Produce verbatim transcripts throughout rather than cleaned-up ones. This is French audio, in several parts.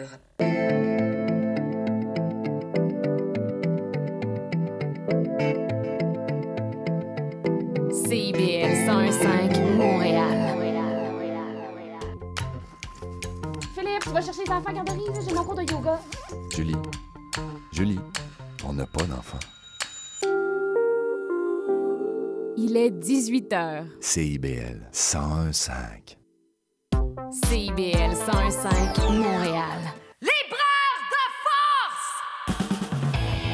C I B L cent un virgule cinq Montréal. Philippe, tu vas chercher les enfants à garderie, là, j'ai mon cours de yoga. Julie, Julie, on n'a pas d'enfant. Il est dix-huit heures. C I B L cent un virgule cinq. C I B L cent un virgule cinq Montréal. Libraire de force!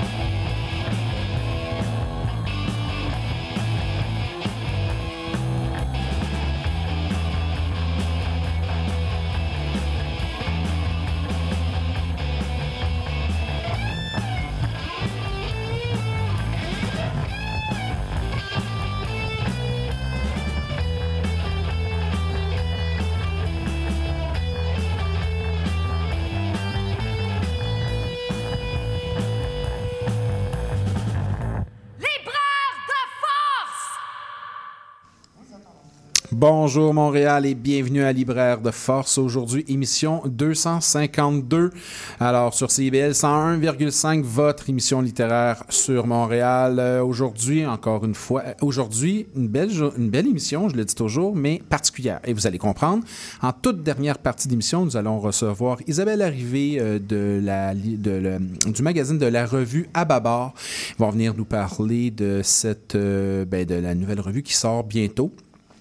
Bonjour Montréal et bienvenue à Libraire de Force. Aujourd'hui, émission deux cent cinquante-deux. Alors, sur C I B L cent un virgule cinq, votre émission littéraire sur Montréal. Euh, aujourd'hui, encore une fois, euh, aujourd'hui, une belle, une belle émission, je le dis toujours, mais particulière. Et vous allez comprendre. En toute dernière partie d'émission, nous allons recevoir Isabelle Arrivé euh, de la, de le, du magazine de la revue À Babar. Ils vont venir nous parler de, cette, euh, ben, de la nouvelle revue qui sort bientôt.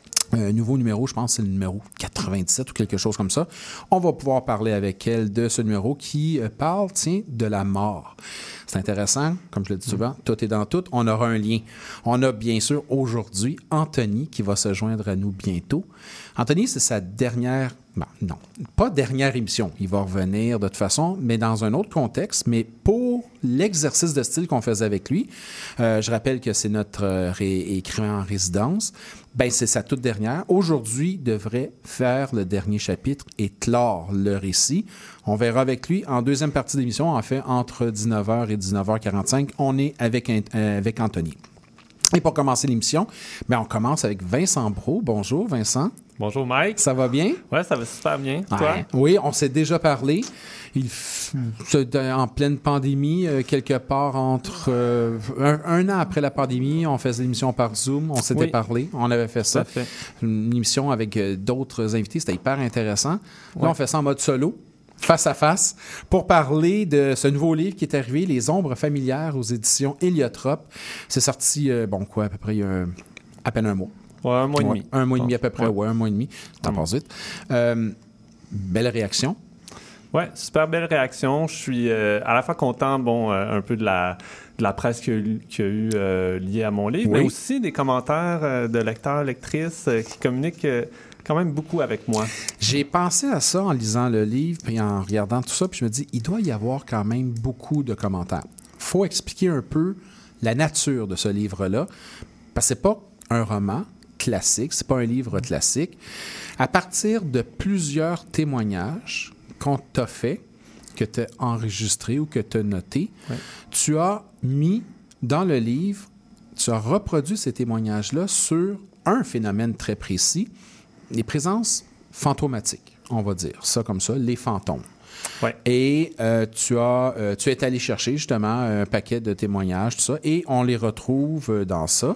Un nouveau numéro, je pense que c'est le numéro quatre-vingt-dix-sept ou quelque chose comme ça. On va pouvoir parler avec elle de ce numéro qui euh, parle, tiens, de la mort. C'est intéressant, comme je le dis souvent, tout est dans tout. On aura un lien. On a bien sûr aujourd'hui Anthony qui va se joindre à nous bientôt. Anthony, c'est sa dernière... Ben, non, pas dernière émission. Il va revenir de toute façon, mais dans un autre contexte. Mais pour l'exercice de style qu'on faisait avec lui, euh, je rappelle que c'est notre euh, ré- écrivain en résidence. Ben, c'est sa toute dernière. Aujourd'hui, il devrait faire le dernier chapitre et clore le récit. On verra avec lui en deuxième partie de l'émission, en fait, entre dix-neuf heures et dix-neuf heures quarante-cinq. On est avec, euh, avec Anthony. Et pour commencer l'émission, ben, on commence avec Vincent Brault. Bonjour, Vincent. Bonjour, Mike. Ça va bien? Ouais, ça va super bien. Ouais. Toi? Oui, on s'est déjà parlé. Il f... En pleine pandémie, euh, quelque part entre euh, un, un an après la pandémie, on faisait l'émission par Zoom. On s'était Oui. parlé. On avait fait ça. Fait. Une émission avec euh, d'autres invités. C'était hyper intéressant. Ouais. Là, on fait ça en mode solo, face à face, pour parler de ce nouveau livre qui est arrivé, Les Ombres familières aux éditions Héliotrope. C'est sorti, euh, bon, quoi, à peu près il y a un, à peine un mois. Ouais, un mois et Ouais, demi. un mois et demi à peu près, Ouais. ouais, un mois et demi. Ça Mm. passe vite. Euh, belle réaction. Ouais, super belle réaction. Je suis euh, à la fois content, bon, euh, un peu de la, de la presse qu'il y a eu, qu'il y a eu euh, liée à mon livre, Oui. mais aussi des commentaires euh, de lecteurs, lectrices euh, qui communiquent euh, quand même beaucoup avec moi. J'ai pensé à ça en lisant le livre puis en regardant tout ça, puis je me dis, il doit y avoir quand même beaucoup de commentaires. Il faut expliquer un peu la nature de ce livre-là, parce que c'est pas un roman classique, c'est pas un livre classique. À partir de plusieurs témoignages qu'on t'a fait, que tu as enregistrés ou que tu as notés, Ouais. tu as mis dans le livre, tu as reproduit ces témoignages-là sur un phénomène très précis, les présences fantomatiques, on va dire ça comme ça, les fantômes. Ouais. Et euh, tu as, euh, tu es allé chercher justement un paquet de témoignages, tout ça, et on les retrouve euh, dans ça.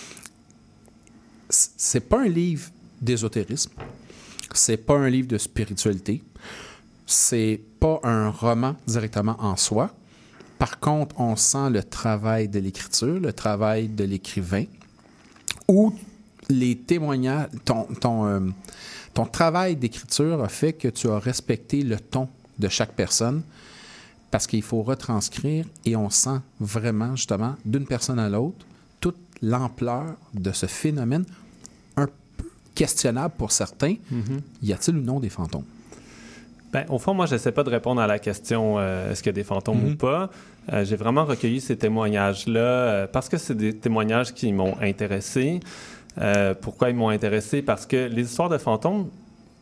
C- C'est pas un livre d'ésotérisme, c'est pas un livre de spiritualité, c'est pas un roman directement en soi. Par contre, on sent le travail de l'écriture, le travail de l'écrivain, où les témoignages, ton, ton, euh, ton travail d'écriture a fait que tu as respecté le ton de chaque personne parce qu'il faut retranscrire et on sent vraiment, justement, d'une personne à l'autre, toute l'ampleur de ce phénomène un peu questionnable pour certains. Mm-hmm. Y a-t-il ou non des fantômes? Ben, au fond, moi, je n'essaie pas de répondre à la question euh, est-ce qu'il y a des fantômes Mm-hmm. ou pas. Euh, j'ai vraiment recueilli ces témoignages-là euh, parce que c'est des témoignages qui m'ont intéressé. Euh, pourquoi ils m'ont intéressé? Parce que les histoires de fantômes,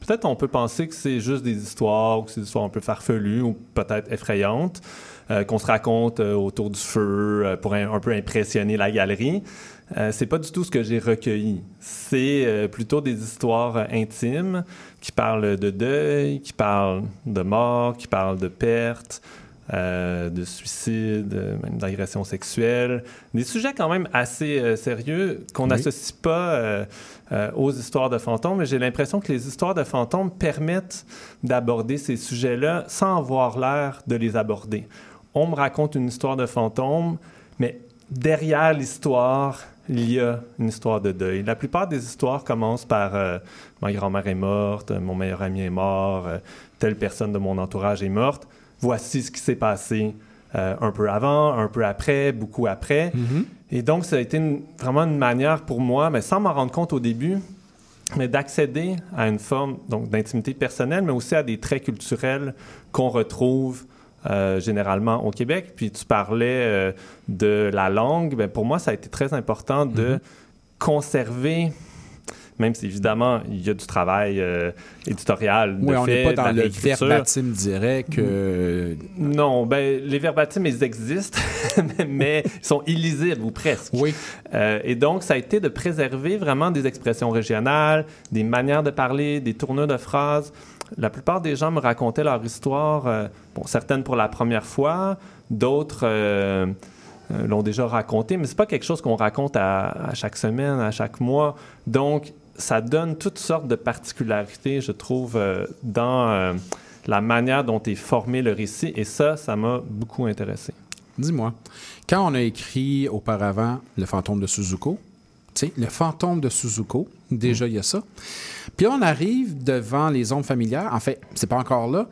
peut-être on peut penser que c'est juste des histoires, ou que c'est des histoires un peu farfelues ou peut-être effrayantes, euh, qu'on se raconte euh, autour du feu euh, pour un, un peu impressionner la galerie. Euh, c'est pas du tout ce que j'ai recueilli. C'est euh, plutôt des histoires euh, intimes qui parlent de deuil, qui parlent de mort, qui parlent de perte, euh, de suicide, même d'agression sexuelle. Des sujets quand même assez euh, sérieux qu'on n'associe oui. pas euh, euh, aux histoires de fantômes. Mais j'ai l'impression que les histoires de fantômes permettent d'aborder ces sujets-là sans avoir l'air de les aborder. On me raconte une histoire de fantôme, mais derrière l'histoire, il y a une histoire de deuil. La plupart des histoires commencent par euh, « ma grand-mère est morte, mon meilleur ami est mort, euh, telle personne de mon entourage est morte. Voici ce qui s'est passé euh, un peu avant, un peu après, beaucoup après. Mm-hmm. » Et donc, ça a été une, vraiment une manière pour moi, mais sans m'en rendre compte au début, mais d'accéder à une forme donc, d'intimité personnelle, mais aussi à des traits culturels qu'on retrouve Euh, généralement au Québec. Puis tu parlais euh, de la langue. Bien, pour moi, ça a été très important de mm-hmm. conserver, même si évidemment, il y a du travail euh, éditorial de oui, on n'est pas dans le verbatim direct. Euh... Non, ben les verbatims, ils existent, mais ils sont illisibles ou presque. Oui. Euh, et donc, ça a été de préserver vraiment des expressions régionales, des manières de parler, des tournures de phrases. La plupart des gens me racontaient leur histoire, euh, bon, certaines pour la première fois, d'autres euh, euh, l'ont déjà raconté, mais c'est pas quelque chose qu'on raconte à, à chaque semaine, à chaque mois. Donc, ça donne toutes sortes de particularités, je trouve, euh, dans euh, la manière dont est formé le récit, et ça, ça m'a beaucoup intéressé. Dis-moi, quand on a écrit auparavant Le fantôme de Suzuko, tu sais, Le fantôme de Suzuko, déjà, il mmh. y a ça. Puis là, on arrive devant les ombres familières. En fait, c'est pas encore là.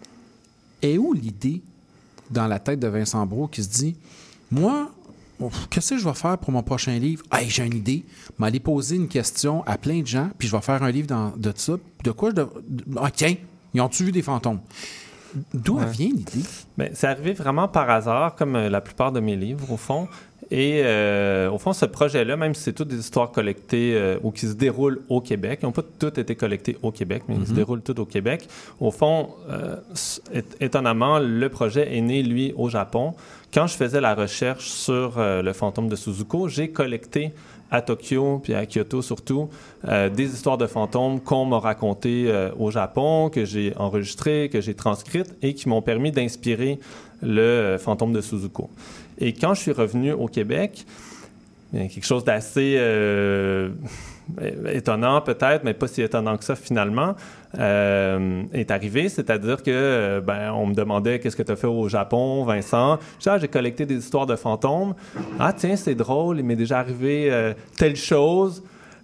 Et où l'idée dans la tête de Vincent Brault qui se dit « Moi, qu'est-ce que je vais faire pour mon prochain livre? Hey, j'ai une idée. Je vais aller poser une question à plein de gens, puis je vais faire un livre dans, de ça. De quoi je... De... Ah, tiens, ils ont-tu vu des fantômes? » D'où ouais. vient l'idée? Bien, c'est arrivé vraiment par hasard, comme euh, la plupart de mes livres, au fond. Et euh, au fond, ce projet-là, même si c'est toutes des histoires collectées euh, ou qui se déroulent au Québec, ils n'ont pas toutes été collectées au Québec, mais mm-hmm. ils se déroulent toutes au Québec. Au fond, euh, étonnamment, le projet est né, lui, au Japon. Quand je faisais la recherche sur euh, le fantôme de Suzuko, j'ai collecté à Tokyo, puis à Kyoto surtout, euh, des histoires de fantômes qu'on m'a racontées euh, au Japon, que j'ai enregistrées, que j'ai transcrites et qui m'ont permis d'inspirer le euh, fantôme de Suzuko. Et quand je suis revenu au Québec, il y a quelque chose d'assez euh, étonnant peut-être, mais pas si étonnant que ça finalement, euh, est arrivé. C'est-à-dire que euh, ben, on me demandait « Qu'est-ce que tu as fait au Japon, Vincent? » Je disais ah, « J'ai collecté des histoires de fantômes. »« Ah tiens, c'est drôle, il m'est déjà arrivé euh, telle chose. »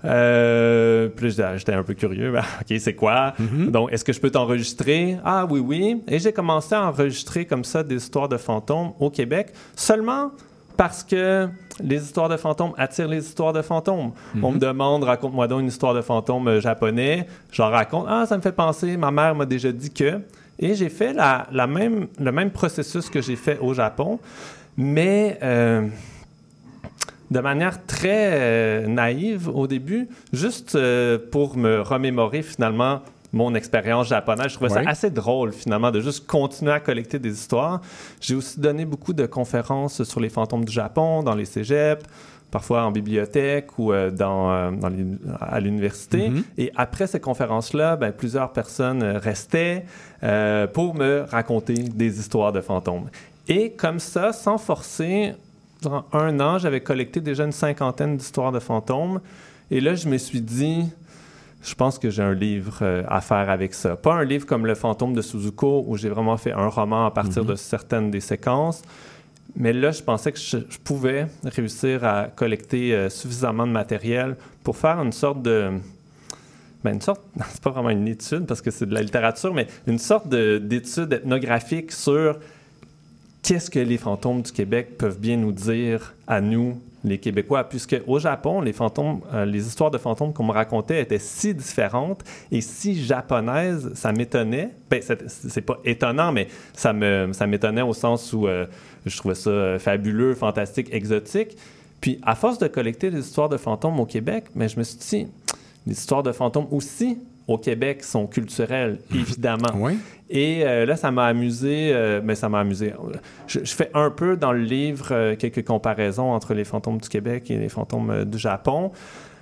Euh, puis là, j'étais un peu curieux. OK, c'est quoi? Mm-hmm. Donc, est-ce que je peux t'enregistrer? Ah oui, oui. Et j'ai commencé à enregistrer comme ça des histoires de fantômes au Québec, seulement parce que les histoires de fantômes attirent les histoires de fantômes. Mm-hmm. On me demande, raconte-moi donc une histoire de fantôme japonais. J'en raconte. Ah, ça me fait penser, ma mère m'a déjà dit que. Et j'ai fait la, la même, le même processus que j'ai fait au Japon, mais... Euh, de manière très euh, naïve au début, juste euh, pour me remémorer finalement mon expérience japonaise. Je trouvais ouais. ça assez drôle finalement de juste continuer à collecter des histoires. J'ai aussi donné beaucoup de conférences sur les fantômes du Japon dans les cégeps, parfois en bibliothèque ou euh, dans, euh, dans les, à l'université. Mm-hmm. Et après ces conférences-là, ben, plusieurs personnes restaient euh, pour me raconter des histoires de fantômes. Et comme ça, sans forcer... Durant un an, j'avais collecté déjà une cinquantaine d'histoires de fantômes. Et là, je me suis dit, je pense que j'ai un livre euh, à faire avec ça. Pas un livre comme Le fantôme de Suzuko, où j'ai vraiment fait un roman à partir mm-hmm. de certaines des séquences. Mais là, je pensais que je, je pouvais réussir à collecter euh, suffisamment de matériel pour faire une sorte de... Ben, une sorte... C'est pas vraiment une étude, parce que c'est de la littérature, mais une sorte de, d'étude ethnographique sur... Qu'est-ce que les fantômes du Québec peuvent bien nous dire à nous, les Québécois? Puisque au Japon, les fantômes, euh, les histoires de fantômes qu'on me racontait étaient si différentes et si japonaises, ça m'étonnait. Ben, c'est, c'est pas étonnant, mais ça, me, ça m'étonnait au sens où euh, je trouvais ça fabuleux, fantastique, exotique. Puis, à force de collecter des histoires de fantômes au Québec, ben, je me suis dit, des histoires de fantômes aussi au Québec sont culturels, évidemment. Oui. Et euh, là, ça m'a amusé, euh, mais ça m'a amusé. Je, je fais un peu dans le livre euh, quelques comparaisons entre les fantômes du Québec et les fantômes euh, du Japon.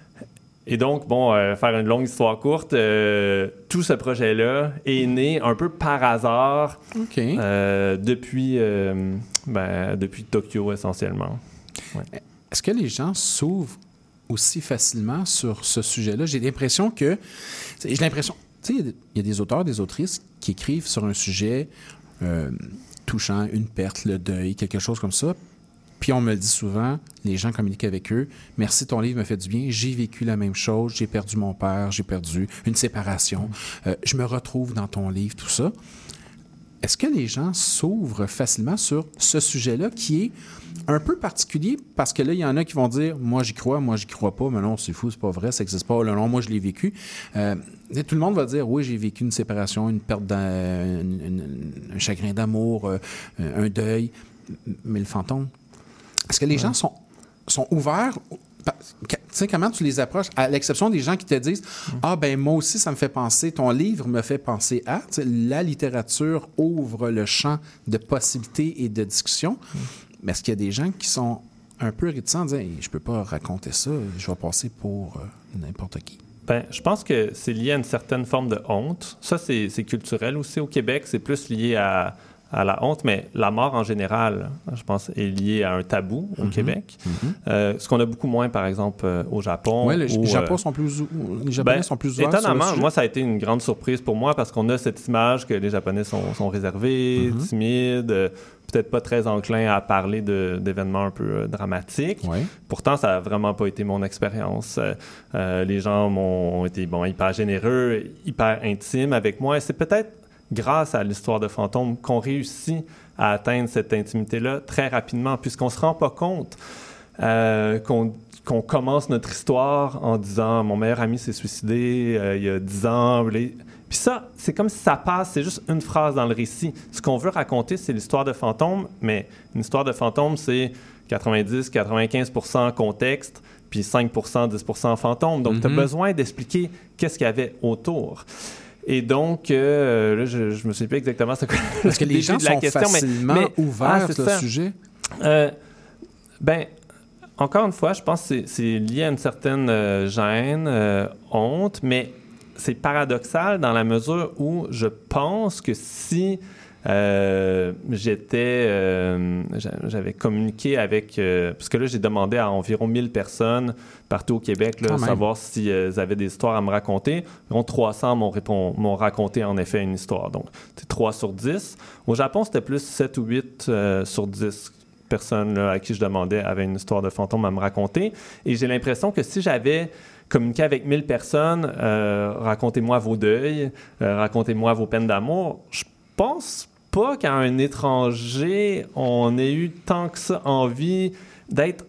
Et donc, bon, euh, faire une longue histoire courte, euh, tout ce projet-là est né un peu par hasard okay. euh, depuis, euh, ben, depuis Tokyo, essentiellement. Ouais. Est-ce que les gens s'ouvrent aussi facilement sur ce sujet-là? J'ai l'impression que... J'ai l'impression... Tu sais, il y a des auteurs, des autrices qui écrivent sur un sujet euh, touchant, une perte, le deuil, quelque chose comme ça. Puis on me le dit souvent, les gens communiquent avec eux. « Merci, ton livre me fait du bien. J'ai vécu la même chose. J'ai perdu mon père. J'ai perdu une séparation. Euh, je me retrouve dans ton livre, tout ça. » Est-ce que les gens s'ouvrent facilement sur ce sujet-là qui est un peu particulier parce que là, il y en a qui vont dire « Moi, j'y crois. Moi, j'y crois pas. Mais non, c'est fou, c'est pas vrai. Ça n'existe pas. Là, non, moi, je l'ai vécu. Euh, » Tout le monde va dire « Oui, j'ai vécu une séparation, une perte, d'un, une, une, un chagrin d'amour, euh, un deuil. » Mais le fantôme... Est-ce que les ouais. gens sont, sont ouverts? Tu sais, comment tu les approches? À l'exception des gens qui te disent mm. « Ah, ben moi aussi, ça me fait penser, ton livre me fait penser à... » La littérature ouvre le champ de possibilités et de discussions. Mm. Mais est-ce qu'il y a des gens qui sont un peu réticents en disant hey, « Je peux pas raconter ça, je vais passer pour euh, n'importe qui. » Ben, je pense que c'est lié à une certaine forme de honte. Ça, c'est, c'est culturel aussi. Au Québec, c'est plus lié à... à la honte, mais la mort en général, je pense, est liée à un tabou au mm-hmm. Québec. Mm-hmm. Euh, ce qu'on a beaucoup moins, par exemple, euh, au Japon. Oui, les, où, Japon euh, sont plus, les Japonais ben, sont plus ouverts. Étonnamment, moi, ça a été une grande surprise pour moi parce qu'on a cette image que les Japonais sont, sont réservés, mm-hmm. timides, euh, peut-être pas très enclins à parler de, d'événements un peu euh, dramatiques. Oui. Pourtant, ça n'a vraiment pas été mon expérience. Euh, euh, les gens m'ont, ont été bon, hyper généreux, hyper intimes avec moi. Et c'est peut-être grâce à l'histoire de fantômes qu'on réussit à atteindre cette intimité-là très rapidement, puisqu'on ne se rend pas compte euh, qu'on, qu'on commence notre histoire en disant « Mon meilleur ami s'est suicidé euh, il y a dix ans. » Puis ça, c'est comme si ça passe, c'est juste une phrase dans le récit. Ce qu'on veut raconter, c'est l'histoire de fantômes, mais une histoire de fantômes, c'est quatre-vingt-dix à quatre-vingt-quinze pour cent contexte, puis cinq pour cent, dix pour cent fantômes. Donc, mm-hmm. tu as besoin d'expliquer qu'est-ce qu'il y avait autour. Et donc, euh, là, je, je me souviens plus exactement c'est quoi Parce que les gens de la sont question, facilement mais, mais, ouverts ah, sur le sujet. Euh, ben, encore une fois, je pense que c'est, c'est lié à une certaine euh, gêne, euh, honte, mais c'est paradoxal dans la mesure où je pense que si euh, j'étais, euh, j'avais communiqué avec, euh, parce que là, j'ai demandé à environ mille personnes partout au Québec, là, savoir s'ils si, euh, avaient des histoires à me raconter. Environ trois cents m'ont, répond, m'ont raconté en effet une histoire. Donc, c'est trois sur dix. Au Japon, c'était plus sept ou huit euh, sur dix personnes là, à qui je demandais avaient une histoire de fantôme à me raconter. Et j'ai l'impression que si j'avais communiqué avec mille personnes, euh, racontez-moi vos deuils, euh, racontez-moi vos peines d'amour, je pense pas qu'à un étranger, on ait eu tant que ça envie d'être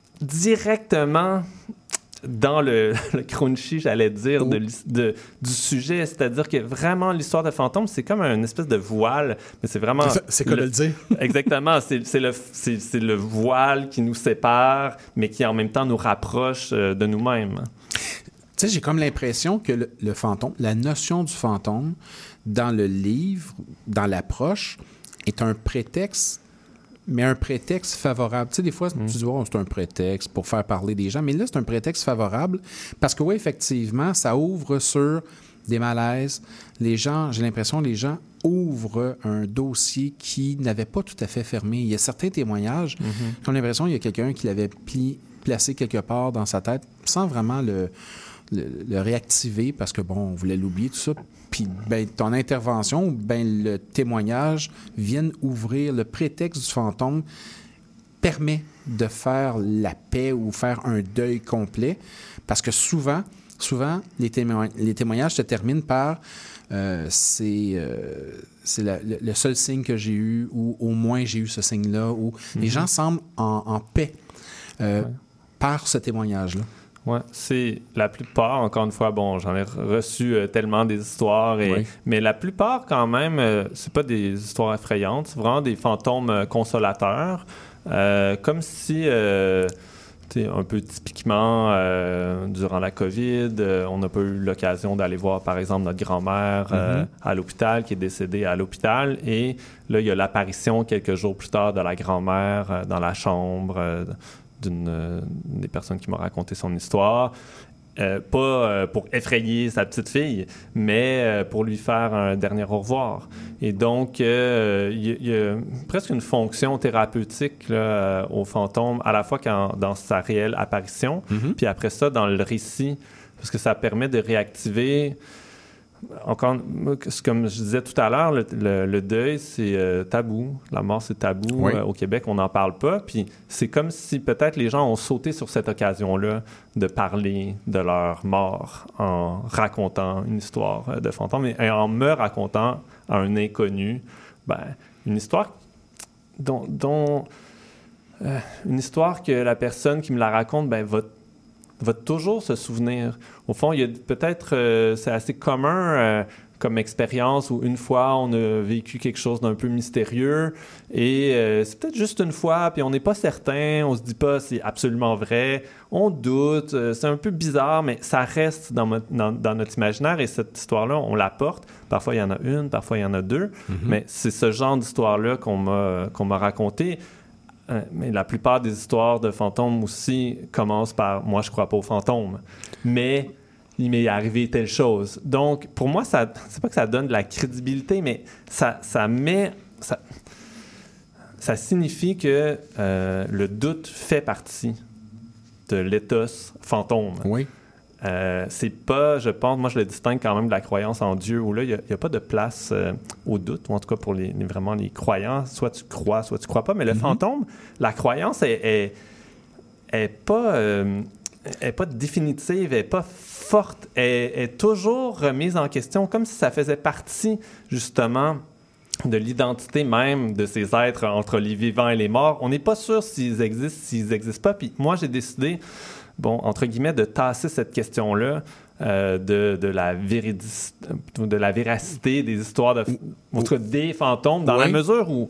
directement dans le, le crunchy, j'allais dire, de, de, du sujet. C'est-à-dire que vraiment, l'histoire de fantômes, c'est comme une espèce de voile, mais c'est vraiment... C'est, c'est quoi le, de le dire? Exactement. C'est, c'est, le, c'est, c'est le voile qui nous sépare, mais qui en même temps nous rapproche euh, de nous-mêmes. Tu sais, j'ai comme l'impression que le, le fantôme, la notion du fantôme, dans le livre, dans l'approche, est un prétexte, mais un prétexte favorable. Tu sais, des fois, mmh. tu dis, oh, c'est un prétexte pour faire parler des gens, mais là, c'est un prétexte favorable parce que, oui, effectivement, ça ouvre sur des malaises. Les gens, j'ai l'impression, les gens ouvrent un dossier qui n'avait pas tout à fait fermé. Il y a certains témoignages, mmh. j'ai l'impression qu'il y a quelqu'un qui l'avait pli, placé quelque part dans sa tête sans vraiment le... Le, le réactiver parce que, bon, on voulait l'oublier, tout ça. Puis, ben, ton intervention, ben, le témoignage viennent ouvrir le prétexte du fantôme permet de faire la paix ou faire un deuil complet parce que souvent, souvent, les, témo- les témoignages se terminent par euh, c'est, euh, c'est la, le, le seul signe que j'ai eu ou au moins j'ai eu ce signe-là ou mm-hmm. les gens semblent en, en paix euh, ouais. par ce témoignage-là. Oui, c'est la plupart, encore une fois, bon, j'en ai reçu euh, tellement des histoires, et, oui. mais la plupart, quand même, euh, c'est pas des histoires effrayantes, c'est vraiment des fantômes euh, consolateurs, euh, comme si, euh, tu un peu typiquement, euh, durant la COVID, euh, on n'a pas eu l'occasion d'aller voir, par exemple, notre grand-mère euh, mm-hmm. à l'hôpital, qui est décédée à l'hôpital. Et là, il y a l'apparition, quelques jours plus tard, de la grand-mère euh, dans la chambre euh, d'une euh, des personnes qui m'a raconté son histoire. Euh, pas euh, pour effrayer sa petite fille, mais euh, pour lui faire un dernier au revoir. Et donc, il euh, y, y a presque une fonction thérapeutique là, euh, au fantôme, à la fois quand, dans sa réelle apparition, mm-hmm. puis après ça, dans le récit, parce que ça permet de réactiver... Encore, comme je disais tout à l'heure, le, le, le deuil, c'est euh, tabou. La mort, c'est tabou. Oui. Euh, au Québec, on n'en parle pas. Puis c'est comme si peut-être les gens ont sauté sur cette occasion-là de parler de leur mort en racontant une histoire de fantôme et, et en me racontant à un inconnu ben, une histoire dont... dont euh, une histoire que la personne qui me la raconte ben, va va toujours se souvenir. Au fond, il y a peut-être, euh, c'est assez commun euh, comme expérience où une fois, on a vécu quelque chose d'un peu mystérieux et euh, c'est peut-être juste une fois, puis on n'est pas certain, on se dit pas c'est absolument vrai, on doute, euh, c'est un peu bizarre, mais ça reste dans, mo- dans, dans notre imaginaire et cette histoire-là, on la porte. Parfois, il y en a une, parfois, il y en a deux, mm-hmm. mais c'est ce genre d'histoire-là qu'on m'a, qu'on m'a raconté. Mais la plupart des histoires de fantômes aussi commencent par « moi, je crois pas aux fantômes », mais il m'est arrivé telle chose. Donc, pour moi, ça, c'est pas que ça donne de la crédibilité, mais ça, ça met... Ça, ça signifie que euh, le doute fait partie de l'éthos fantôme. Oui. Euh, c'est pas, je pense, moi je le distingue quand même de la croyance en Dieu, où là, il n'y a, a pas de place euh, au doute, ou en tout cas pour les, les, vraiment les croyants, soit tu crois, soit tu crois pas, mais le mm-hmm. fantôme, la croyance est, est, est, pas, euh, est pas définitive, est pas forte, est, est toujours remise en question, comme si ça faisait partie, justement, de l'identité même de ces êtres entre les vivants et les morts. On n'est pas sûr s'ils existent, s'ils n'existent pas, puis moi j'ai décidé bon, entre guillemets, de tasser cette question-là euh, de, de, la véridicité, de la véracité des histoires, de, en tout cas des fantômes, dans oui. la mesure où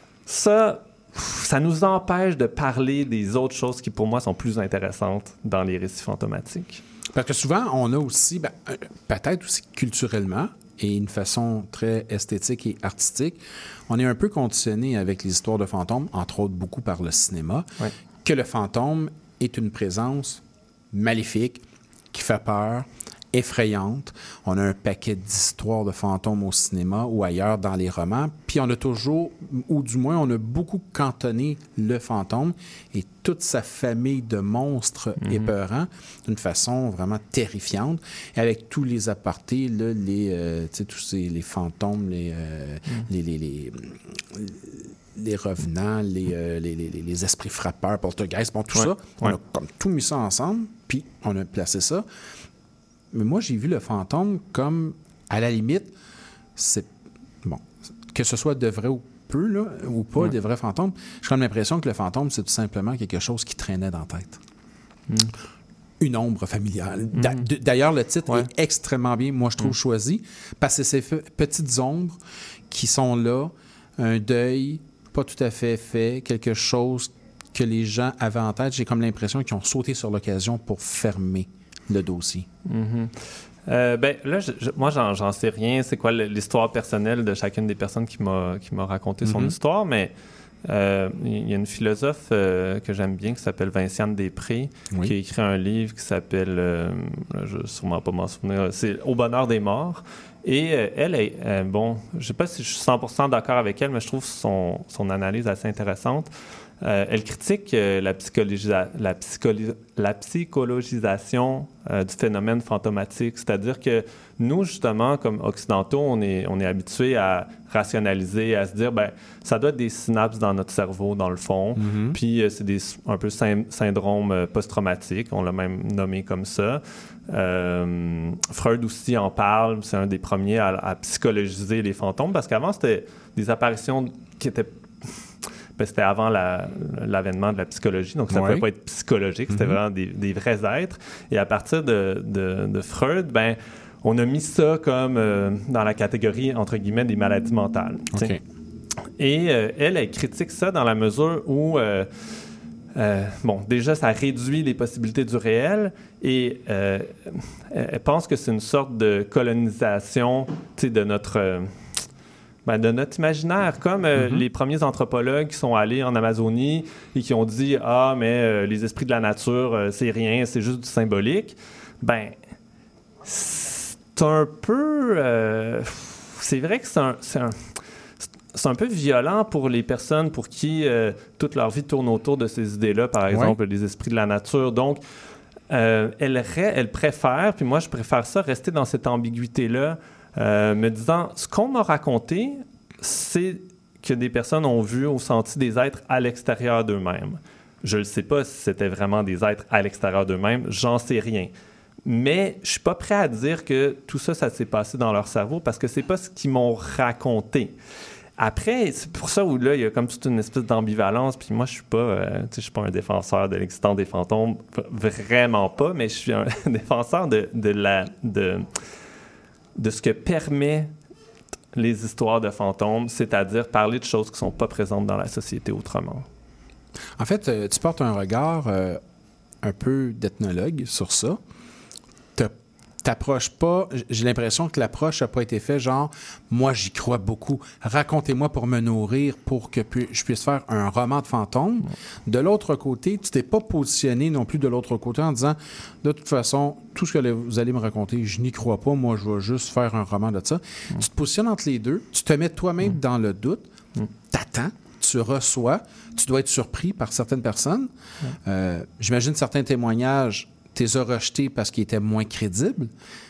ça, ça nous empêche de parler des autres choses qui, pour moi, sont plus intéressantes dans les récits fantomatiques. Parce que souvent, on a aussi, ben, peut-être aussi culturellement, et une façon très esthétique et artistique, on est un peu conditionné avec les histoires de fantômes, entre autres beaucoup par le cinéma, oui. que le fantôme est une présence maléfique, qui fait peur, effrayante. On a un paquet d'histoires de fantômes au cinéma ou ailleurs dans les romans, puis on a toujours, ou du moins on a beaucoup cantonné le fantôme et toute sa famille de monstres mm-hmm. épeurants d'une façon vraiment terrifiante, et avec tous les apartés, là, les, euh, tu sais, tous ces, les fantômes, les, euh, mm. les, les, les, les les revenants, les, euh, les, les, les esprits frappeurs, poltergeist, bon, tout ouais, ça. On ouais. a comme tout mis ça ensemble, puis on a placé ça. Mais moi, j'ai vu le fantôme comme, à la limite, c'est... Bon, que ce soit de vrai ou peu, là, ou pas, ouais. des vrais fantômes, j'ai comme l'impression que le fantôme, c'est tout simplement quelque chose qui traînait dans la tête. Mm. Une ombre familiale. Mm-hmm. D'ailleurs, le titre ouais. est extrêmement bien, moi, je trouve, mm. choisi, parce que c'est ces petites ombres qui sont là, un deuil pas tout à fait fait, quelque chose que les gens avaient en tête. J'ai comme l'impression qu'ils ont sauté sur l'occasion pour fermer le dossier. Mm-hmm. Euh, ben là, je, je, moi, j'en, j'en sais rien. C'est quoi l'histoire personnelle de chacune des personnes qui m'a, qui m'a raconté son mm-hmm. histoire, mais euh, il y a une philosophe euh, que j'aime bien qui s'appelle Vinciane Després, oui. qui a écrit un livre qui s'appelle, euh, je ne vais sûrement pas m'en souvenir, c'est « Au bonheur des morts ». Et euh, elle, est, euh, bon, je ne sais pas si je suis cent pour cent d'accord avec elle, mais je trouve son, son analyse assez intéressante. Euh, elle critique euh, la, psychologisa- la, psycholo- la psychologisation euh, du phénomène fantomatique. C'est-à-dire que nous, justement, comme occidentaux, on est, on est habitués à rationaliser, à se dire, ben ça doit être des synapses dans notre cerveau, dans le fond. Mm-hmm. Puis euh, c'est des, un peu sy- syndrome euh, post-traumatique, on l'a même nommé comme ça. Euh, Freud aussi en parle, c'est un des premiers à, à psychologiser les fantômes, parce qu'avant, c'était des apparitions qui étaient... Ben, c'était avant la, l'avènement de la psychologie, donc ça ne ouais. pouvait pas être psychologique, c'était mm-hmm. vraiment des, des vrais êtres. Et à partir de, de, de Freud, ben, on a mis ça comme euh, dans la catégorie, entre guillemets, des maladies mentales. Okay. Et euh, elle, elle critique ça dans la mesure où... Euh, Euh, bon, déjà, ça réduit les possibilités du réel et euh, elle pense que c'est une sorte de colonisation, tu sais, de notre, euh, ben, de notre imaginaire, comme euh, mm-hmm. les premiers anthropologues qui sont allés en Amazonie et qui ont dit « Ah, mais euh, les esprits de la nature, euh, c'est rien, c'est juste du symbolique. » Ben, c'est un peu... Euh, c'est vrai que c'est un... C'est un C'est un peu violent pour les personnes pour qui euh, toute leur vie tourne autour de ces idées-là, par exemple, ouais. les esprits de la nature. Donc, euh, elle, elle préfère, puis moi je préfère ça, rester dans cette ambiguïté-là, euh, me disant, ce qu'on m'a raconté, c'est que des personnes ont vu ou senti des êtres à l'extérieur d'eux-mêmes. Je ne sais pas si c'était vraiment des êtres à l'extérieur d'eux-mêmes, j'en sais rien. Mais je ne suis pas prêt à dire que tout ça, ça s'est passé dans leur cerveau parce que ce n'est pas ce qu'ils m'ont raconté. Après, c'est pour ça où là, il y a comme toute une espèce d'ambivalence. Puis moi, je suis pas, euh, tu sais, je suis pas un défenseur de l'existence des fantômes, vraiment pas, mais je suis un défenseur de, de, la, de, de ce que permet les histoires de fantômes, c'est-à-dire parler de choses qui sont pas présentes dans la société autrement. En fait, euh, tu portes un regard euh, un peu d'ethnologue sur ça. T'approches pas, j'ai l'impression que l'approche n'a pas été faite genre, moi j'y crois beaucoup, racontez-moi pour me nourrir, pour que pu- je puisse faire un roman de fantômes. Ouais. De l'autre côté, tu t'es pas positionné non plus de l'autre côté en disant, de toute façon, tout ce que vous allez me raconter, je n'y crois pas, moi je vais juste faire un roman de ça. Ouais. Tu te positionnes entre les deux, tu te mets toi-même ouais. dans le doute, ouais. t'attends, tu reçois, tu dois être surpris par certaines personnes. Ouais. Euh, j'imagine certains témoignages tu les as rejetés parce qu'ils étaient moins crédibles.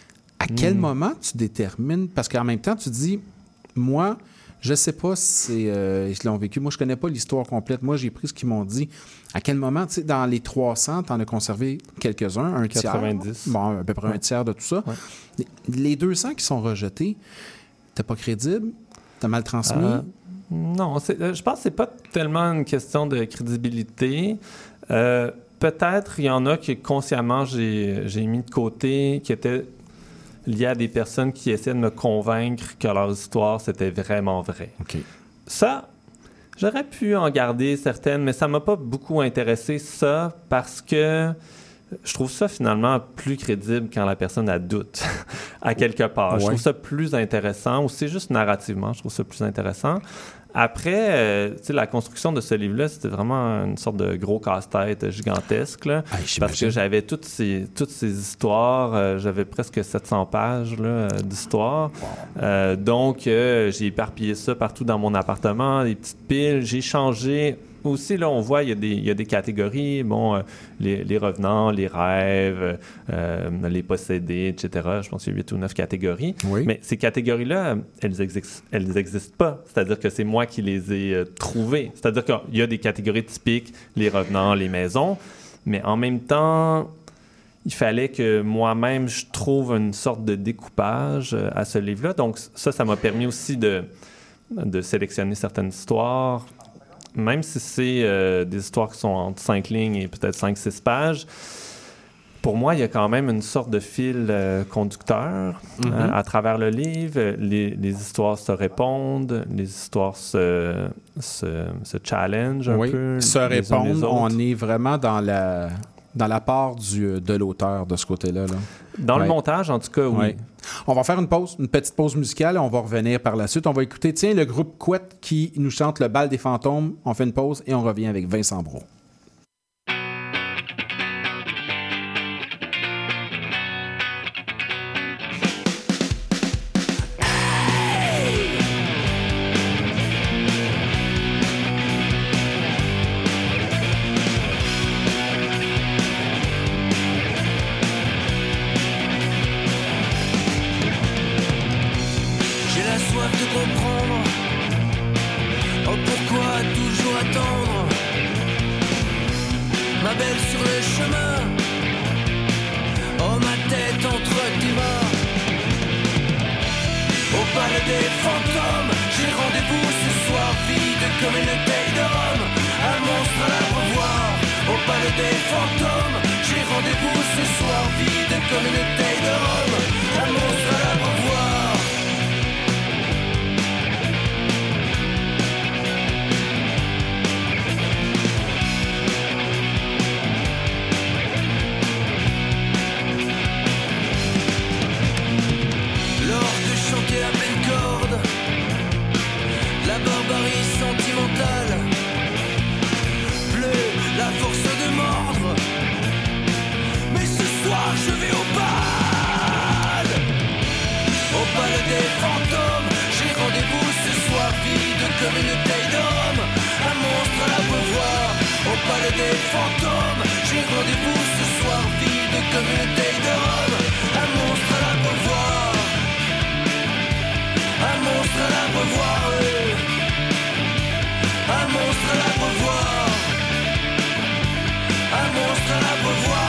À quel mmh. moment tu détermines... Parce qu'en même temps, tu dis, moi, je sais pas si euh, ils l'ont vécu. Moi, je connais pas l'histoire complète. Moi, j'ai pris ce qu'ils m'ont dit. À quel moment, tu sais, dans les trois cents, tu en as conservé quelques-uns, un quatre-vingt-dix. Tiers. Bon, à peu près ouais. un tiers de tout ça. Ouais. Les, les deux cents qui sont rejetés, t'es pas crédible? T'as mal transmis? Euh, non, c'est, je pense que c'est pas tellement une question de crédibilité. Euh, Peut-être il y en a que consciemment j'ai, j'ai mis de côté, qui étaient liés à des personnes qui essaient de me convaincre que leur histoire, c'était vraiment vrai. Okay. Ça, j'aurais pu en garder certaines, mais ça ne m'a pas beaucoup intéressé, ça, parce que je trouve ça finalement plus crédible quand la personne a doute, à quelque part. Ouais. Je trouve ça plus intéressant, ou c'est juste narrativement, je trouve ça plus intéressant. Après, euh, tu sais, la construction de ce livre-là, c'était vraiment une sorte de gros casse-tête gigantesque, là, ah, parce que j'avais toutes ces, toutes ces histoires, euh, j'avais presque sept cents pages là, d'histoires. Wow. Euh, donc, euh, j'ai éparpillé ça partout dans mon appartement, des petites piles. J'ai changé... Aussi, là, on voit, il y a des, il y a des catégories, bon, euh, les, les revenants, les rêves, euh, les possédés, et cetera. Je pense qu'il y a huit ou neuf catégories. Oui. Mais ces catégories-là, elles n'existent elles existent pas. C'est-à-dire que c'est moi qui les ai euh, trouvées. C'est-à-dire qu'il y a des catégories typiques, les revenants, les maisons, mais en même temps, il fallait que moi-même, je trouve une sorte de découpage euh, à ce livre-là. Donc ça, ça m'a permis aussi de, de sélectionner certaines histoires. Même si c'est euh, des histoires qui sont entre cinq lignes et peut-être cinq six pages, pour moi, il y a quand même une sorte de fil euh, conducteur mm-hmm. euh, à travers le livre. Les, les histoires se répondent, les histoires se, se, se challengent un oui. peu. Se répondent, on est vraiment dans la... Dans la part du, de l'auteur de ce côté-là. Là. Dans ouais. le montage, en tout cas, oui. Ouais. On va faire une pause, une petite pause musicale et on va revenir par la suite. On va écouter, tiens, le groupe Couette qui nous chante Le Bal des fantômes. On fait une pause et on revient avec Vincent Brault. bouteille de rhum, un monstre à l'abreuvoir, au palais des fantômes. J'ai rendez-vous ce soir, vide comme une bouteille de rhum, un monstre à l'abreuvoir, un monstre à l'abreuvoir, un monstre à l'abreuvoir, un monstre à l'abreuvoir.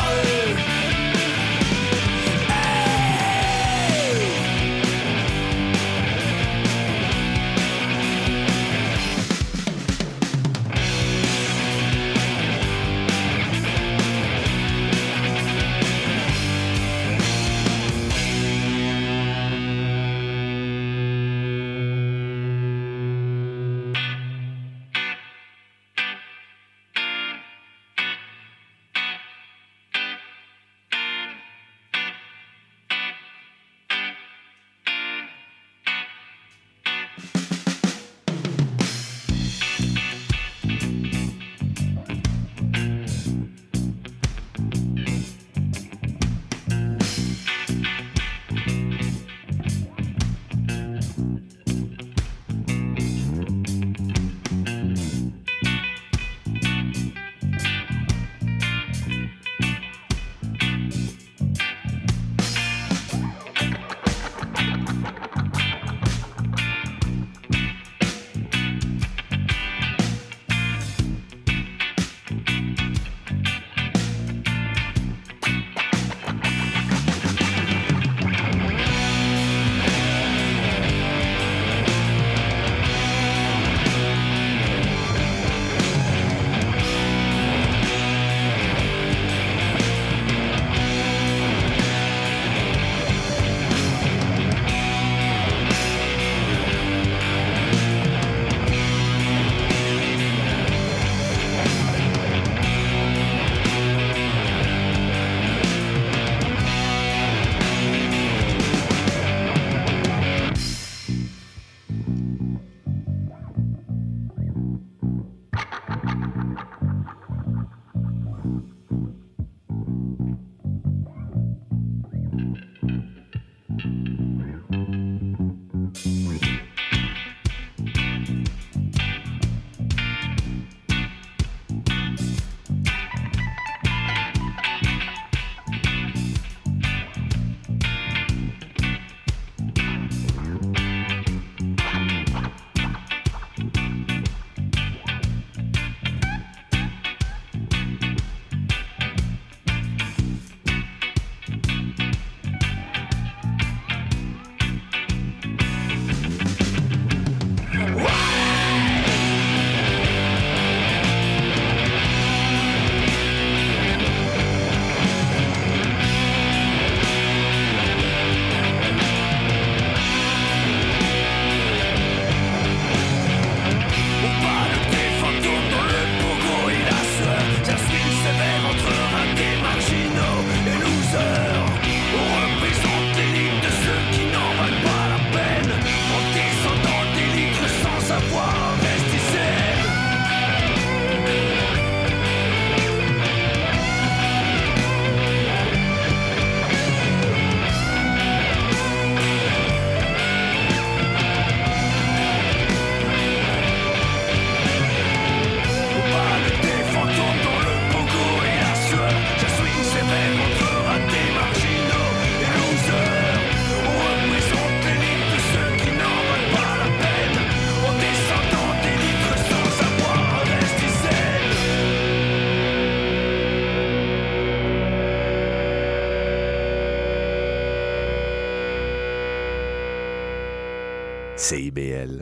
C I B L.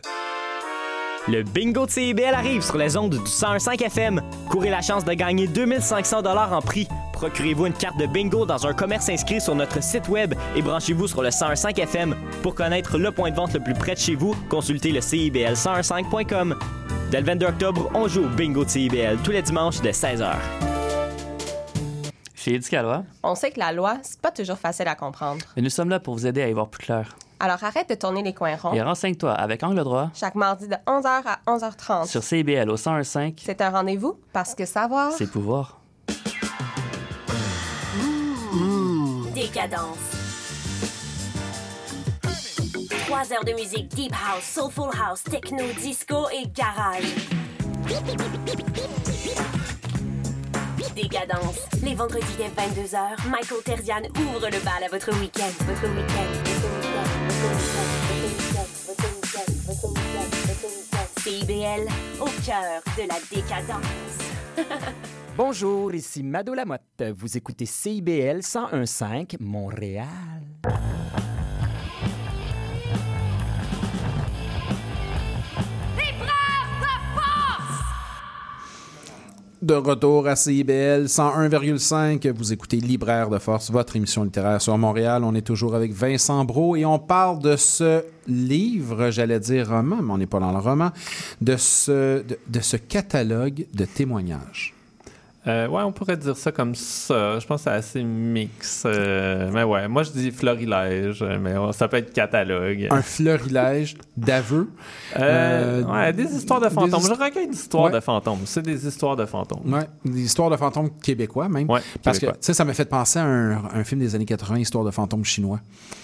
Le bingo de C I B L arrive sur les ondes du cent un virgule cinq F M. Courez la chance de gagner deux mille cinq cents dollars en prix. Procurez-vous une carte de bingo dans un commerce inscrit sur notre site web et branchez-vous sur le cent un virgule cinq F M. Pour connaître le point de vente le plus près de chez vous, consultez le C I B L cent un virgule cinq point com. Dès le vingt-deux octobre, on joue au bingo de C I B L tous les dimanches de seize heures. Chez Éducalois, on sait que la loi, c'est pas toujours facile à comprendre. Mais nous sommes là pour vous aider à y voir plus clair. Alors arrête de tourner les coins ronds. Et renseigne-toi avec Angle droit. Chaque mardi de onze heures à onze heures trente. Sur C I B L au cent un virgule cinq. C'est un rendez-vous parce que savoir... c'est pouvoir. Mmh. Décadence. Trois heures de musique deep house, soulful house, techno, disco et garage. Décadence. Les vendredis dès vingt-deux heures, Michael Terzian ouvre le bal à votre week-end. Votre week-end. Votre week-end. Votre week-end. Votre week-end. Votre week-end. C I B L, au cœur de la décadence. Bonjour, ici Mado Lamotte. Vous écoutez C I B L cent un virgule cinq Montréal. De retour à C I B L cent un virgule cinq, vous écoutez Libraire de Force, votre émission littéraire sur Montréal. On est toujours avec Vincent Brault et on parle de ce livre, j'allais dire roman, mais on n'est pas dans le roman, de ce, de, de ce catalogue de témoignages. Euh, ouais, on pourrait dire ça comme ça. Je pense que c'est assez mix. Euh, mais ouais, moi je dis florilège, mais ça peut être catalogue. Un florilège d'aveux. Euh, euh, ouais, des histoires de fantômes. Des... Je recueille des histoires ouais. de fantômes. C'est des histoires de fantômes. Ouais, des histoires de fantômes québécois même. Ouais, parce québécois. que, tu sais, ça m'a fait penser à un, un film des années quatre-vingts, Histoire de fantômes chinois.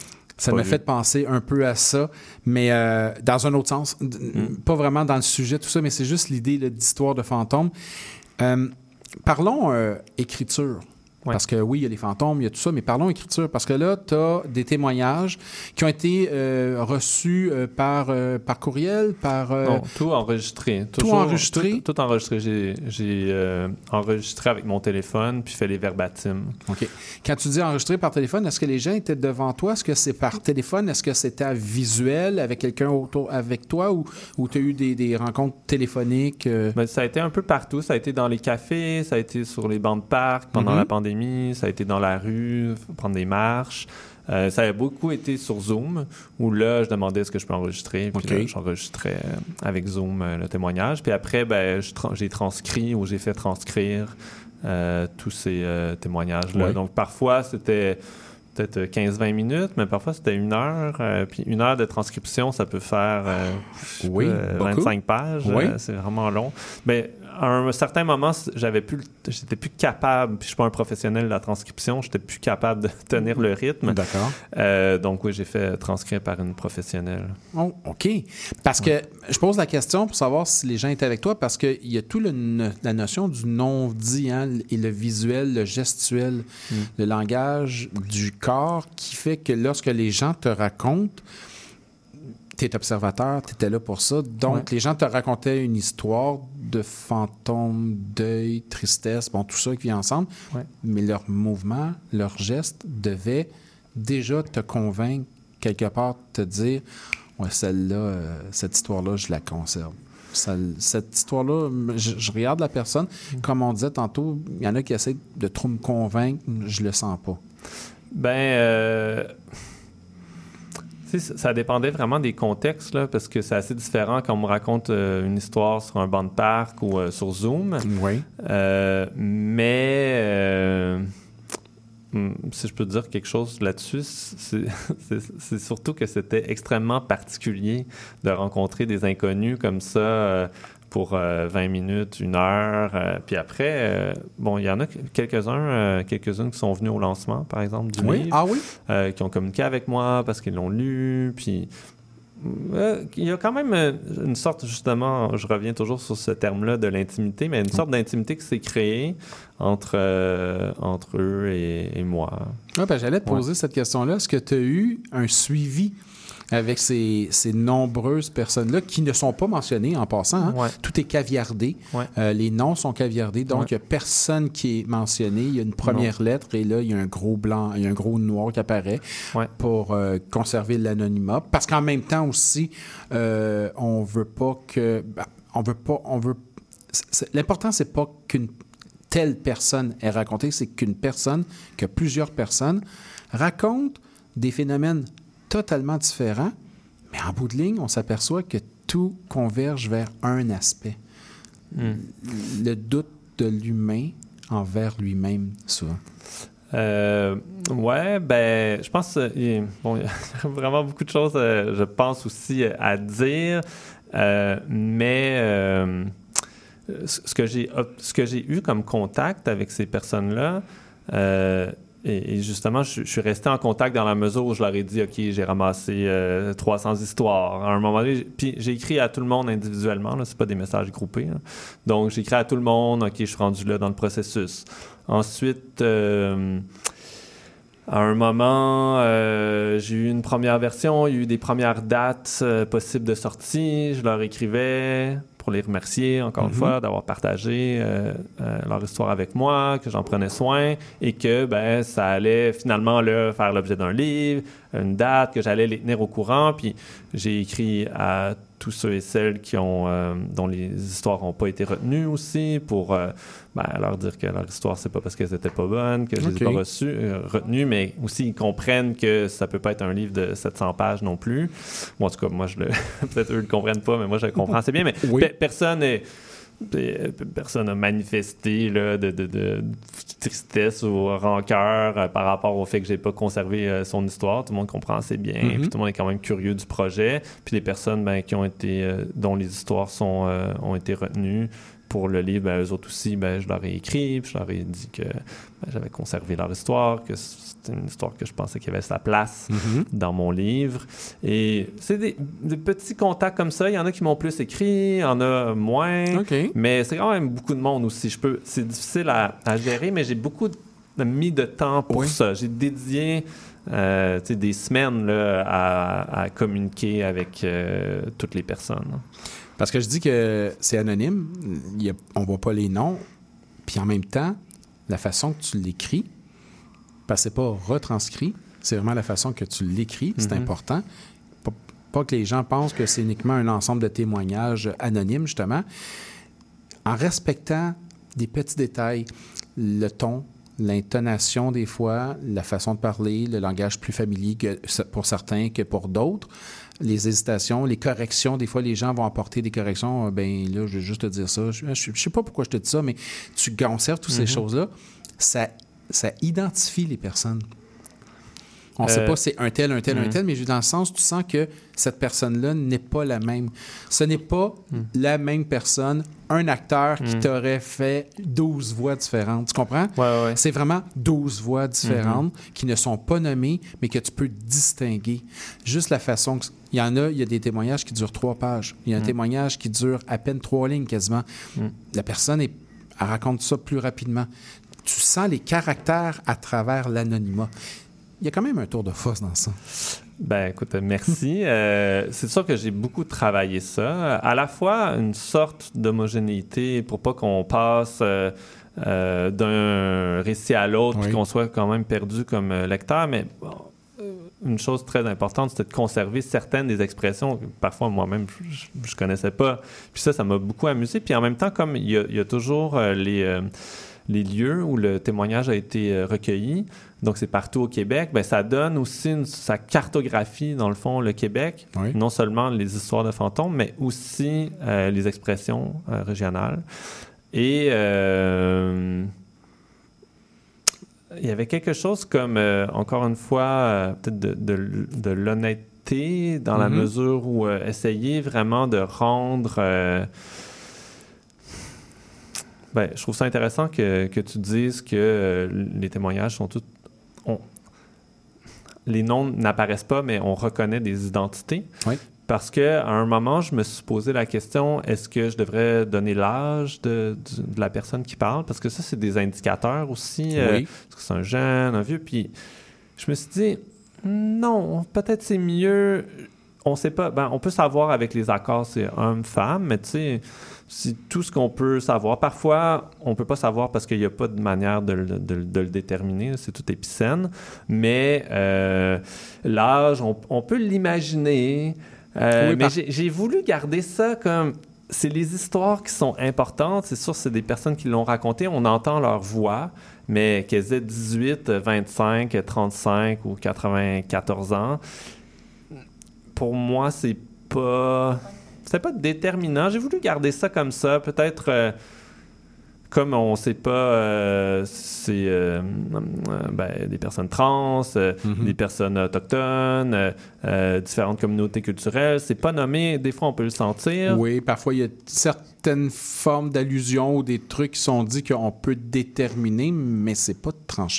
Ça m'a fait penser un peu à ça, mais euh, dans un autre sens. Mm. Pas vraiment dans le sujet, tout ça, mais c'est juste l'idée là, d'histoire de fantômes. Euh, Parlons euh, écriture. Ouais. Parce que oui, il y a les fantômes, il y a tout ça, mais parlons écriture. Parce que là, tu as des témoignages qui ont été euh, reçus euh, par, euh, par courriel, par... Euh... Non, tout enregistré. Tout Toujours, enregistré? Tout, tout enregistré. J'ai, j'ai euh, enregistré avec mon téléphone, puis fait les verbatim. OK. Quand tu dis enregistré par téléphone, est-ce que les gens étaient devant toi? Est-ce que c'est par téléphone? Est-ce que c'était visuel avec quelqu'un autour avec toi ou, ou tu as eu des, des rencontres téléphoniques? Euh... Ben, ça a été un peu partout. Ça a été dans les cafés, ça a été sur les bancs de parc pendant mm-hmm. la pandémie. Ça a été dans la rue, prendre des marches. Euh, ça a beaucoup été sur Zoom, où là, je demandais est-ce que je peux enregistrer. Puis okay. là, j'enregistrais avec Zoom euh, le témoignage. Puis après, ben, je tra- j'ai transcrit ou j'ai fait transcrire euh, tous ces euh, témoignages-là. Ouais. Donc, parfois, c'était peut-être quinze à vingt minutes, mais parfois, c'était une heure. Euh, puis une heure de transcription, ça peut faire euh, oui, euh, vingt-cinq pages. Oui. Euh, c'est vraiment long. Mais à un certain moment, j'avais plus, j'étais plus capable, puis je suis pas un professionnel de la transcription, j'étais plus capable de tenir le rythme. D'accord. Euh, donc oui, j'ai fait transcrire par une professionnelle. Oh, OK. Parce ouais. que je pose la question pour savoir si les gens étaient avec toi, parce qu'il y a tout le, la notion du non-dit hein, et le visuel, le gestuel, mm. le langage du corps qui fait que lorsque les gens te racontent, tu es observateur, tu étais là pour ça. Donc, ouais. les gens te racontaient une histoire de fantôme, deuil, tristesse, bon, tout ça qui vient ensemble. Ouais. Mais leur mouvement, leur geste devait déjà te convaincre, quelque part, te dire ouais, celle-là, euh, cette histoire-là, je la conserve. Ça, cette histoire-là, je, je regarde la personne, mmh. comme on disait tantôt, il y en a qui essaient de trop me convaincre, je le sens pas. Ben... Euh... Ça dépendait vraiment des contextes, là, parce que c'est assez différent quand on me raconte euh, une histoire sur un banc de parc ou euh, sur Zoom. Oui. Euh, mais euh, si je peux dire quelque chose là-dessus, c'est, c'est, c'est surtout que c'était extrêmement particulier de rencontrer des inconnus comme ça euh, pour euh, vingt minutes, une heure. Euh, puis après, euh, bon, il y en a quelques-uns, euh, quelques-unes qui sont venus au lancement, par exemple, du oui? livre. Ah oui? Euh, qui ont communiqué avec moi parce qu'ils l'ont lu. Puis euh, il y a quand même une sorte, justement, je reviens toujours sur ce terme-là de l'intimité, mais une sorte d'intimité qui s'est créée entre, euh, entre eux et, et moi. Ah, ben, j'allais te poser ouais. cette question-là. Est-ce que tu as eu un suivi avec ces, ces nombreuses personnes-là qui ne sont pas mentionnées en passant. Hein? Ouais. Tout est caviardé. Ouais. Euh, les noms sont caviardés. Donc, il ouais. n'y a personne qui est mentionné. Il y a une première non. lettre et là, il y a un gros blanc, il y a un gros noir qui apparaît ouais. pour euh, conserver l'anonymat. Parce qu'en même temps aussi, euh, on veut pas que... Ben, on veut pas... On veut, c'est, l'important, c'est pas qu'une telle personne ait raconté, c'est qu'une personne, que plusieurs personnes racontent des phénomènes totalement différent, mais en bout de ligne, on s'aperçoit que tout converge vers un aspect. Mm. Le doute de l'humain envers lui-même, souvent. Euh, ouais, ben, je pense qu'il bon, y a vraiment beaucoup de choses, euh, je pense aussi, à dire, euh, mais euh, ce que j'ai, ce que j'ai eu comme contact avec ces personnes-là, euh, et, et justement, je, je suis resté en contact dans la mesure où je leur ai dit, OK, j'ai ramassé euh, trois cents histoires. À un moment donné, puis j'ai écrit à tout le monde individuellement, là, c'est pas des messages groupés. Là. Donc, j'ai écrit à tout le monde, OK, je suis rendu là dans le processus. Ensuite, euh, à un moment, euh, j'ai eu une première version, il y a eu des premières dates euh, possibles de sortie, je leur écrivais pour les remercier, encore mm-hmm. une fois, d'avoir partagé euh, euh, leur histoire avec moi, que j'en prenais soin et que ben, ça allait finalement là, faire l'objet d'un livre, une date, que j'allais les tenir au courant. Puis j'ai écrit à tous ceux et celles qui ont, euh, dont les histoires n'ont pas été retenues aussi pour euh, ben, leur dire que leur histoire, c'est pas parce qu'elles n'étaient pas bonnes, que je okay. les ai pas reçues, euh, retenues, mais aussi ils comprennent que ça peut pas être un livre de sept cents pages non plus. Bon, en tout cas, moi, je le... peut-être eux ne le comprennent pas, mais moi, je le comprends assez bien. Mais oui. pe- personne n'est... Personne n'a manifesté là, de, de, de tristesse ou rancœur euh, par rapport au fait que j'ai pas conservé euh, son histoire. Tout le monde comprend assez bien. Mm-hmm. Puis tout le monde est quand même curieux du projet. Puis les personnes ben, qui ont été, euh, dont les histoires sont, euh, ont été retenues pour le livre, ben, eux autres aussi, ben, je leur ai écrit, puis je leur ai dit que ben, j'avais conservé leur histoire, que c'était une histoire que je pensais qu'il y avait sa place mm-hmm. dans mon livre. Et c'est des, des petits contacts comme ça. Il y en a qui m'ont plus écrit, il y en a moins. Okay. Mais c'est quand même beaucoup de monde aussi. Je peux, c'est difficile à, à gérer, mais j'ai beaucoup de, mis de temps pour oui. ça. J'ai dédié euh, des semaines là, à, à communiquer avec euh, toutes les personnes. Parce que je dis que c'est anonyme, y a, on ne voit pas les noms, puis en même temps, la façon que tu l'écris, parce que c'est pas retranscrit, c'est vraiment la façon que tu l'écris, c'est mm-hmm. important. Pas, pas que les gens pensent que c'est uniquement un ensemble de témoignages anonymes, justement. En respectant des petits détails, le ton, l'intonation des fois, la façon de parler, le langage plus familier que pour certains que pour d'autres, les hésitations, les corrections. Des fois, les gens vont apporter des corrections. Ben là, je vais juste te dire ça. Je ne sais pas pourquoi je te dis ça, mais tu conserves toutes mm-hmm. ces choses-là. Ça, ça identifie les personnes. On ne euh, sait pas si c'est un tel, un tel, mm-hmm. un tel, mais dans le sens, tu sens que cette personne-là n'est pas la même. Ce n'est pas mm. la même personne, un acteur mm. qui t'aurait fait douze voix différentes. Tu comprends? Ouais, ouais. C'est vraiment douze voix différentes mm-hmm. qui ne sont pas nommées, mais que tu peux distinguer. Juste la façon que... Il y en a, il y a des témoignages qui durent trois pages. Il y a un mm. témoignage qui dure à peine trois lignes quasiment. Mm. La personne, est, elle raconte ça plus rapidement. Tu sens les caractères à travers l'anonymat. Il y a quand même un tour de force dans ça. Ben, écoute, merci. euh, c'est sûr que j'ai beaucoup travaillé ça. À la fois, une sorte d'homogénéité pour pas qu'on passe euh, euh, d'un récit à l'autre oui. et qu'on soit quand même perdu comme lecteur, mais bon, une chose très importante, c'était de conserver certaines des expressions que parfois moi-même je, je connaissais pas. Puis ça, ça m'a beaucoup amusé. Puis en même temps, comme il y a, il y a toujours euh, les... Euh, les lieux où le témoignage a été euh, recueilli, donc c'est partout au Québec, bien, ça donne aussi une, ça cartographie, dans le fond, le Québec, oui. non seulement les histoires de fantômes, mais aussi euh, les expressions euh, régionales. Et euh, il y avait quelque chose comme, euh, encore une fois, euh, peut-être de, de, de l'honnêteté, dans mm-hmm. la mesure où euh, essayer vraiment de rendre... Euh, Ben, je trouve ça intéressant que, que tu dises que euh, les témoignages sont tous... On, les noms n'apparaissent pas, mais on reconnaît des identités. Oui. Parce qu'à un moment, je me suis posé la question, est-ce que je devrais donner l'âge de, de, de la personne qui parle? Parce que ça, c'est des indicateurs aussi. Oui. Euh, est-ce que c'est un jeune, un vieux? Puis je me suis dit, non, peut-être c'est mieux... On sait pas... Ben, on peut savoir avec les accords, c'est homme-femme, mais tu sais... C'est tout ce qu'on peut savoir. Parfois, on ne peut pas savoir parce qu'il n'y a pas de manière de, de, de, de le déterminer. C'est tout épicène. Mais euh, l'âge, on, on peut l'imaginer. Euh, oui, mais par... j'ai, j'ai voulu garder ça comme... C'est les histoires qui sont importantes. C'est sûr, c'est des personnes qui l'ont raconté. On entend leur voix, mais qu'elles aient dix-huit, vingt-cinq, trente-cinq ou quatre-vingt-quatorze ans, pour moi, c'est pas... C'était pas déterminant. J'ai voulu garder ça comme ça. Peut-être, euh, comme on ne sait pas, euh, c'est euh, ben, des personnes trans, euh, mm-hmm. des personnes autochtones, euh, euh, différentes communautés culturelles. C'est pas nommé. Des fois, on peut le sentir. Oui, parfois, il y a certaines formes d'allusions ou des trucs qui sont dits qu'on peut déterminer, mais c'est pas tranché.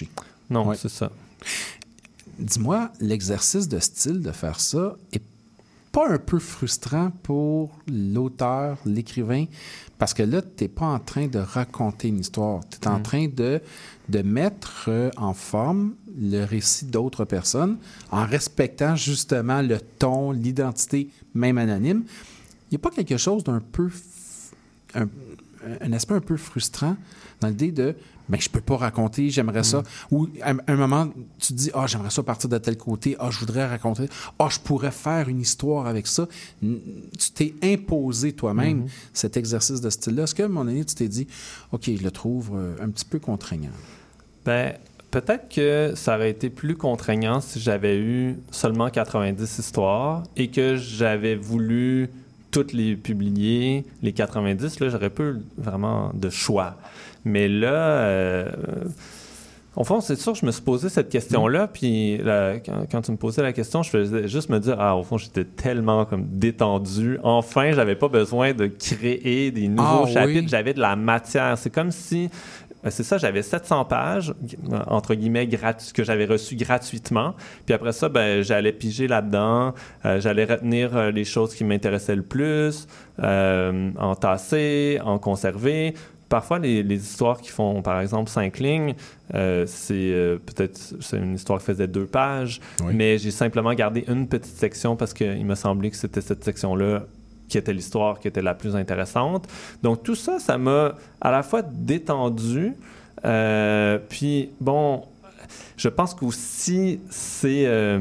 Non, Ouais. c'est ça. Dis-moi, l'exercice de style de faire ça est pas un peu frustrant pour l'auteur, l'écrivain? Parce que là, tu n'es pas en train de raconter une histoire. Tu es en Mm. train de, de mettre euh, en forme le récit d'autres personnes en respectant justement le ton, l'identité, même anonyme. Il n'y a pas quelque chose d'un peu... f- Un, un aspect un peu frustrant dans l'idée de ben, je peux pas raconter, j'aimerais ça. Ou à un moment, tu te dis, ah, j'aimerais ça partir de tel côté, ah, je voudrais raconter, ah, je pourrais faire une histoire avec ça. N- Tu t'es imposé toi-même Mhm. cet exercice de style-là. Est-ce qu'à un moment donné, tu t'es dit, OK, je le trouve euh, un petit peu contraignant? Ben, peut-être que ça aurait été plus contraignant si j'avais eu seulement quatre-vingt-dix histoires et que j'avais voulu toutes les publier, les quatre-vingt-dix, là, j'aurais peu vraiment de choix. Mais là, euh, au fond, c'est sûr, je me suis posé cette question-là, puis là, quand, quand tu me posais la question, je faisais juste me dire, ah, au fond, j'étais tellement comme détendu. Enfin, j'avais pas besoin de créer des nouveaux Ah, chapitres, oui. j'avais de la matière. C'est comme si... Ben, c'est ça, j'avais sept cents pages, entre guillemets, gratu- que j'avais reçues gratuitement. Puis après ça, ben, j'allais piger là-dedans, euh, j'allais retenir euh, les choses qui m'intéressaient le plus, euh, en tasser, en conserver. Parfois, les, les histoires qui font, par exemple, cinq lignes, euh, c'est euh, peut-être c'est une histoire qui faisait deux pages, Oui. mais j'ai simplement gardé une petite section parce qu'il me semblait que c'était cette section-là qui était l'histoire qui était la plus intéressante. Donc, tout ça, ça m'a à la fois détendu, euh, puis, bon, je pense qu'aussi, c'est... Euh,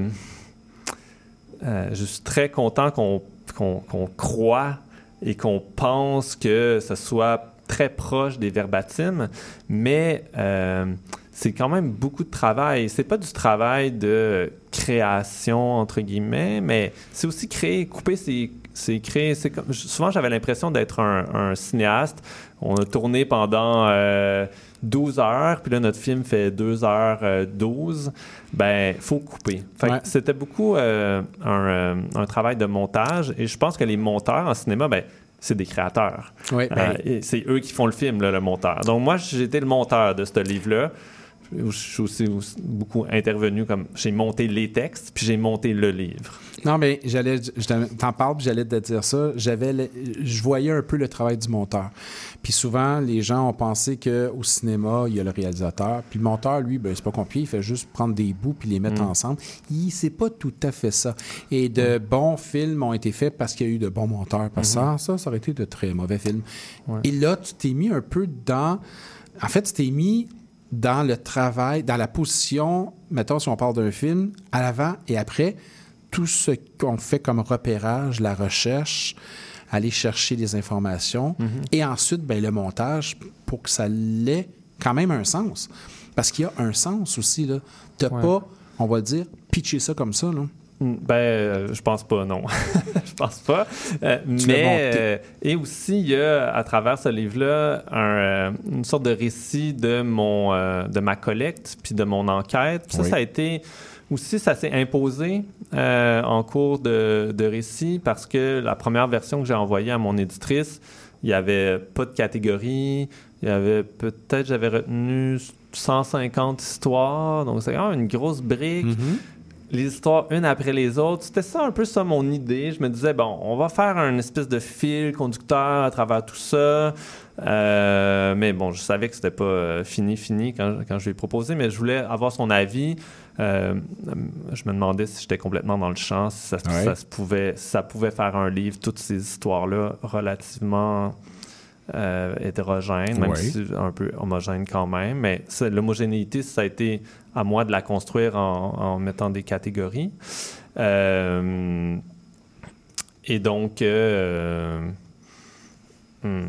euh, je suis très content qu'on, qu'on, qu'on croit et qu'on pense que ce soit très proche des verbatims, mais euh, c'est quand même beaucoup de travail. C'est pas du travail de création, entre guillemets, mais c'est aussi créer, couper ses... C'est créer, c'est comme, souvent, j'avais l'impression d'être un, un cinéaste. On a tourné pendant euh, douze heures, puis là, notre film fait deux heures douze. Ben, il faut couper. Fait que Ouais. c'était beaucoup euh, un, euh, un travail de montage. Et je pense que les monteurs en cinéma, ben, c'est des créateurs. Oui, ben, Euh, et c'est eux qui font le film, là, le monteur. Donc, moi, j'étais le monteur de ce livre-là. Je suis aussi, aussi beaucoup intervenu comme j'ai monté les textes, puis j'ai monté le livre. Non, mais j'allais, je t'en parle, puis j'allais te dire ça. J'avais, le- je voyais un peu le travail du monteur. Puis souvent, les gens ont pensé qu'au cinéma, il y a le réalisateur. Puis le monteur, lui, ben, c'est pas compliqué. Il fait juste prendre des bouts puis les mettre Mm. ensemble. Il, c'est pas tout à fait ça. Et de bons films ont été faits parce qu'il y a eu de bons monteurs. Parce que Mm-hmm. ça, ça, ça aurait été de très mauvais films. Ouais. Et là, tu t'es mis un peu dans... En fait, tu t'es mis dans le travail, dans la position, mettons, si on parle d'un film, à l'avant et après, tout ce qu'on fait comme repérage, la recherche, aller chercher des informations, Mhm. et ensuite, ben, le montage pour que ça ait quand même un sens. Parce qu'il y a un sens aussi, là. T'as Ouais. pas, on va dire, pitcher ça comme ça, là. Ben, euh, je pense pas, non. Je pense pas. Euh, Tu l'as mais, monté. euh, et aussi, il y a, à travers ce livre-là, un, euh, une sorte de récit de, mon, euh, de ma collecte puis de mon enquête. Puis ça, Oui. ça a été... Aussi, ça s'est imposé euh, en cours de, de récit parce que la première version que j'ai envoyée à mon éditrice, il n'y avait pas de catégorie. Il y avait peut-être, j'avais retenu cent cinquante histoires. Donc, c'est quand même une grosse brique. Mm-hmm. Les histoires une après les autres. C'était ça un peu ça mon idée. Je me disais, bon, on va faire un espèce de fil conducteur à travers tout ça. Euh, mais bon, je savais que c'était pas euh, fini, fini quand, quand je lui ai proposé, mais je voulais avoir son avis. Euh, je me demandais si j'étais complètement dans le champ, si ça, Ouais. ça, se pouvait, si ça pouvait faire un livre, toutes ces histoires-là relativement euh, hétérogènes, même Ouais. si un peu homogènes quand même. Mais ça, l'homogénéité, ça a été à moi de la construire en, en mettant des catégories. Euh, et donc, euh, hmm.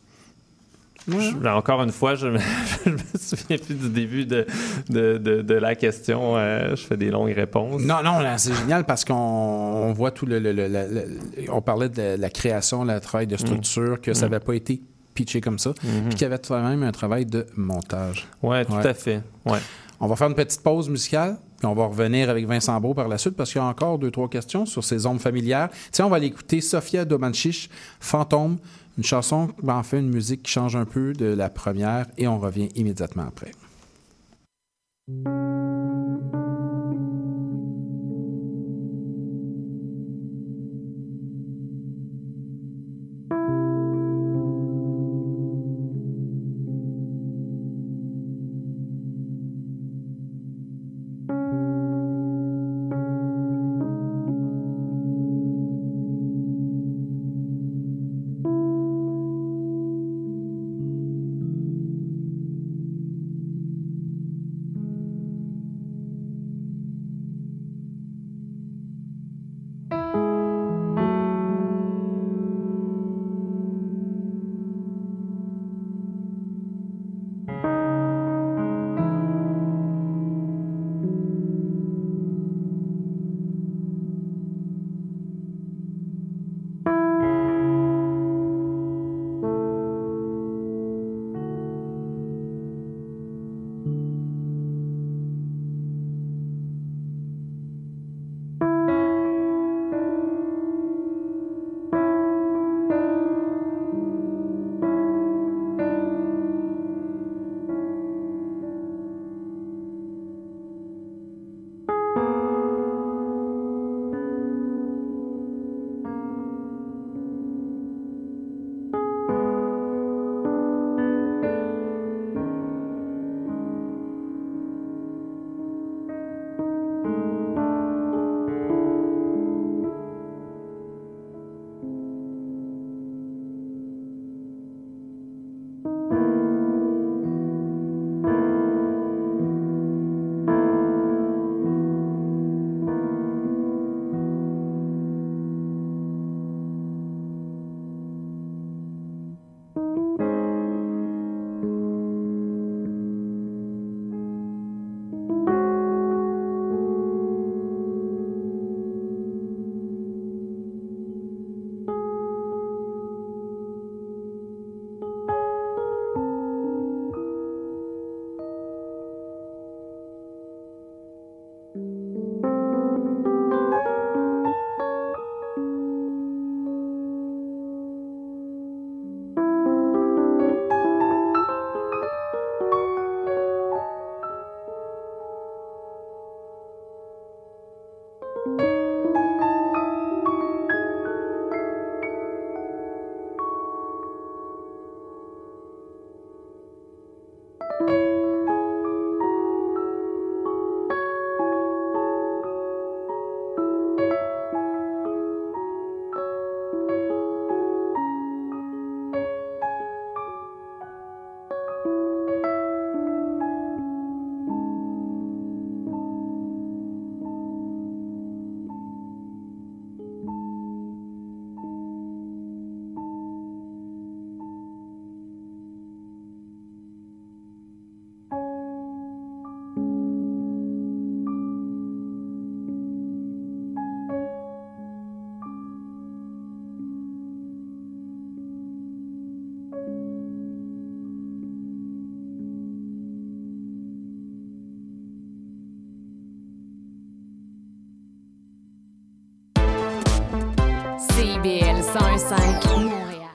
Je- encore une fois, je me, je me souviens plus du début de, de, de, de la question. Euh, je fais des longues réponses. Non, non, là, c'est génial parce qu'on on voit tout le, le- le- le- le- On parlait de la, la création, le travail de structure, que ça Mm. n'avait pas été pitché comme ça, Mm-hmm. puis qu'il y avait quand même un travail de montage. Ouais, tout Ouais. à fait. Ouais. On va faire une petite pause musicale, puis on va revenir avec Vincent Beau par la suite parce qu'il y a encore deux, trois questions sur ses ondes familières. Tiens, on va aller écouter Sofia Domanchich, Fantôme, une chanson, ben, en fait, une musique qui change un peu de la première, et on revient immédiatement après. C B L cent un virgule cinq Montréal.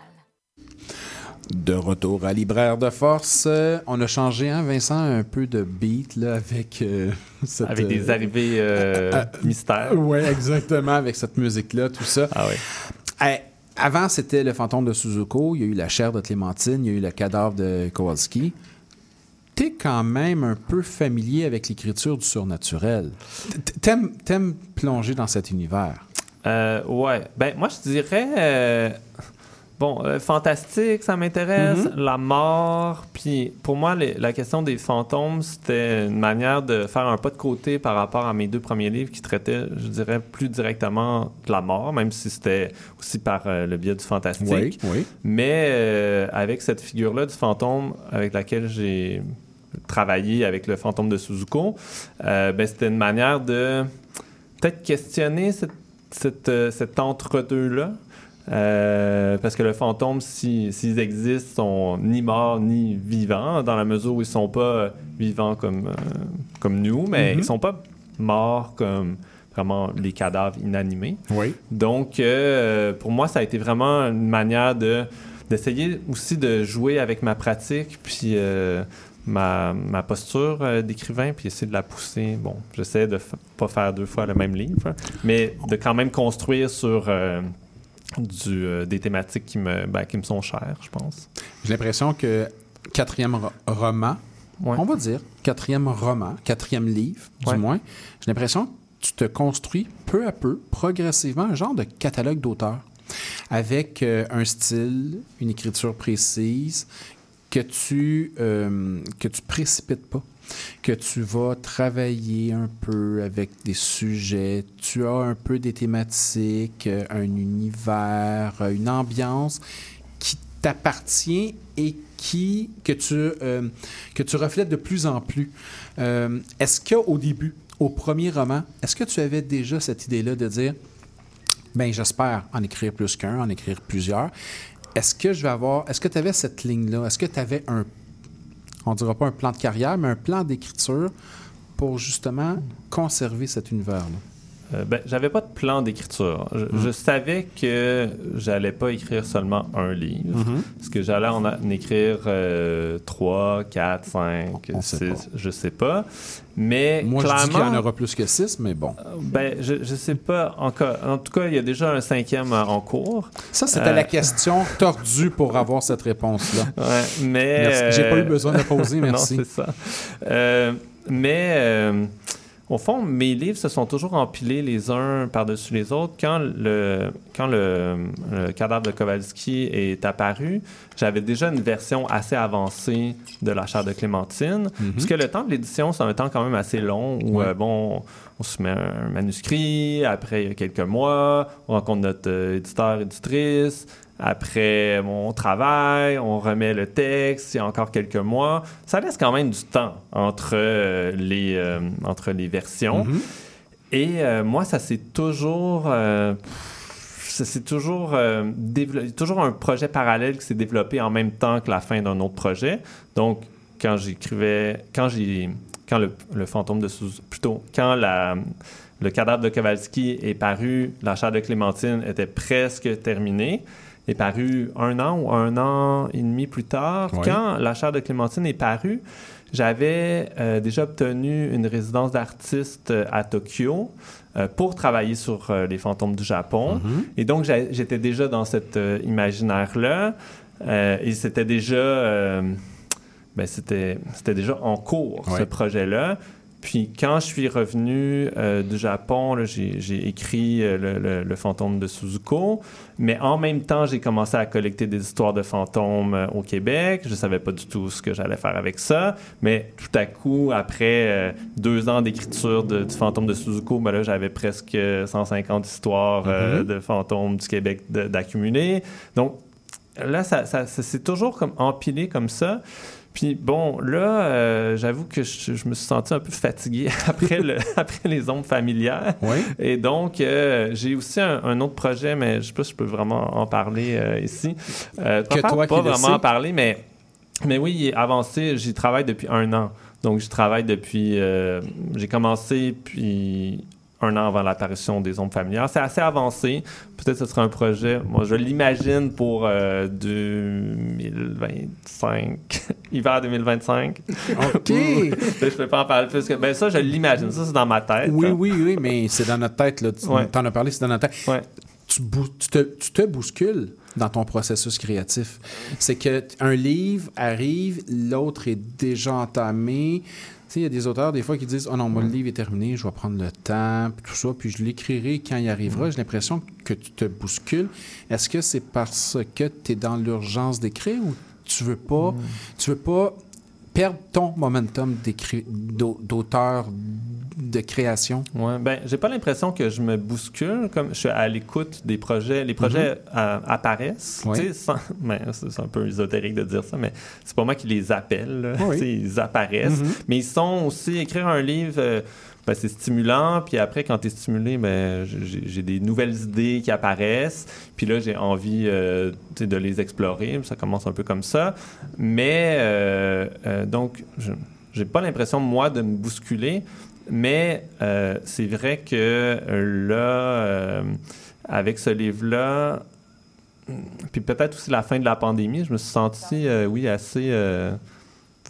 De retour à Libraire de Force. Euh, on a changé, hein, Vincent, un peu de beat là, avec euh, cette... Avec des arrivées euh, euh, mystères. Oui, exactement, avec cette musique-là, tout ça. Ah oui. Euh, avant, c'était le fantôme de Suzuko, il y a eu la chair de Clémentine, il y a eu le cadavre de Kowalski. T'es quand même un peu familier avec l'écriture du surnaturel. T'aimes, t'aimes plonger dans cet univers? Euh, ouais. Ben, moi, je dirais... Euh, bon, euh, fantastique, ça m'intéresse. Mm-hmm. La mort. Puis, pour moi, les, la question des fantômes, c'était une manière de faire un pas de côté par rapport à mes deux premiers livres qui traitaient, je dirais, plus directement de la mort, même si c'était aussi par euh, le biais du fantastique. Oui, oui. Mais euh, avec cette figure-là du fantôme avec laquelle j'ai travaillé avec le fantôme de Suzuko, euh, ben, c'était une manière de peut-être questionner cette Cette, euh, cet entre-deux-là. Euh, parce que le fantôme, si, s'ils existent, sont ni morts ni vivants, dans la mesure où ils sont pas vivants comme, euh, comme nous, mais mm-hmm. ils sont pas morts comme vraiment les cadavres inanimés. Oui. Donc, euh, pour moi, ça a été vraiment une manière de, d'essayer aussi de jouer avec ma pratique, puis euh, ma, ma posture euh, d'écrivain, puis essayer de la pousser. Bon, j'essaie de f- pas faire deux fois le même livre, mais de quand même construire sur euh, du, euh, des thématiques qui me, ben, qui me sont chères, je pense. J'ai l'impression que quatrième ro- roman, ouais. on va dire, quatrième roman, quatrième livre, du ouais. moins, j'ai l'impression que tu te construis peu à peu, progressivement, un genre de catalogue d'auteurs avec euh, un style, une écriture précise, que tu euh, que tu précipites pas, que tu vas travailler un peu avec des sujets, tu as un peu des thématiques, un univers, une ambiance qui t'appartient et qui que tu euh, que tu reflètes de plus en plus. Euh, est-ce qu'au début, au premier roman, est-ce que tu avais déjà cette idée-là de dire ben j'espère en écrire plus qu'un, en écrire plusieurs. Est-ce que je vais avoir... Est-ce que tu avais cette ligne-là? Est-ce que tu avais un... On ne dira pas un plan de carrière, mais un plan d'écriture pour justement conserver cet univers-là? Euh, ben, j'avais pas de plan d'écriture. Je, mmh. je savais que j'allais pas écrire seulement un livre, mmh. parce que j'allais en, a, en écrire euh, trois, quatre, cinq, six, je sais pas. Mais moi, clairement, je dis qu'il y en aura plus que six, mais bon. Ben, je, je sais pas encore. En tout cas, il y a déjà un cinquième en cours. Ça, c'était euh... la question tordue pour avoir cette réponse-là. Ouais, mais merci. J'ai pas eu besoin de poser, merci. Non, c'est ça. Euh, mais euh, au fond, mes livres se sont toujours empilés les uns par-dessus les autres. Quand le, quand le, le cadavre de Kowalski est apparu, j'avais déjà une version assez avancée de La chair de Clémentine, mm-hmm. puisque le temps de l'édition, c'est un temps quand même assez long où, ouais. euh, bon, on soumet un manuscrit, après, il y a quelques mois, on rencontre notre euh, éditeur, éditrice, après, bon, on travaille, on remet le texte, il y a encore quelques mois. Ça laisse quand même du temps entre, euh, les, euh, entre les versions. Mm-hmm. Et euh, moi, ça s'est toujours... Euh, ça s'est toujours... Euh, dévelop- toujours un projet parallèle qui s'est développé en même temps que la fin d'un autre projet. Donc, quand j'écrivais... Quand j'ai... Quand le, le fantôme de Suzuko... Plutôt, quand la... Le cadavre de Kowalski est paru, La chair de Clémentine était presque terminée. Est paru un an ou un an et demi plus tard. Oui. Quand La chair de Clémentine est parue, j'avais euh, déjà obtenu une résidence d'artiste à Tokyo euh, pour travailler sur euh, les fantômes du Japon. Mm-hmm. Et donc, j'étais déjà dans cet euh, imaginaire-là. Euh, et c'était déjà, euh, ben, c'était, c'était déjà en cours, oui. ce projet-là. Puis quand je suis revenu euh, du Japon, là, j'ai, j'ai écrit euh, le, le, le fantôme de Suzuko, mais en même temps, j'ai commencé à collecter des histoires de fantômes euh, au Québec. Je savais pas du tout ce que j'allais faire avec ça, mais tout à coup, après euh, deux ans d'écriture de, du fantôme de Suzuko, ben là, j'avais presque cent cinquante histoires euh, mm-hmm. de fantômes du Québec de, d'accumuler. Donc là, ça, ça, ça s'est toujours comme empilé comme ça. Puis bon, là, euh, j'avoue que je, je me suis senti un peu fatigué après, le, après les ombres familières. Oui. Et donc, euh, j'ai aussi un, un autre projet, mais je ne sais pas si je peux vraiment en parler euh, ici. Euh, que toi pas vraiment en parler, mais, mais oui, il est avancé. J'y travaille depuis un an. Donc, j'y travaille depuis... Euh, j'ai commencé, puis... un an avant l'apparition des ombres familières. C'est assez avancé. Peut-être que ce sera un projet, moi je l'imagine pour euh, deux mille vingt-cinq, hiver deux mille vingt-cinq. OK! Je ne peux pas en parler plus que... Ben ça, je l'imagine. Ça, c'est dans ma tête. Oui, hein. oui, oui, mais c'est dans notre tête. Là. Tu ouais. en as parlé, c'est dans notre tête. Ouais. Tu, bou- tu, te, tu te bouscules dans ton processus créatif. C'est qu'un livre arrive, l'autre est déjà entamé. Tu sais, il y a des auteurs, des fois, qui disent « Oh non, moi, le livre est terminé, je vais prendre le temps, puis tout ça, puis je l'écrirai quand il arrivera. Mm. » J'ai l'impression que tu te bouscules. Est-ce que c'est parce que tu es dans l'urgence d'écrire ou tu veux pas, mm. tu veux pas perdre ton momentum d'auteur, de création? Oui, bien, j'ai pas l'impression que je me bouscule, comme je suis à l'écoute des projets. Les projets mm-hmm. euh, apparaissent, oui. tu sais, sans... ben, c'est, c'est un peu ésotérique de dire ça, mais c'est pas moi qui les appelle, oui. tu sais, ils apparaissent. Mm-hmm. Mais ils sont aussi, écrire un livre... Euh, ben, c'est stimulant, puis après, quand tu es stimulé, ben, j'ai, j'ai des nouvelles idées qui apparaissent, puis là, j'ai envie euh, de les explorer, ça commence un peu comme ça, mais euh, euh, donc, je j'ai pas l'impression, moi, de me bousculer, mais euh, c'est vrai que là, euh, avec ce livre-là, puis peut-être aussi la fin de la pandémie, je me suis senti, euh, oui, assez... Euh,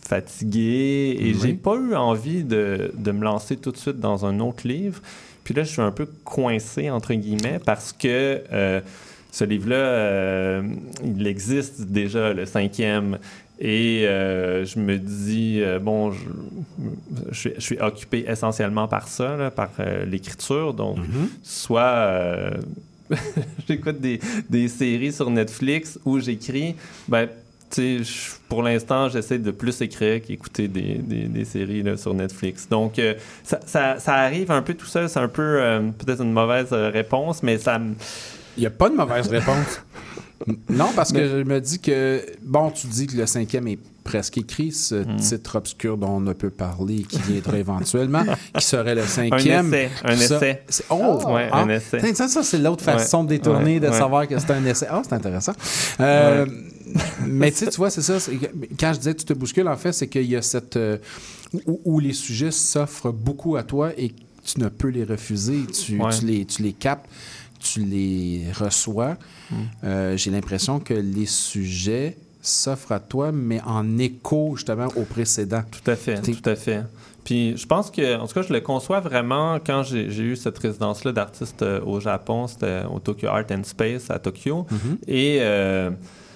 fatigué et Oui. j'ai pas eu envie de, de me lancer tout de suite dans un autre livre. Puis là, je suis un peu coincé, entre guillemets, parce que euh, ce livre-là, euh, il existe déjà, le cinquième. Et euh, je me dis, euh, bon, je, je, suis, je suis occupé essentiellement par ça, là, par euh, l'écriture. Donc, Mm-hmm. soit euh, j'écoute des, des séries sur Netflix où j'écris, ben, tu sais, pour l'instant, j'essaie de plus écrire qu'écouter des, des, des séries là, sur Netflix. Donc, euh, ça, ça, ça arrive un peu tout seul. C'est un peu, euh, peut-être une mauvaise euh, réponse, mais ça me... Il n'y a pas de mauvaise réponse. Non, parce que je me dis que, bon, tu dis que le cinquième est presque écrit, ce Mm. titre obscur dont on ne peut parler, qui viendra éventuellement, qui serait le cinquième. Un essai, un Ça, essai. c'est- oh! Ouais, ah, un essai. tiens, Ça, ça c'est l'autre façon Ouais, de détourner, ouais, de ouais. savoir que c'est un essai. Ah, c'est intéressant. Euh, Ouais. Mais tu sais, tu vois, c'est ça. c'est que- Quand je disais tu te bouscules, en fait, c'est qu'il y a cette... euh, où, où les sujets s'offrent beaucoup à toi et tu ne peux les refuser. Tu, Ouais. tu les, tu les captes, tu les reçois. Mm. Euh, j'ai l'impression que les sujets s'offrent à toi, mais en écho justement au précédent. Tout à fait, T'es- tout à fait. Puis je pense que, en tout cas, je le conçois vraiment quand j'ai, j'ai eu cette résidence-là d'artiste euh, au Japon, c'était au Tokyo Art and Space à Tokyo. Mhm. Et euh,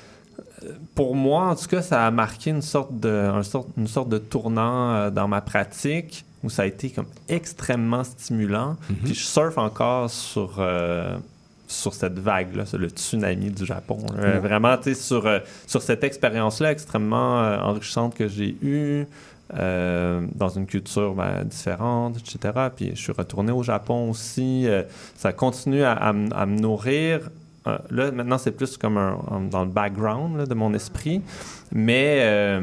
pour moi, en tout cas, ça a marqué une sorte de, un sorte, une sorte de tournant euh, dans ma pratique où ça a été comme extrêmement stimulant. Mhm. Puis je surfe encore sur... euh, sur cette vague-là, sur le tsunami du Japon. là. Ouais. Vraiment, tu sais, sur, euh, sur cette expérience-là extrêmement euh, enrichissante que j'ai eue euh, dans une culture ben, différente, et cetera. Puis je suis retourné au Japon aussi. Euh, ça continue à, à m- à me nourrir. Euh, là, maintenant, c'est plus comme un, un- dans le background là, de mon esprit. Mais euh,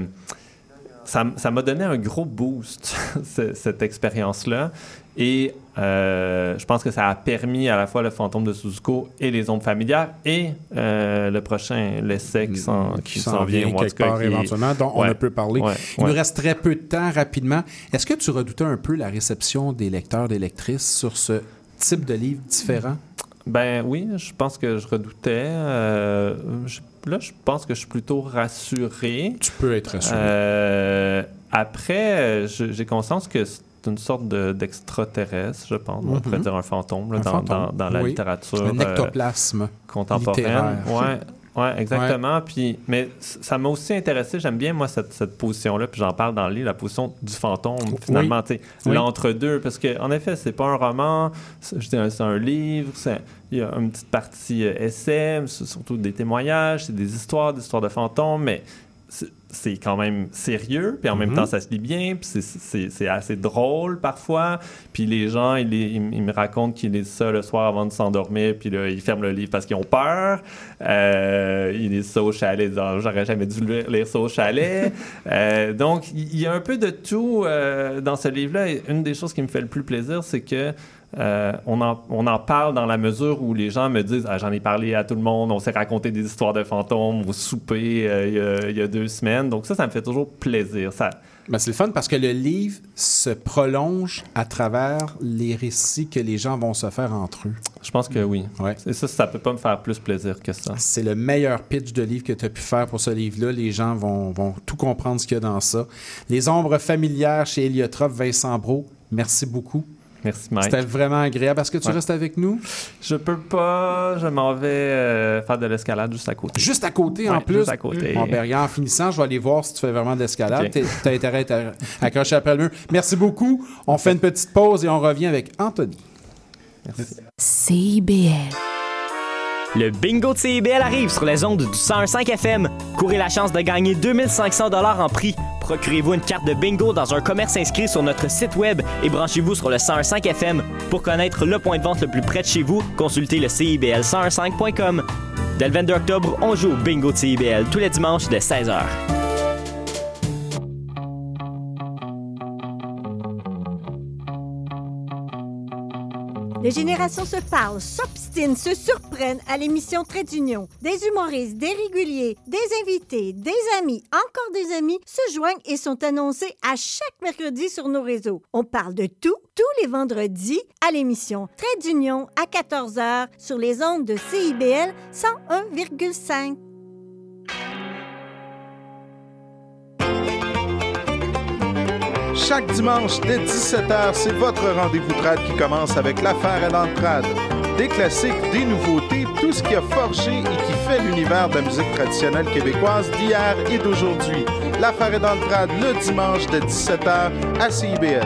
ça, m- ça m'a donné un gros boost, ce- cette expérience-là. Et euh, je pense que ça a permis à la fois le fantôme de Suzuko et les ombres familières et euh, le prochain, l'essai qui s'en, qui s'en vient. ou en quelque tout cas, part qui- éventuellement, dont on Ouais. ne peut parler. Ouais, Il ouais. nous reste très peu de temps, rapidement. Est-ce que tu redoutais un peu la réception des lecteurs, des lectrices sur ce type de livre différent? Ben oui, je pense que je redoutais. Euh, je- là, je pense que je suis plutôt rassuré. Tu peux être rassuré. Euh, après, euh, je- j'ai conscience que c'est une sorte de, d'extraterrestre, je pense. On Mhm. pourrait dire un fantôme là, Un dans, fantôme, dans- dans la oui. littérature. Un euh, ectoplasme contemporaine. littéraire. Ouais, ouais, exactement. Puis, mais c- ça m'a aussi intéressé. J'aime bien, moi, cette, cette position-là. Puis j'en parle dans le livre, la position du fantôme, finalement. tu sais, Oui. L'entre-deux. Parce qu'en effet, c'est pas un roman, c'est, je dis un- c'est un livre. c'est- Il y a une petite partie euh, essai, c'est surtout des témoignages, c'est des histoires, des histoires de fantômes, mais c'est, c'est quand même sérieux, puis en même Mhm. temps, ça se lit bien, puis c'est, c'est, c'est assez drôle parfois. Puis les gens, ils, les- ils, ils me racontent qu'ils lisent ça le soir avant de s'endormir, puis là, ils ferment le livre parce qu'ils ont peur. Euh, ils lisent ça au chalet, disant « J'aurais jamais dû lire, lire ça au chalet. » Euh, donc, il y a un peu de tout euh, dans ce livre-là. Et une des choses qui me fait le plus plaisir, c'est que Euh, on, en, on en parle dans la mesure où les gens me disent ah, « J'en ai parlé à tout le monde, on s'est raconté des histoires de fantômes au souper euh, il, y a, il y a deux semaines. » Donc ça, ça me fait toujours plaisir. Ça... Ben, c'est le fun parce que le livre se prolonge à travers les récits que les gens vont se faire entre eux. Je pense que oui. Ouais. Et ça, ça peut pas me faire plus plaisir que ça. C'est le meilleur pitch de livre que tu as pu faire pour ce livre-là. Les gens vont, vont tout comprendre ce qu'il y a dans ça. Les ombres familières chez Héliotrope, Vincent Brault, merci beaucoup. Merci, Mike. C'était vraiment agréable. Est-ce que tu Ouais. restes avec nous? Je peux pas. Je m'en vais euh, faire de l'escalade juste à côté. Juste à côté, en Ouais, plus. juste à côté. Bon, ben, regarde, en finissant, je vais aller voir si tu fais vraiment de l'escalade. Ok. T'es- T'as intérêt à être accroché après le mur. Merci beaucoup. On fait une petite pause et on revient avec Anthony. Merci. C I B L. Le bingo de C I B L arrive sur les ondes du cent un virgule cinq F M. Courez la chance de gagner deux mille cinq cents dollars en prix. Procurez-vous une carte de bingo dans un commerce inscrit sur notre site web et branchez-vous sur le cent un virgule cinq F M. Pour connaître le point de vente le plus près de chez vous, consultez le C I B L cent un virgule cinq point com. Dès le vingt-deux octobre, on joue au bingo de C I B L tous les dimanches dès seize heures. Les générations se parlent, s'obstinent, se surprennent à l'émission Trait d'Union. Des humoristes, des réguliers, des invités, des amis, encore des amis se joignent et sont annoncés à chaque mercredi sur nos réseaux. On parle de tout, tous les vendredis à l'émission Trait d'Union à quatorze heures sur les ondes de C I B L cent un virgule cinq. Chaque dimanche dès dix-sept heures, c'est votre rendez-vous trad qui commence avec l'affaire est dans le trad. Des classiques, des nouveautés, tout ce qui a forgé et qui fait l'univers de la musique traditionnelle québécoise d'hier et d'aujourd'hui. L'affaire est dans le trad le dimanche dès dix-sept heures à C I B L.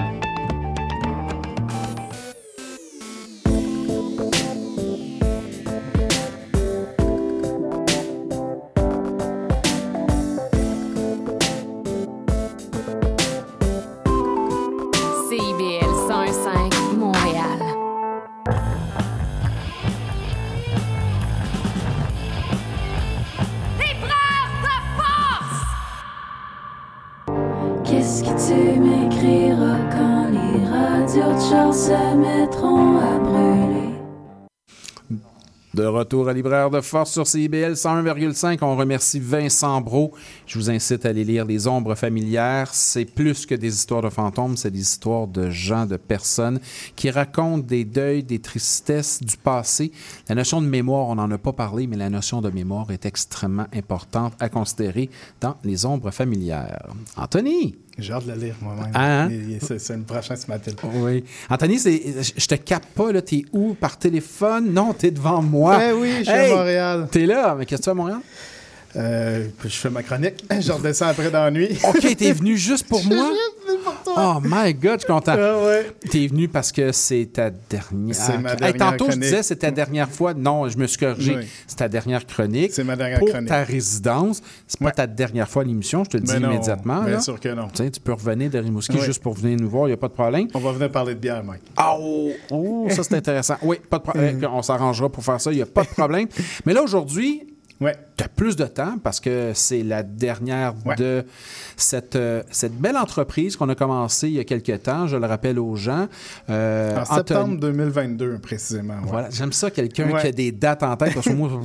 De retour à Libraire de Force sur C I B L cent un virgule cinq, on remercie Vincent Brault. Je vous incite à aller lire Les Ombres familières. C'est plus que des histoires de fantômes, c'est des histoires de gens, de personnes qui racontent des deuils, des tristesses du passé. La notion de mémoire, on n'en a pas parlé, mais la notion de mémoire est extrêmement importante à considérer dans Les Ombres familières. Anthony! J'ai hâte de le lire moi-même. Hein? C'est, c'est une prochaine ce matin. Oui. Anthony, c'est, je te capte pas, là. T'es où? Par téléphone? Non, t'es devant moi. Ben oui, je suis hey, à Montréal. T'es là, mais qu'est-ce que tu fais à Montréal? Euh, je fais ma chronique. Je redescends après dans la nuit. OK, t'es venu juste pour moi? Oh my God, je suis content. Ah ouais. T'es venu parce que c'est ta dernière... C'est ma Hey, dernière tantôt, chronique. je disais c'est ta dernière fois. Non, je me suis corrigé. Oui. C'est ta dernière chronique. C'est ma dernière pour chronique. ta résidence. C'est pas Ouais. ta dernière fois à l'émission, je te le dis Ben non, immédiatement. bien là. sûr que non. Tu sais, tu peux revenir de Rimouski Oui. juste pour venir nous voir, il n'y a pas de problème. On va venir parler de bière, Mike. Oh, oh ça c'est intéressant. Oui, pas de problème. Mm. On s'arrangera pour faire ça, il n'y a pas de problème. Mais là, aujourd'hui, ouais. tu as plus de temps parce que c'est la dernière Ouais. de cette, euh, cette belle entreprise qu'on a commencée il y a quelques temps, je le rappelle aux gens. Euh, En Anthony- septembre deux mille vingt-deux, précisément. Ouais. Voilà, j'aime ça, quelqu'un Ouais. qui a des dates en tête. Parce que moi,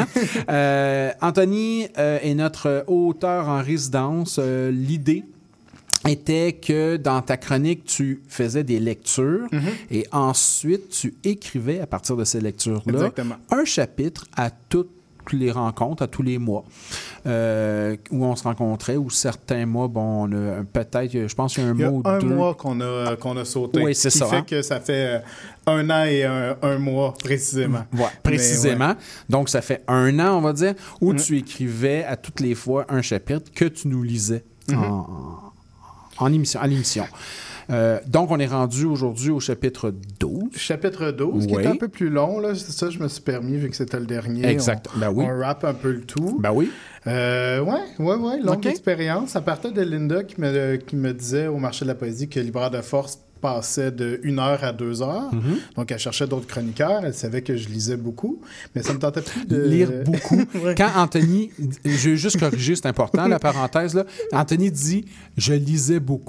euh, Anthony euh, est notre auteur en résidence. Euh, l'idée était que dans ta chronique, tu faisais des lectures Mhm. et ensuite, tu écrivais à partir de ces lectures-là Exactement. un chapitre à toutes les rencontres, à tous les mois, euh, où on se rencontrait, ou certains mois, bon, on a peut-être, je pense qu'il y a un Il y a mois ou un deux. mois qu'on a, qu'on a sauté. Oui, c'est ce qui ça, fait hein? que ça fait euh, un an et un, un mois, précisément. Ouais, précisément. Mais, ouais. Donc, ça fait un an, on va dire, où Mm. tu écrivais à toutes les fois un chapitre que tu nous lisais Mm-hmm. en, en- en émission, à l'émission. Euh, donc, on est rendu aujourd'hui au chapitre douze. Chapitre douze, qui Oui. est un peu plus long. Là. C'est ça, je me suis permis, vu que c'était le dernier. Exact. On, Ben oui. on rappe un peu le tout. Ben oui. Euh, ouais, ouais, ouais, longue OK. expérience. À partir de Linda qui me, qui me disait au marché de la poésie que Libraire de Force passait de une heure à deux heures. Mm-hmm. Donc, elle cherchait d'autres chroniqueurs. Elle savait que je lisais beaucoup, mais ça me tentait plus de... Lire beaucoup. Ouais. Quand Anthony, je vais juste corriger, c'est important, la parenthèse, là. Anthony dit « je lisais beaucoup ».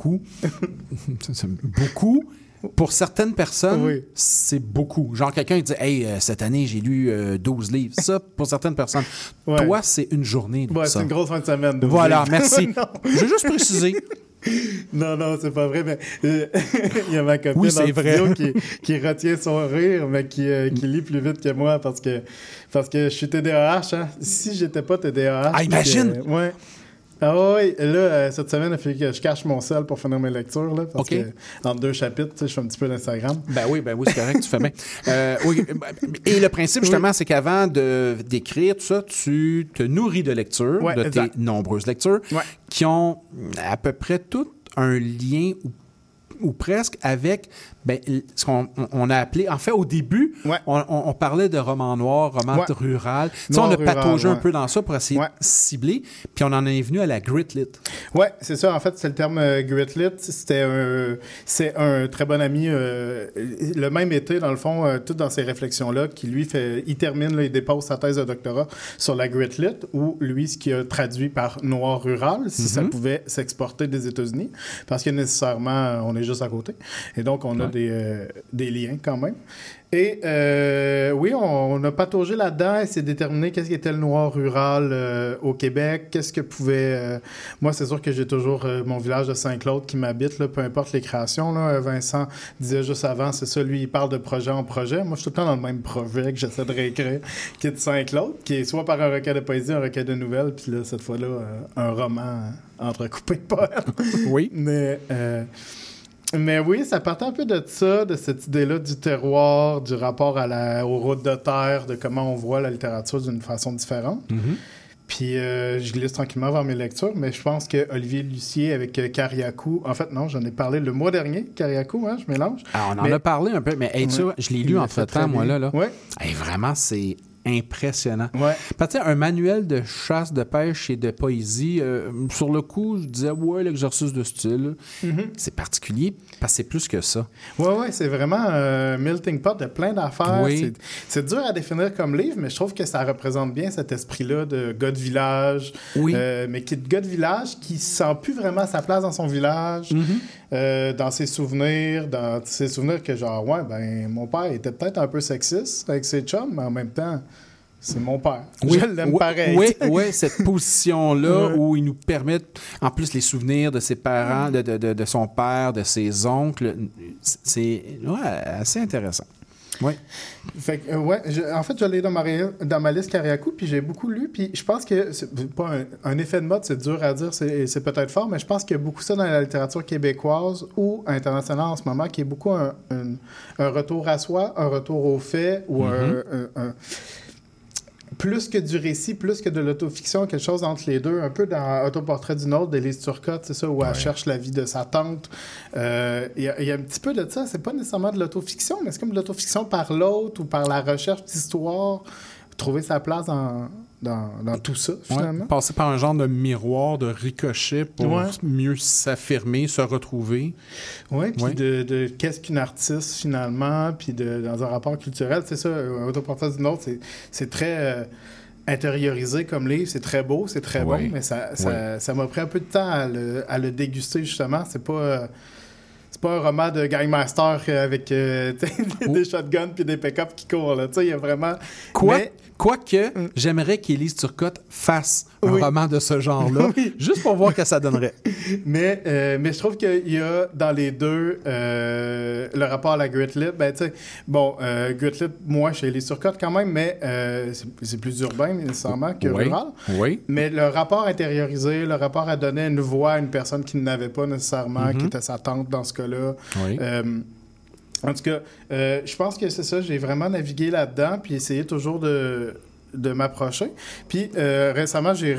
Beaucoup, pour certaines personnes, Oui. c'est beaucoup. Genre, quelqu'un dit « hey, euh, cette année, j'ai lu euh, douze livres ». Ça, pour certaines personnes. Ouais. Toi, c'est une journée. Ouais, ça. c'est une grosse fin de semaine. douze Voilà, livres. merci. Non. Je veux juste préciser. Non, non, c'est pas vrai, mais euh, il y a ma copine Oui, dans c'est le vrai. studio qui, qui retient son rire, mais qui, euh, qui lit plus vite que moi parce que, parce que je suis T D A H. Hein. Si j'étais pas T D A H... Ah, imagine! que- ouais. Ah oui, là, euh, cette semaine, il fait que je cache mon sel pour finir mes lectures, là, parce OK. que entre deux chapitres, tu sais, je fais un petit peu d'Instagram. Ben oui, ben oui, c'est correct, tu fais bien. Euh, oui, et le principe, justement, c'est qu'avant de, d'écrire tout ça, tu te nourris de lectures, Ouais, de exact. tes nombreuses lectures, Ouais. qui ont à peu près tout un lien ou, ou presque avec ben, ce qu'on on- on a appelé... En fait, au début, Ouais. on, on- on parlait de roman noir, roman Ouais. rural. Tu sais, Noir on a rural, pataugé un ouais. peu dans ça pour essayer Ouais. de cibler, puis on en est venu à la gritlit. Ouais, c'est ça. En fait, c'est le terme euh, gritlit. C'était un, c'est un très bon ami. euh, le même été, dans le fond, euh, tout dans ces réflexions-là, qui lui fait, il termine, là, il dépose sa thèse de doctorat sur la gritlit, ou lui, ce qui a traduit par noir rural, si ça Mhm. pouvait s'exporter des États-Unis, parce que nécessairement, on est juste à côté. Et donc, on a Ouais. des, euh, des liens quand même. Et euh, oui, on, on a pataugé là-dedans et c'est déterminé qu'est-ce qui était le noir rural euh, au Québec, qu'est-ce que pouvait... Euh... Moi, c'est sûr que j'ai toujours euh, mon village de Saint-Claude qui m'habite, là, peu importe les créations. Là. Vincent disait juste avant, c'est ça, lui, il parle de projet en projet. Moi, je suis tout le temps dans le même projet que j'essaie de réécrire, qui est de Saint-Claude, qui est soit par un recueil de poésie, un recueil de nouvelles, puis là, cette fois-là, euh, un roman entrecoupé de poèmes. Oui. Mais... Euh... Mais oui, ça partait un peu de ça, de cette idée-là du terroir, du rapport à la, aux routes de terre, de comment on voit la littérature d'une façon différente. Mm-hmm. Puis euh, je glisse tranquillement vers mes lectures, mais je pense que Olivier Lucier avec euh, Kariakou... En fait, non, j'en ai parlé le mois dernier, Kariakou, hein, je mélange. Ah, on en mais... a parlé un peu, mais hey, tu ouais. vois, je l'ai lu entre-temps, moi, là. là. Ouais. Hey, vraiment, c'est... impressionnant. Ouais. Parce que un manuel de chasse, de pêche et de poésie, euh, sur le coup, je disais, ouais, l'exercice de style, mm-hmm. c'est particulier parce que c'est plus que ça. Oui, oui, c'est vraiment un euh, melting pot de plein d'affaires. Oui. C'est, c'est dur à définir comme livre, mais je trouve que ça représente bien cet esprit-là de gars de village, oui. euh, mais qui est de gars de village qui sent plus vraiment sa place dans son village, mm-hmm. euh, dans ses souvenirs, dans ses souvenirs que genre, ouais, ben, mon père était peut-être un peu sexiste avec ses chums, mais en même temps, c'est mon père. Oui, je l'aime oui, pareil. Oui, oui, cette position-là ouais. où il nous permet, en plus, les souvenirs de ses parents, de, de, de, de son père, de ses oncles, c'est ouais, assez intéressant. Oui. Fait que, euh, ouais, je, en fait, je l'ai dans ma, dans ma liste Kariakou, puis j'ai beaucoup lu, puis je pense que c'est pas un, un effet de mode, c'est dur à dire, c'est, c'est peut-être fort, mais je pense qu'il y a beaucoup ça dans la littérature québécoise ou internationale en ce moment, qui est beaucoup un, un, un retour à soi, un retour aux faits, ou mm-hmm. un, un, un plus que du récit, plus que de l'autofiction, quelque chose entre les deux, un peu dans Autoportrait d'une autre d'Élise Turcotte, c'est ça, où ouais. elle cherche la vie de sa tante. Il euh, y, y a un petit peu de ça, c'est pas nécessairement de l'autofiction, mais c'est comme de l'autofiction par l'autre ou par la recherche d'histoire, trouver sa place dans, dans, dans tout ça, finalement. Ouais, passer par un genre de miroir, de ricochet pour ouais. mieux s'affirmer, se retrouver. Oui, puis ouais. de, de qu'est-ce qu'une artiste, finalement, puis de, dans un rapport culturel, c'est ça, Autoportrait d'une autre, c'est, c'est très... Euh, intériorisé comme livre, c'est très beau, c'est très oui. bon, mais ça, ça, oui. ça m'a pris un peu de temps à le, à le déguster, justement. C'est pas... Euh, C'est pas un roman de gangmaster avec euh, des shotguns puis des pick-up qui courent. Là. Il y a vraiment... Quoi, mais... Quoique, mm. j'aimerais qu'Élise Turcotte fasse un oui. roman de ce genre-là, oui. juste pour voir que ça donnerait. mais, euh, mais je trouve qu'il y a dans les deux euh, le rapport à la Gritlit. Ben, tu sais, bon, euh, Gritlit, moi, chez Élise Turcotte quand même, mais euh, c'est, c'est plus urbain nécessairement que oui. rural. Oui. Mais le rapport intériorisé, le rapport à donner une voix à une personne qui n'avait pas nécessairement, mm-hmm. qui était sa tante dans ce cas-là. Oui. Euh, en tout cas, euh, je pense que c'est ça. J'ai vraiment navigué là-dedans puis essayé toujours de, de m'approcher. Puis euh, récemment, j'ai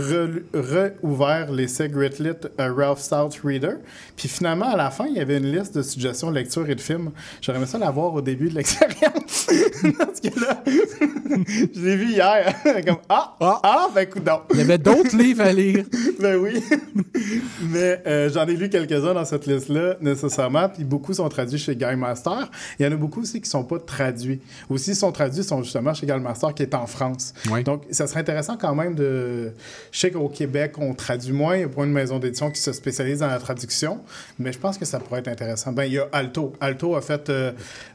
re-ouvert l'essai Gritlit uh, Ralph Stout Reader. Puis finalement, à la fin, il y avait une liste de suggestions de lecture et de films. J'aurais aimé ça l'avoir au début de l'expérience. Parce que là, je l'ai vu hier. Comme, ah, ah, ah, ben écoute donc. Il y avait d'autres livres à lire. Ben oui. Mais euh, j'en ai lu quelques-uns dans cette liste-là, nécessairement. Puis beaucoup sont traduits chez Gangmaster. Il y en a beaucoup aussi qui ne sont pas traduits. Aussi, ils sont traduits, sont justement chez Gangmaster, qui est en France. Oui. Donc, ça serait intéressant quand même de... Je sais qu'au Québec, on traduit moins. Il n'y a pas une maison d'édition qui se spécialise dans la traduction. Mais je pense que ça pourrait être intéressant. Ben, il y a Alto. Alto a fait... Euh,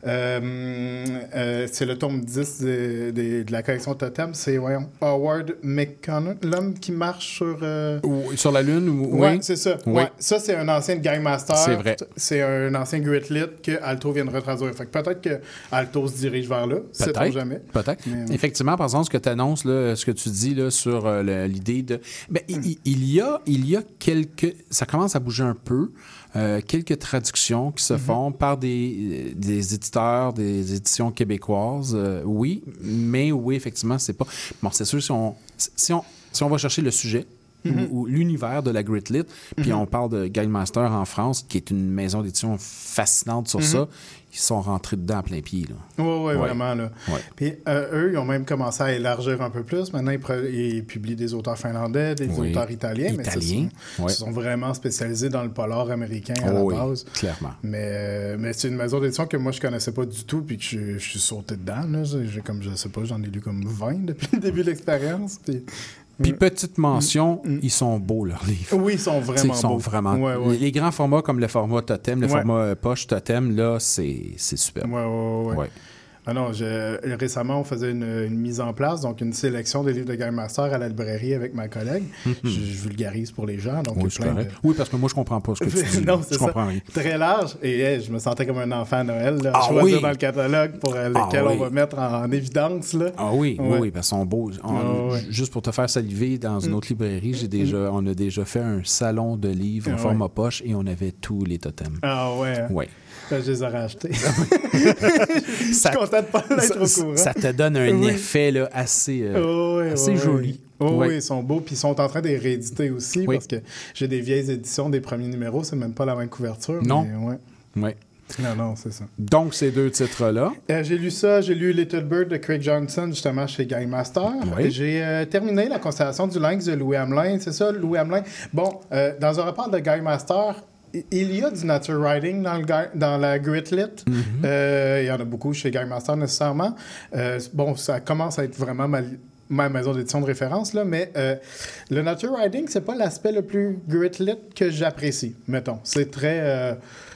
euh, euh, c'est le tome dix de, de, de la collection Totem. C'est, voyons, Howard McConnell, l'homme qui marche sur... Euh... Ou, sur la Lune, ou... Oui, oui. c'est ça. Oui. Ouais. Ça, c'est un ancien de Gangmaster. C'est vrai. C'est un ancien Gritlit que Alto vient de retraduire. Fait que peut-être que Alto se dirige vers là. Peut-être. Jamais. Peut-être. Mais... Effectivement, par exemple, ce que tu annonces, là, ce que tu dis là, sur euh, le, l'idée de... Ben, mm. il, il, y a, il y a quelques... Ça commence à bouger un peu. Euh, quelques traductions qui se mm-hmm. font par des, des éditeurs, des éditions québécoises. Euh, oui, mais oui, effectivement, c'est pas... Bon, c'est sûr, si on, si on, si on va chercher le sujet, Mm-hmm. Ou, ou l'univers de la Gritlit. Puis mm-hmm. on parle de Gangmaster en France, qui est une maison d'édition fascinante sur mm-hmm. ça. Ils sont rentrés dedans à plein pied. Oui, oui, ouais. vraiment. Là. Ouais. Puis euh, eux, ils ont même commencé à élargir un peu plus. Maintenant, ils, pre- ils publient des auteurs finlandais, des oui. auteurs italiens. Italiens. Mais ils ouais. se sont vraiment spécialisés dans le polar américain à oh, la base. Oui, clairement. Mais, euh, mais c'est une maison d'édition que moi, je connaissais pas du tout puis que je, je suis sauté dedans. Là. J'ai, comme, je sais pas, j'en ai lu comme vingt depuis le début de l'expérience. Puis... Puis petite mention, mm. ils sont beaux, leurs livres. Oui, ils sont vraiment T'sais, ils sont beaux. Vraiment... Ouais, ouais. Les, les grands formats comme le format Totem, le ouais. format euh, poche Totem, là, c'est, c'est super. Oui, oui, oui. Ouais. Ah non, je, récemment, on faisait une, une mise en place, donc une sélection des livres de Game Master à la librairie avec ma collègue. Mm-hmm. je, je vulgarise pour les gens. Donc oui, plein de... oui, parce que moi, je comprends pas ce que tu dis. non, c'est je ça. comprends rien. Très large. Et hey, je me sentais comme un enfant à Noël. Là, ah, choisir oui. dans le catalogue pour euh, lequel ah, on oui. va mettre en, en évidence. Là. Ah oui, ouais. oui, oui, parce qu'ils sont beaux. On, ah, ouais. Juste pour te faire saliver, dans une autre librairie, j'ai déjà, on a déjà fait un salon de livres en ah, format ouais. poche et on avait tous les totems. Ah ouais? Oui. Ben, je les aurais achetés. Je suis content de pas l'être au courant. Ça te donne un oui. effet là, assez, euh, oh, oui, assez oui, joli. Oh, ouais. Oui, ils sont beaux. Puis ils sont en train de les rééditer aussi oui. parce que j'ai des vieilles éditions des premiers numéros. C'est même pas la même couverture. Non. Mais ouais. Ouais. Non, non, c'est ça. Donc, ces deux titres-là. Euh, j'ai lu ça. J'ai lu Little Bird de Craig Johnson, justement, chez Game Master. Oui. J'ai euh, terminé La Constellation du Lynx de Louis Hamelin. C'est ça, Louis Hamelin. Bon, euh, dans un rapport de Game Master, il y a du nature writing dans, le, dans la Gritlit. Mm-hmm. Euh, il y en a beaucoup chez Game Master, nécessairement. Euh, bon, ça commence à être vraiment ma, ma maison d'édition de référence, là, mais euh, le nature writing, c'est pas l'aspect le plus Gritlit que j'apprécie, mettons. C'est très... Euh,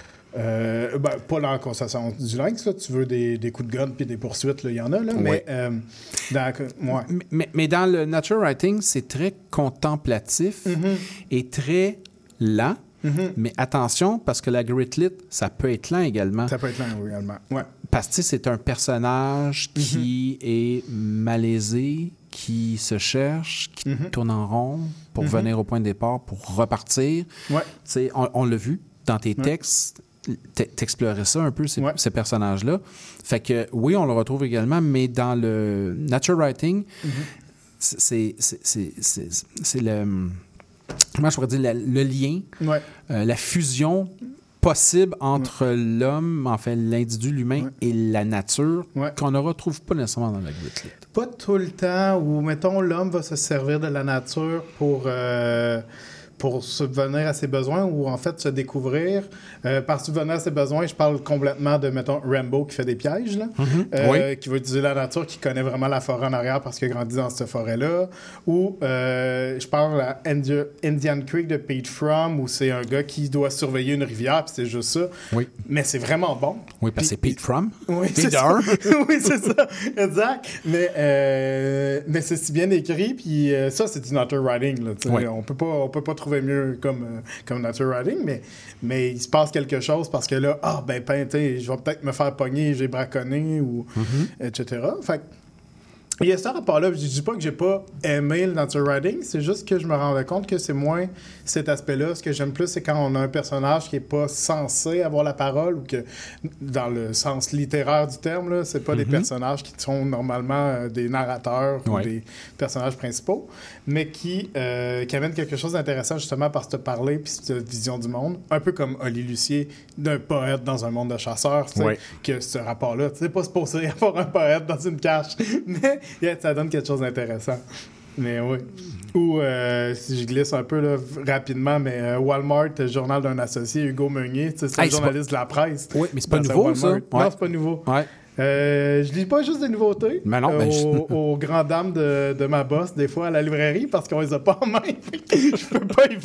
Euh, ben, pas dans la constellation du Lynx, là. Tu veux des, des coups de gun puis des poursuites, il y en a, là, mais, ouais. euh, dans, ouais. mais, mais, mais dans le nature writing, c'est très contemplatif mm-hmm. et très lent. Mm-hmm. Mais attention, parce que la Gritlit, ça peut être lent également. Ça peut être lent, oui, également. Ouais. Parce que c'est un personnage qui mm-hmm. est malaisé, qui se cherche, qui mm-hmm. tourne en rond pour mm-hmm. venir au point de départ, pour repartir. Ouais. On, on l'a vu dans tes ouais. textes. T'explorais ça un peu, ces, ouais. ces personnages-là. Fait que, oui, on le retrouve également, mais dans le nature writing, mm-hmm. c'est, c'est, c'est, c'est, c'est le... Comment je pourrais dire? La, le lien, ouais. euh, la fusion possible entre ouais. l'homme, enfin l'individu, l'humain, ouais. et la nature, ouais. qu'on ne retrouve pas nécessairement dans la Gritlit. Pas tout le temps où, mettons, l'homme va se servir de la nature pour... Euh... pour subvenir à ses besoins ou en fait se découvrir. Euh, par subvenir à ses besoins, je parle complètement de, mettons, Rambo qui fait des pièges, là, mm-hmm. euh, oui. qui veut utiliser la nature, qui connaît vraiment la forêt en arrière parce qu'il a grandi dans cette forêt-là. Ou euh, je parle à Indi- Indian Creek de Pete Fromm, où c'est un gars qui doit surveiller une rivière, puis c'est juste ça. Oui. Mais c'est vraiment bon. Oui, parce que c'est Pete Fromm. Oui, c'est ça. oui, c'est ça. Exact. Mais, euh, mais c'est si bien écrit, puis euh, ça, c'est du nature writing. Là, oui. On peut pas, on peut pas trouver mieux comme, euh, comme nature writing, mais, mais il se passe quelque chose parce que là, ah, ben, ben je vais peut-être me faire pogner, j'ai braconné, ou mm-hmm. et cetera. Fait que, il y a ce rapport-là. Je dis pas que j'ai pas aimé le nature writing, c'est juste que je me rendais compte que c'est moins cet aspect-là. Ce que j'aime plus, c'est quand on a un personnage qui est pas censé avoir la parole, ou que, dans le sens littéraire du terme, là, c'est pas mm-hmm. des personnages qui sont normalement euh, des narrateurs ouais. ou des personnages principaux, mais qui, euh, qui amènent quelque chose d'intéressant justement par se parler puis cette vision du monde. Un peu comme Oli Lucier, d'un poète dans un monde de chasseurs, ouais. que ce rapport-là, tu sais, pas supposé avoir un poète dans une cache, mais yeah, ça donne quelque chose d'intéressant. Mais oui. Ou, euh, si je glisse un peu là, rapidement, mais euh, Walmart, le journal d'un associé, Hugo Meunier, c'est hey, un journaliste pas... de la presse. Oui, mais c'est pas nouveau, ça? Ouais. Non, c'est pas nouveau. Ouais. Euh, je lis pas juste des nouveautés mais non, euh, mais aux, je... aux grandes dames de, de ma boss, des fois à la librairie, parce qu'on les a pas en main. Je peux pas y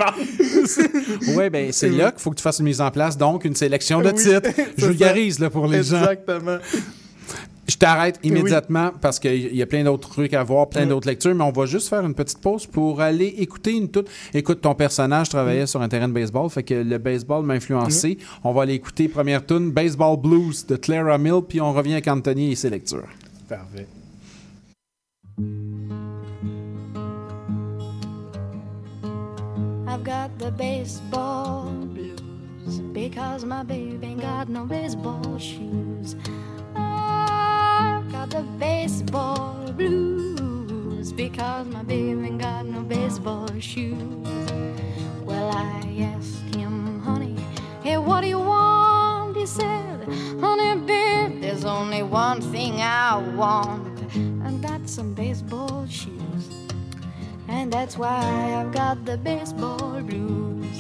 vendre. Oui, bien, c'est là qu'il faut que tu fasses une mise en place, donc une sélection de oui, titres. Je vulgarise là, pour les Exactement. gens. Exactement. Je t'arrête immédiatement oui. parce qu'il y a plein d'autres trucs à voir, plein mmh. d'autres lectures, mais on va juste faire une petite pause pour aller écouter une toute... Écoute, ton personnage travaillait mmh. sur un terrain de baseball, fait que le baseball m'a influencé. Mmh. On va aller écouter première tune, Baseball Blues de Clara Mill, puis on revient avec Anthony et ses lectures. Parfait. I've got the baseball blues because my baby ain't got no baseball shoes. I've got the baseball blues because my baby ain't got no baseball shoes. Well, I asked him, honey, hey, what do you want? He said, honey, babe, there's only one thing I want, and that's some baseball shoes. And that's why I've got the baseball blues.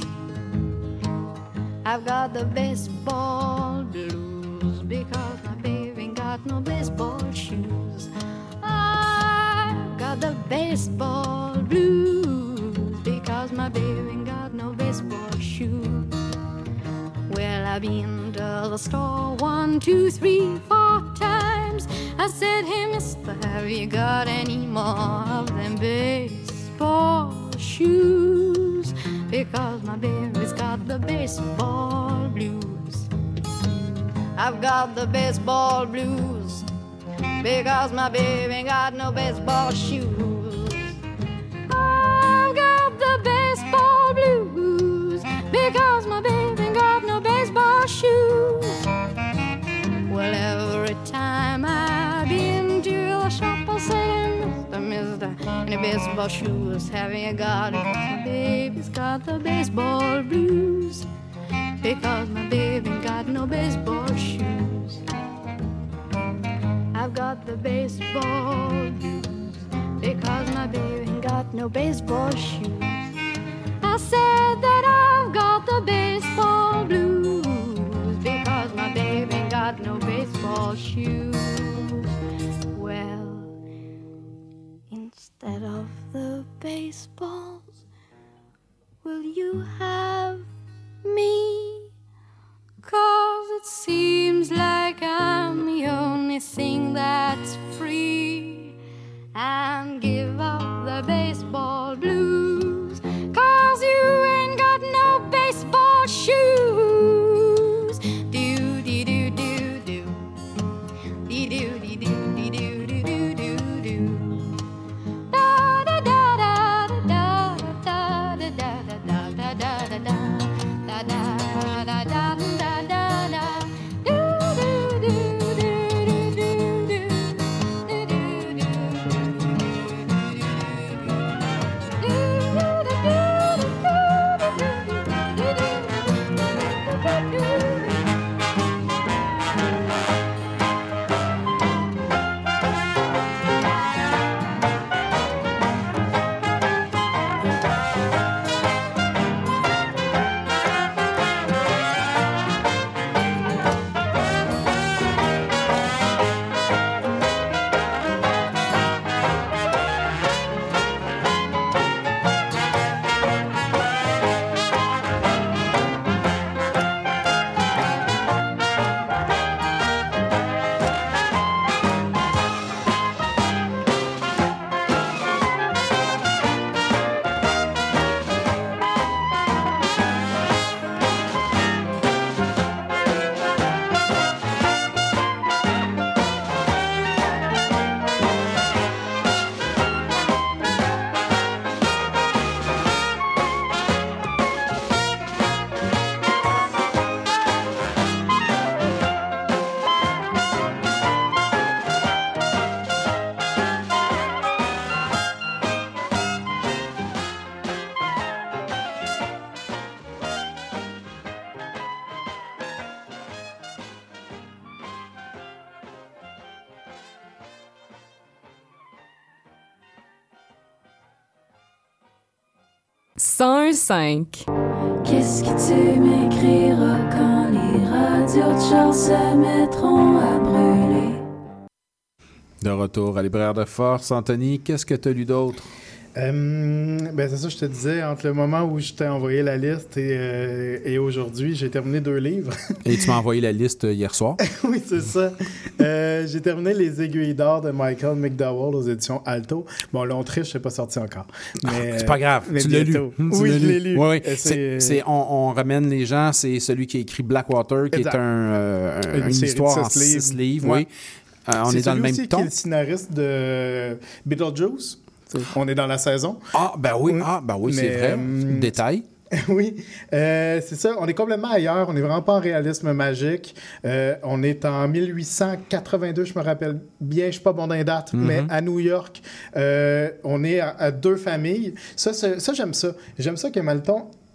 I've got the baseball blues because my baby ain't got no baseball shoes. I've got got the baseball blues because my baby ain't got no baseball shoes. Well, I've been to the store one, two, three, four times. I said, hey, mister, have you got any more of them baseball shoes? Because my baby's got the baseball blues. I've got the baseball blues because my baby ain't got no baseball shoes. I've got the baseball blues because my baby ain't got no baseball shoes. Well, every time I've been to the shop, I say, Mister, Mister, any baseball shoes have you got? Because my baby's got the baseball blues because my baby ain't got no baseball shoes. I've got the baseball blues because my baby ain't got no baseball shoes. I said that I've got the baseball blues because my baby ain't got no baseball shoes. Well, instead of the baseballs, will you have me? 'Cause it seems like I'm the only thing that's free. And give up the baseball blues, 'cause you ain't got no baseball shoes. Do dee do do do, dee do dee do dee do do do do do. Da da da da da da da da da da da da da da da da da da. cent un cinq. Qu'est-ce que tu m'écriras quand les radios de char se mettront à brûler? De retour à Libraire de Force, Anthony, qu'est-ce que tu as lu d'autre? Euh, ben c'est ça, je te disais, entre le moment où je t'ai envoyé la liste et, euh, et aujourd'hui, j'ai terminé deux livres. Et tu m'as envoyé la liste hier soir? Oui, c'est ça. Euh, j'ai terminé Les Aiguilles d'or de Michael McDowell aux éditions Alto. Bon, l'Autriche, c'est pas sorti encore. Mais, ah, c'est pas grave, tu l'as lu. Oui, je l'ai lu. Oui, oui. C'est, c'est, c'est, on, on ramène les gens, c'est celui qui a écrit Blackwater, qui exact. est un, euh, un, une, une histoire en six livres. livres ouais. Oui. Euh, on c'est est dans le même ton. C'est le scénariste de Beetlejuice. On est dans la saison. Ah, ben oui, ah, ben oui, mais, c'est vrai. Euh, Détail. Oui, euh, c'est ça. On est complètement ailleurs. On n'est vraiment pas en réalisme magique. Euh, on est en dix-huit cent quatre-vingt-deux, je me rappelle bien. Je suis pas bon dans les dates, mm-hmm. mais à New York, euh, on est à, à deux familles. Ça, ça, j'aime ça. J'aime ça que Malton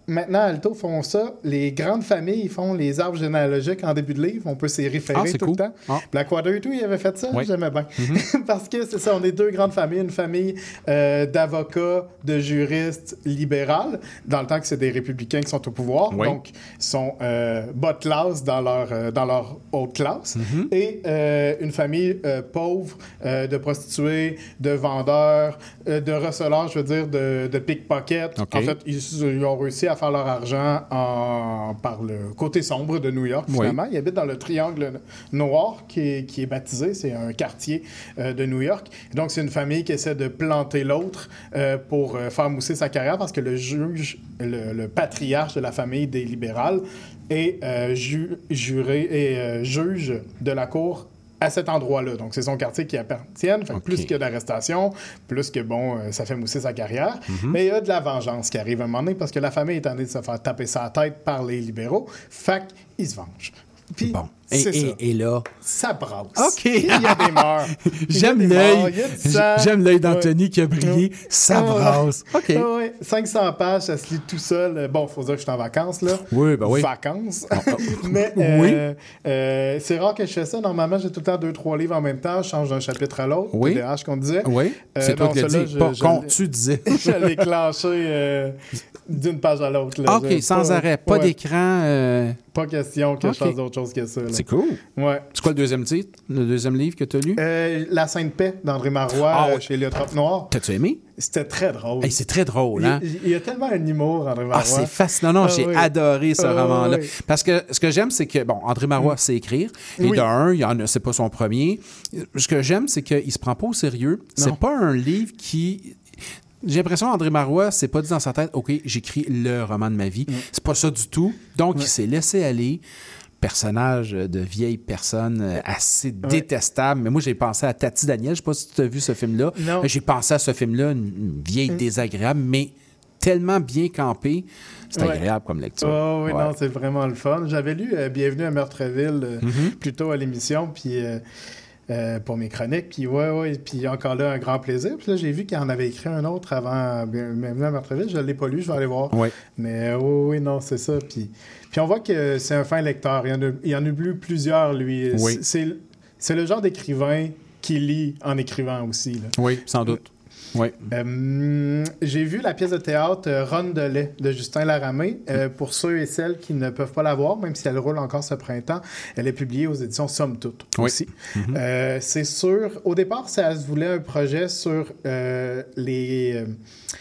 maintenant, Alto font ça. Les grandes familles font les arbres généalogiques en début de livre. On peut s'y référer Ah, c'est tout cool. le temps. Ah. Blackwater et tout, il avait fait ça. Oui. J'aimais bien. Mm-hmm. Parce que c'est ça, on est deux grandes familles. Une famille euh, d'avocats, de juristes libérales, dans le temps que c'est des républicains qui sont au pouvoir. Oui. Donc, ils sont euh, bas de classe dans leur, euh, dans leur haute classe. Mm-hmm. Et euh, une famille euh, pauvre euh, de prostituées, de vendeurs, euh, de receleurs, je veux dire, de, de pickpockets. OK. En fait, ils, ils ont réussi à faire leur argent en, par le côté sombre de New York, finalement. Oui. Ils habitent dans le triangle noir qui est, qui est baptisé. C'est un quartier euh, de New York. Donc, c'est une famille qui essaie de planter l'autre euh, pour euh, faire mousser sa carrière parce que le juge, le, le patriarche de la famille des libérales est euh, ju- juré et euh, juge de la cour à cet endroit-là. Donc, c'est son quartier qui appartient. Fait que OK. plus que d'arrestation, plus que, bon, euh, ça fait mousser sa carrière. Mm-hmm. Mais il y a de la vengeance qui arrive à un moment donné parce que la famille est en train de se faire taper sa tête par les libéraux. Fait qu'ils se vengent. Puis, Bon. Et, c'est ça. et, et là, Ça brasse. OK. Il y a des morts. Il y a j'aime des l'œil. morts, il y a du sang. J'aime l'œil d'Anthony Ouais. qui a brillé. Ça Ah ouais. brasse. OK. Ah ouais. cinq cents pages, ça se lit tout seul. Bon, il faut dire que je suis en vacances, là. Oui, ben oui. Vacances. Ah, ah. Mais Oui. euh, euh, c'est rare que je fais ça. Normalement, j'ai tout le temps deux, trois livres en même temps. Je change d'un chapitre à l'autre. Oui. T D A H qu'on disait. Oui. Euh, C'est toi non, qui l'as celui-là, dit. je- Pas je con, l'ai- tu disais. Je l'ai clenché euh, d'une page à l'autre. là. OK, Je- sans pas- arrêt. Pas ouais, d'écran. euh, Pas question que OK. je fasse d'autre chose que ça. là. C'est cool. Ouais. C'est quoi le deuxième titre? Le deuxième livre que tu as lu? Euh, La Sainte Paix d'André Marois Ah, euh, ouais. chez Léotrope Noir. T'as-tu aimé? C'était très drôle. Hey, c'est très drôle, hein? Il, il y a tellement un humour, André Marois. Ah, c'est fascinant. Non, Ah, j'ai oui. adoré ce Ah, roman-là. oui. Parce que ce que j'aime, c'est que, bon, André Marois sait écrire. Et Oui. d'un, il y en a, c'est pas son premier. Ce que j'aime, c'est qu'il se prend pas au sérieux. Non. C'est pas un livre qui... J'ai l'impression qu'André Marois s'est pas dit dans sa tête, OK, j'écris le roman de ma vie. C'est pas ça du tout. Donc, il s'est laissé aller. Personnage de vieille personne euh, assez détestable. Mais moi, j'ai pensé à Tati Daniel. Je sais pas si tu as vu ce film-là. Non. J'ai pensé à ce film-là, une, une vieille désagréable, mais tellement bien campé. C'est Ouais. agréable comme lecture. Oh, oui, Ouais. non, c'est vraiment le fun. J'avais lu euh, Bienvenue à Meurtreville euh, Mhm. plus tôt à l'émission, puis euh, euh, pour mes chroniques. Puis ouais, ouais, puis encore là, un grand plaisir. Puis là, j'ai vu qu'il en avait écrit un autre avant Bien- Bienvenue à Meurtreville. Je ne l'ai pas lu, je vais aller voir. Ouais. Mais euh, oui, oui, non, c'est ça. Puis, puis on voit que c'est un fin lecteur. Il y en a, il y en a lu plusieurs, lui. Oui. C'est, c'est le genre d'écrivain qui lit en écrivant aussi. Là. Oui, sans doute. Oui. Euh, j'ai vu la pièce de théâtre euh, Rondelet de Justin Laramé. Euh, pour ceux et celles qui ne peuvent pas la voir, même si elle roule encore ce printemps, elle est publiée aux éditions Somme Toute Oui. aussi. Mhm. Euh, c'est sûr, au départ, ça se voulait un projet sur euh, les, euh,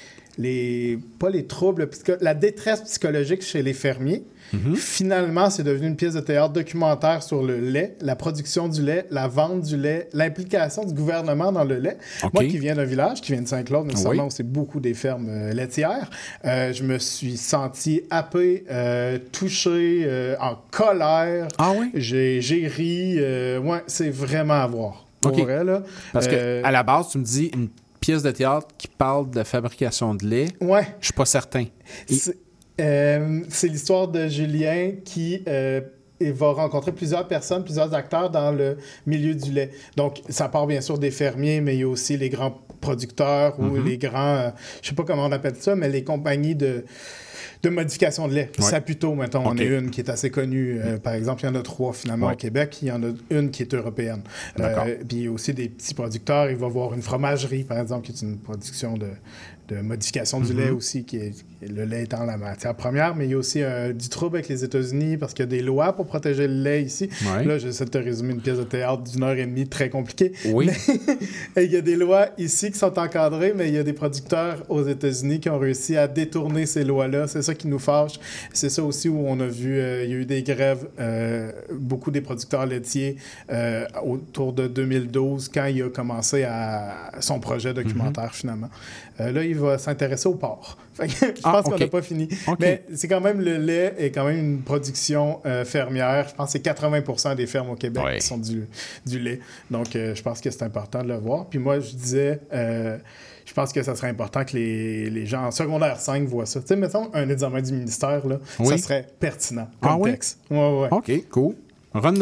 les. pas les troubles, psycho- la détresse psychologique chez les fermiers. Mhm. Finalement, c'est devenu une pièce de théâtre documentaire sur le lait, la production du lait, la vente du lait, l'implication du gouvernement dans le lait. OK. Moi qui viens d'un village, qui vient de Saint-Claude, nécessairement, Oui. où c'est beaucoup des fermes euh, laitières, euh, je me suis senti happé, euh, touché, euh, en colère. Ah oui? J'ai, j'ai ri. euh, ouais, c'est vraiment à voir. Pour OK. vrai, là. Parce Euh, que à la base, tu me dis une pièce de théâtre qui parle de la fabrication de lait. Ouais. Je suis pas certain. Et- C'est, euh, c'est l'histoire de Julien qui euh, il va rencontrer plusieurs personnes, plusieurs acteurs dans le milieu du lait. Donc, ça part bien sûr des fermiers, mais il y a aussi les grands producteurs ou Mhm. les grands, euh, je sais pas comment on appelle ça, mais les compagnies de de modification de lait. Ouais. Saputo, mettons, on OK. est une qui est assez connue. Euh, par exemple, il y en a trois finalement Ouais. au Québec. Il y en a une qui est européenne. D'accord. Euh, puis il y a aussi des petits producteurs. Il va y avoir une fromagerie, par exemple, qui est une production de, de modification du Mhm. lait aussi, qui est le lait étant la matière première. Mais il y a aussi euh, du trouble avec les États-Unis parce qu'il y a des lois pour protéger le lait ici. Ouais. Là, j'essaie de te résumer une pièce de théâtre d'une heure et demie très compliquée. Oui. Mais il y a des lois ici qui sont encadrées, mais il y a des producteurs aux États-Unis qui ont réussi à détourner ces lois-là. C'est ça qui nous fâche. C'est ça aussi où on a vu, euh, il y a eu des grèves, euh, beaucoup des producteurs laitiers euh, autour de deux mille douze, quand il a commencé à son projet documentaire, finalement. Euh, là, il va s'intéresser au porc. Fait que je Ah, pense qu'on OK. n'a pas fini. OK. Mais c'est quand même, le lait est quand même une production euh, fermière. Je pense que c'est quatre-vingts pour cent des fermes au Québec Ouais. qui sont du, du lait. Donc, euh, je pense que c'est important de le voir. Puis moi, je disais, euh, je pense que ça serait important que les, les gens en secondaire cinq voient ça. Tu sais, mettons, un examen du ministère, là, Oui. ça serait pertinent comme Ah oui? texte. Ouais, ouais. OK, cool. Run de lait.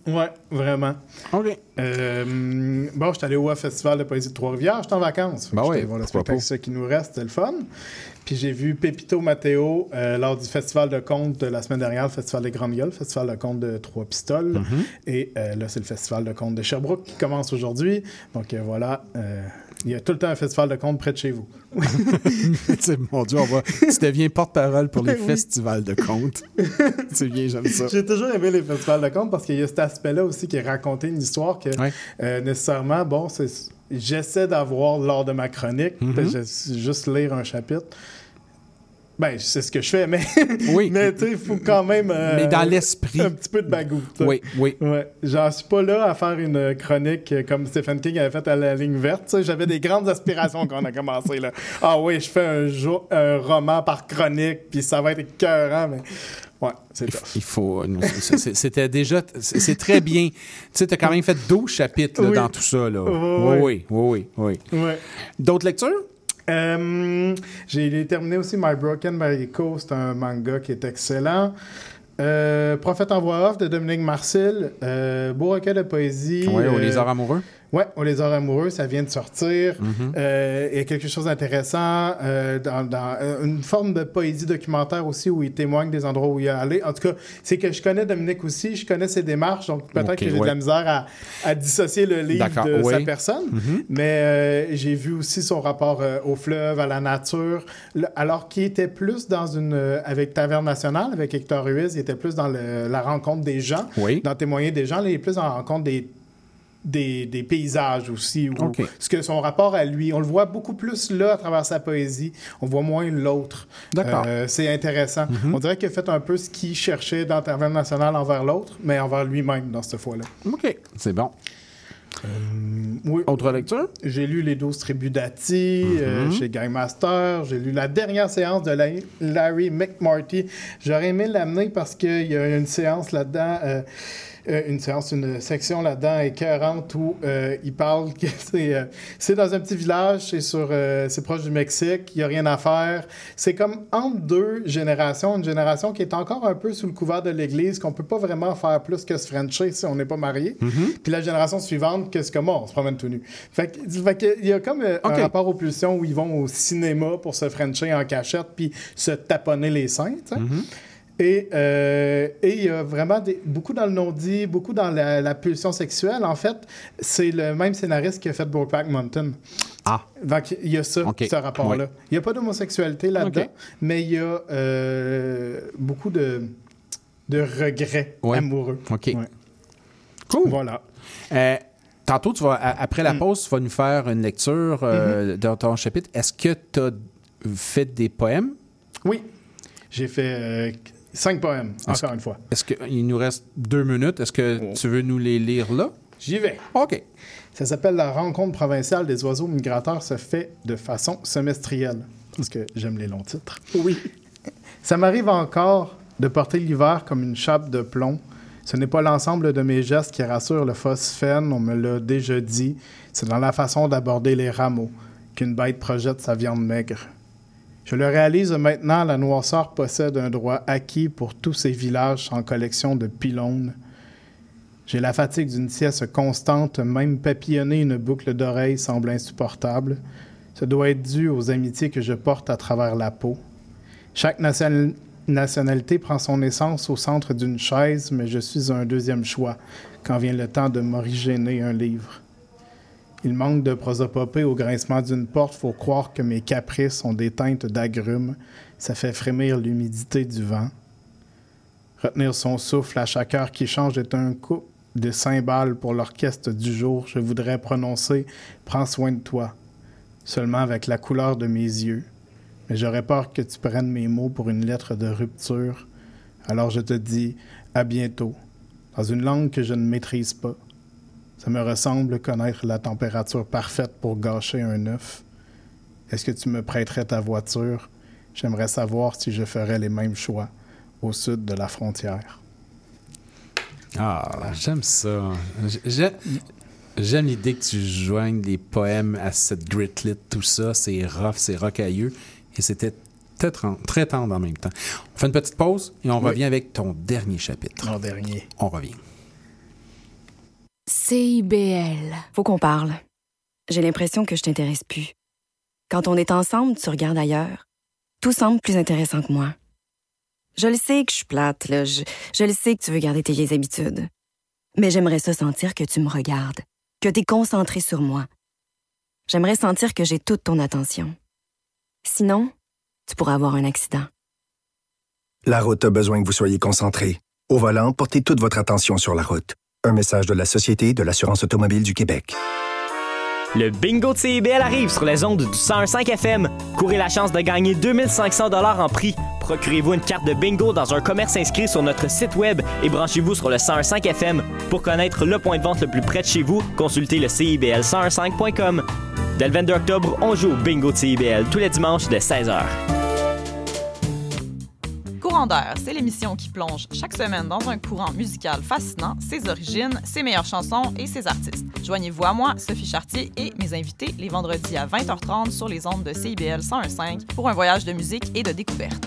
Ouais, vraiment. OK. Euh, bon, je suis allé au Festival de poésie de Trois-Rivières. J'étais en vacances. Ben J'étais oui, voir le pourquoi spectacle, ce qui nous reste, c'était le fun. Puis j'ai vu Pépito Matteo euh, lors du Festival de contes de la semaine dernière, le Festival des Grandes Gueules, le Festival de contes de Trois-Pistoles. Mm-hmm. Et euh, là, c'est le Festival de contes de Sherbrooke qui commence aujourd'hui. Donc euh, voilà, euh, il y a tout le temps un festival de contes près de chez vous. C'est, mon Dieu, on va... tu deviens porte-parole pour les Oui. festivals de contes. C'est bien, j'aime ça. J'ai toujours aimé les festivals de contes parce qu'il y a cet aspect-là aussi qui est raconter une histoire que Ouais. euh, nécessairement, bon, c'est, j'essaie d'avoir lors de ma chronique, Mhm. je- juste lire un chapitre. Ben, c'est ce que je fais, mais, Oui. mais tu sais, il faut quand même... euh, Mais dans l'esprit. Un petit peu de bagou. tu sais. Oui, oui. Ouais. J'en suis pas là à faire une chronique euh, comme Stephen King avait fait à la ligne verte. tu sais. J'avais des grandes aspirations quand on a commencé. Là. Ah oui, je fais un, jo- un roman par chronique, puis ça va être écœurant, mais... Ouais, c'est tough. Il faut. non, c'est- c'est- C'était déjà. C'est c'est très bien. Tu sais, t'as quand même fait douze chapitres là, Oui. dans tout ça. Là. Oui, Oui, oui, oui, oui. Ouais. D'autres lectures? Euh, j'ai terminé aussi My Broken Mariko, c'est un manga qui est excellent. Euh, Prophète en voix off de Dominique Marcil, euh, beau recueil de poésie. Oui, au euh, Lézard amoureux. Ouais, au Lézard amoureux, ça vient de sortir. Mhm. Euh, il y a quelque chose d'intéressant euh, dans, dans euh, une forme de poésie documentaire aussi où il témoigne des endroits où il est allé. En tout cas, c'est que je connais Dominique aussi, je connais ses démarches, donc peut-être Ok, que j'ai de ouais. la misère à, à dissocier le livre D'accord, de oui. sa personne. Mhm. Mais euh, j'ai vu aussi son rapport euh, au fleuve, à la nature, le- alors qu'il était plus dans une... euh, avec Taverne Nationale, avec Hector Ruiz, il était plus dans le- la rencontre des gens, Oui. dans témoigner des gens. Là, il est plus dans la rencontre des Des, des paysages aussi. Ou, OK. ce que son rapport à lui, on le voit beaucoup plus là à travers sa poésie. On voit moins l'autre. D'accord. Euh, c'est intéressant. Mhm. On dirait qu'il a fait un peu ce qu'il cherchait dans Taverne Nationale envers l'autre, mais envers lui-même dans cette fois-là. OK. C'est bon. Oui. Autre lecture? J'ai lu Les douze tribus d'Ati euh, Mhm. chez Gang Master. J'ai lu la dernière séance de La- Larry McMurtry. J'aurais aimé l'amener parce qu'il y a une séance là-dedans. euh, euh, une séance, une section là-dedans écœurante où euh, il parle que c'est, euh, c'est dans un petit village, c'est sur, euh, c'est proche du Mexique, il n'y a rien à faire. C'est comme entre deux générations, une génération qui est encore un peu sous le couvert de l'Église, qu'on peut pas vraiment faire plus que se frencher si on n'est pas marié. Mm-hmm. Puis la génération suivante, que c'est comme oh, on se promène tout nu. Fait, que- fait que il y a comme euh, OK. un rapport aux pulsions où ils vont au cinéma pour se frencher en cachette puis se taponner les seins, tu sais. Et euh, et il y a vraiment des, beaucoup dans le non-dit, beaucoup dans la, la pulsion sexuelle. En fait, c'est le même scénariste qui a fait Brokeback Mountain. Ah. Donc, il y a ça, OK. ce rapport-là. Oui. Il n'y a pas d'homosexualité là-dedans, OK. mais il y a euh, beaucoup de, de regrets Ouais. amoureux. OK. Ouais. Cool. Voilà. Euh, tantôt, tu vas, a- après la pause, tu vas nous faire une lecture euh, dans ton chapitre. Est-ce que tu as fait des poèmes? Oui. J'ai fait euh, cinq poèmes, Est-ce encore une fois. Est-ce qu'il nous reste deux minutes? Est-ce que tu veux nous les lire là? J'y vais. OK. Ça s'appelle La rencontre provinciale des oiseaux migrateurs se fait de façon semestrielle. Parce que j'aime les longs titres. Oui. Ça m'arrive encore de porter l'hiver comme une chape de plomb. Ce n'est pas l'ensemble de mes gestes qui rassure le phosphène, on me l'a déjà dit. C'est dans la façon d'aborder les rameaux qu'une bête projette sa viande maigre. Je le réalise maintenant, la noirceur possède un droit acquis pour tous ces villages en collection de pylônes. J'ai la fatigue d'une sieste constante, même papillonner une boucle d'oreille semble insupportable. Ce doit être dû aux amitiés que je porte à travers la peau. Chaque nation- nationalité prend son essence au centre d'une chaise, mais je suis un deuxième choix quand vient le temps de m'originer un livre. Il manque de prosopopée au grincement d'une porte, faut croire que mes caprices ont des teintes d'agrumes, ça fait frémir l'humidité du vent. Retenir son souffle à chaque heure qui change est un coup de cymbales pour l'orchestre du jour. Je voudrais prononcer « Prends soin de toi », seulement avec la couleur de mes yeux. Mais j'aurais peur que tu prennes mes mots pour une lettre de rupture. Alors je te dis « À bientôt », dans une langue que je ne maîtrise pas. Ça me ressemble connaître la température parfaite pour gâcher un œuf. Est-ce que tu me prêterais ta voiture? J'aimerais savoir si je ferais les mêmes choix au sud de la frontière. Ah, j'aime ça. J'ai- J'aime l'idée que tu joignes les poèmes à cette gritlit, tout ça. C'est rough, c'est rocailleux. Et c'était très, tren- très tendre en même temps. On fait une petite pause et on Oui. revient avec ton dernier chapitre. Mon dernier. On revient. C I B L. Faut qu'on parle. J'ai l'impression que je t'intéresse plus. Quand on est ensemble, tu regardes ailleurs. Tout semble plus intéressant que moi. Je le sais que je suis plate, là. Je, je le sais que tu veux garder tes vieilles habitudes. Mais j'aimerais ça sentir que tu me regardes, que t'es concentré sur moi. J'aimerais sentir que j'ai toute ton attention. Sinon, tu pourrais avoir un accident. La route a besoin que vous soyez concentré. Au volant, portez toute votre attention sur la route. Un message de la Société de l'assurance automobile du Québec. Le bingo de C I B L arrive sur les ondes du cent un virgule cinq F M. Courez la chance de gagner deux mille cinq cents dollars en prix. Procurez-vous une carte de bingo dans un commerce inscrit sur notre site web et branchez-vous sur le cent un virgule cinq F M. Pour connaître le point de vente le plus près de chez vous, consultez le C I B L cent un virgule cinq point com. Dès le vingt-deux octobre, on joue au bingo de C I B L tous les dimanches dès seize heures. Courant d'air, c'est l'émission qui plonge chaque semaine dans un courant musical fascinant, ses origines, ses meilleures chansons et ses artistes. Joignez-vous à moi, Sophie Chartier, et mes invités les vendredis à vingt heures trente sur les ondes de C I B L cent un virgule cinq pour un voyage de musique et de découverte.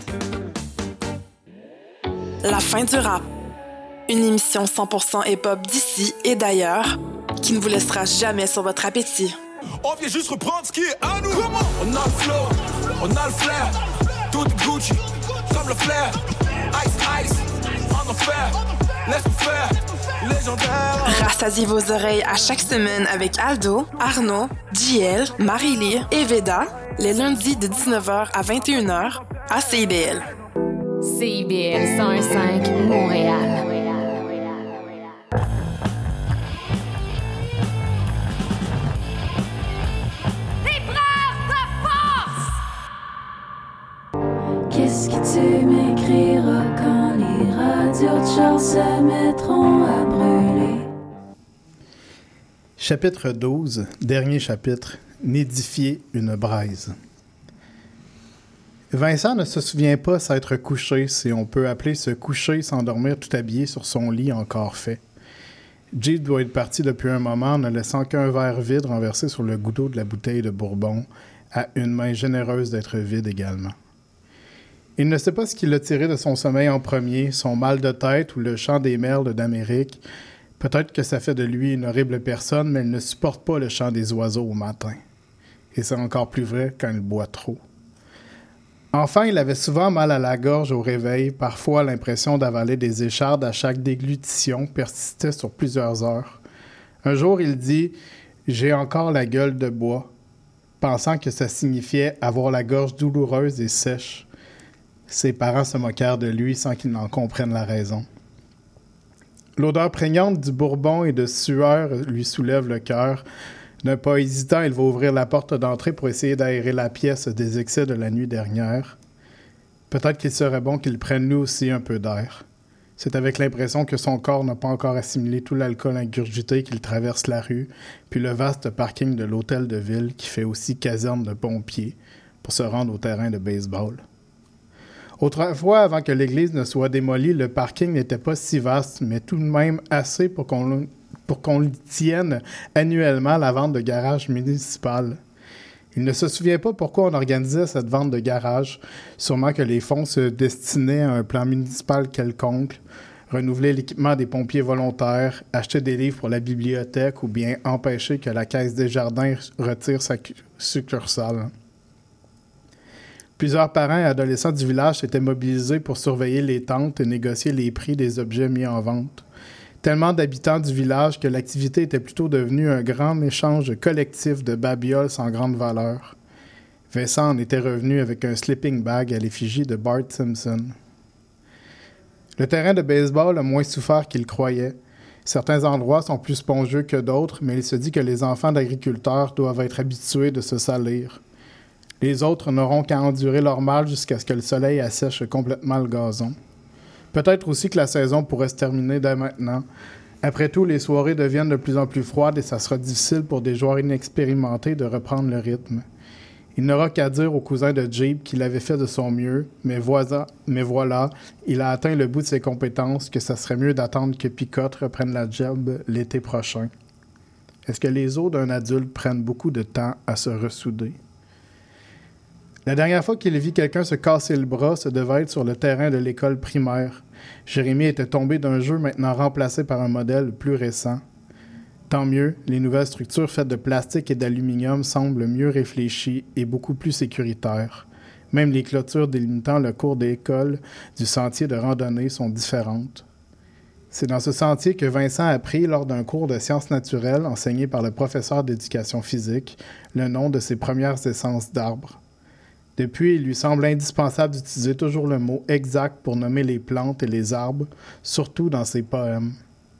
La fin du rap. Une émission cent pour cent hip-hop d'ici et d'ailleurs qui ne vous laissera jamais sur votre appétit. On vient juste reprendre ce qui est à nous. Comment? On a le flow, on a le flair, tout est Gucci, comme le flair. Ice, ice, on en fait, laisse-nous faire, légendaire. Rassasiez vos oreilles à chaque semaine avec Aldo, Arnaud, J L, Marie-Lee et Veda, les lundis de dix-neuf heures à vingt et une heures à C I B L. C I B L cent un virgule cinq, Montréal. Qu'est-ce que tu m'écriras quand les radios de char se mettront à brûler? Chapitre douze, dernier chapitre, Nidifier une braise. Vincent ne se souvient pas s'être couché, si on peut appeler se coucher, s'endormir tout habillé sur son lit encore fait. Jade doit être parti depuis un moment, ne laissant qu'un verre vide renversé sur le goutteau de la bouteille de Bourbon, à une main généreuse d'être vide également. Il ne sait pas ce qui l'a tiré de son sommeil en premier, son mal de tête ou le chant des merles d'Amérique. Peut-être que ça fait de lui une horrible personne, mais il ne supporte pas le chant des oiseaux au matin. Et c'est encore plus vrai quand il boit trop. Enfin, il avait souvent mal à la gorge au réveil, parfois l'impression d'avaler des échardes à chaque déglutition persistait sur plusieurs heures. Un jour, il dit « J'ai encore la gueule de bois », pensant que ça signifiait avoir la gorge douloureuse et sèche. Ses parents se moquèrent de lui sans qu'ils n'en comprennent la raison. L'odeur prégnante du bourbon et de sueur lui soulève le cœur. D'un pas hésitant, il va ouvrir la porte d'entrée pour essayer d'aérer la pièce des excès de la nuit dernière. Peut-être qu'il serait bon qu'il prenne lui aussi un peu d'air. C'est avec l'impression que son corps n'a pas encore assimilé tout l'alcool ingurgité qu'il traverse la rue, puis le vaste parking de l'hôtel de ville qui fait aussi caserne de pompiers pour se rendre au terrain de baseball. Autrefois, avant que l'église ne soit démolie, le parking n'était pas si vaste, mais tout de même assez pour qu'on, pour qu'on y tienne annuellement la vente de garage municipal. Il ne se souvient pas pourquoi on organisait cette vente de garage, sûrement que les fonds se destinaient à un plan municipal quelconque, renouveler l'équipement des pompiers volontaires, acheter des livres pour la bibliothèque ou bien empêcher que la Caisse des Jardins retire sa succursale. Plusieurs parents et adolescents du village s'étaient mobilisés pour surveiller les tentes et négocier les prix des objets mis en vente. Tellement d'habitants du village que l'activité était plutôt devenue un grand échange collectif de babioles sans grande valeur. Vincent en était revenu avec un sleeping bag à l'effigie de Bart Simpson. Le terrain de baseball a moins souffert qu'il croyait. Certains endroits sont plus spongieux que d'autres, mais il se dit que les enfants d'agriculteurs doivent être habitués de se salir. Les autres n'auront qu'à endurer leur mal jusqu'à ce que le soleil assèche complètement le gazon. Peut-être aussi que la saison pourrait se terminer dès maintenant. Après tout, les soirées deviennent de plus en plus froides et ça sera difficile pour des joueurs inexpérimentés de reprendre le rythme. Il n'aura qu'à dire au cousin de Jeep qu'il avait fait de son mieux, mais, voisin, mais voilà, il a atteint le bout de ses compétences, que ça serait mieux d'attendre que Picotte reprenne la job l'été prochain. Est-ce que les os d'un adulte prennent beaucoup de temps à se ressouder? La dernière fois qu'il vit quelqu'un se casser le bras, ça devait être sur le terrain de l'école primaire. Jérémy était tombé d'un jeu maintenant remplacé par un modèle plus récent. Tant mieux, les nouvelles structures faites de plastique et d'aluminium semblent mieux réfléchies et beaucoup plus sécuritaires. Même les clôtures délimitant le cours d'école du sentier de randonnée sont différentes. C'est dans ce sentier que Vincent a appris, lors d'un cours de sciences naturelles enseigné par le professeur d'éducation physique, le nom de ses premières essences d'arbres. Depuis, il lui semble indispensable d'utiliser toujours le mot exact pour nommer les plantes et les arbres, surtout dans ses poèmes.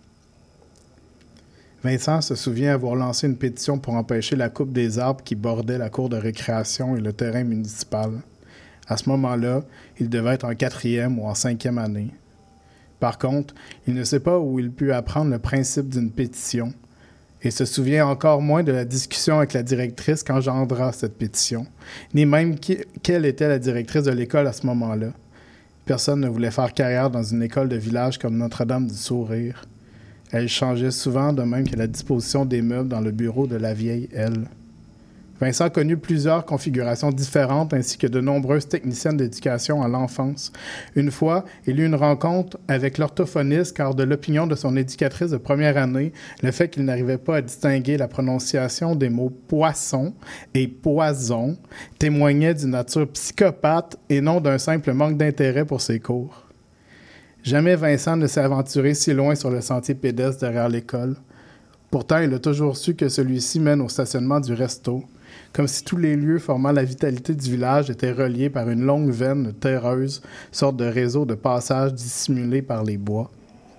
Vincent se souvient avoir lancé une pétition pour empêcher la coupe des arbres qui bordaient la cour de récréation et le terrain municipal. À ce moment-là, il devait être en quatrième ou en cinquième année. Par contre, il ne sait pas où il put apprendre le principe d'une pétition et se souvient encore moins de la discussion avec la directrice qu'engendra cette pétition, ni même qui, quelle était la directrice de l'école à ce moment-là. Personne ne voulait faire carrière dans une école de village comme Notre-Dame du Sourire. Elle changeait souvent, de même que la disposition des meubles dans le bureau de la vieille elle. Vincent connut plusieurs configurations différentes ainsi que de nombreuses techniciennes d'éducation à l'enfance. Une fois, il eut une rencontre avec l'orthophoniste car de l'opinion de son éducatrice de première année, le fait qu'il n'arrivait pas à distinguer la prononciation des mots « poisson » et « poison » témoignait d'une nature psychopathe et non d'un simple manque d'intérêt pour ses cours. Jamais Vincent ne s'est aventuré si loin sur le sentier pédestre derrière l'école. Pourtant, il a toujours su que celui-ci mène au stationnement du resto, comme si tous les lieux formant la vitalité du village étaient reliés par une longue veine terreuse, sorte de réseau de passage dissimulé par les bois.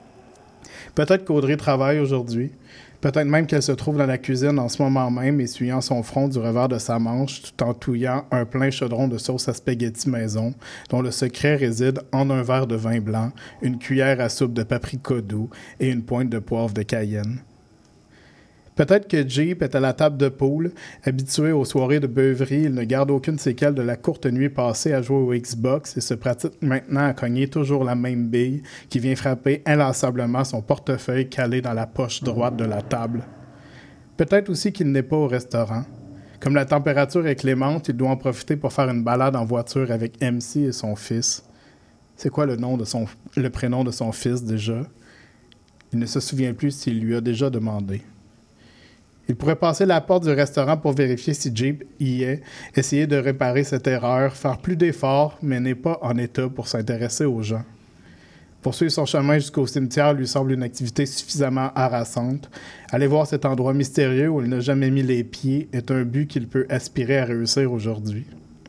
Peut-être qu'Audrey travaille aujourd'hui, peut-être même qu'elle se trouve dans la cuisine en ce moment même, essuyant son front du revers de sa manche, tout en touillant un plein chaudron de sauce à spaghetti maison, dont le secret réside en un verre de vin blanc, une cuillère à soupe de paprika doux et une pointe de poivre de Cayenne. Peut-être que Jeep est à la table de poule. Habitué aux soirées de beuverie, il ne garde aucune séquelle de la courte nuit passée à jouer au Xbox et se pratique maintenant à cogner toujours la même bille qui vient frapper inlassablement son portefeuille calé dans la poche droite de la table. Peut-être aussi qu'il n'est pas au restaurant. Comme la température est clémente, il doit en profiter pour faire une balade en voiture avec M C et son fils. C'est quoi le nom de son, le prénom de son fils déjà? Il ne se souvient plus s'il lui a déjà demandé. Il pourrait passer la porte du restaurant pour vérifier si Jeep y est, essayer de réparer cette erreur, faire plus d'efforts, mais n'est pas en état pour s'intéresser aux gens. Poursuivre son chemin jusqu'au cimetière lui semble une activité suffisamment harassante. Aller voir cet endroit mystérieux où il n'a jamais mis les pieds est un but qu'il peut aspirer à réussir aujourd'hui.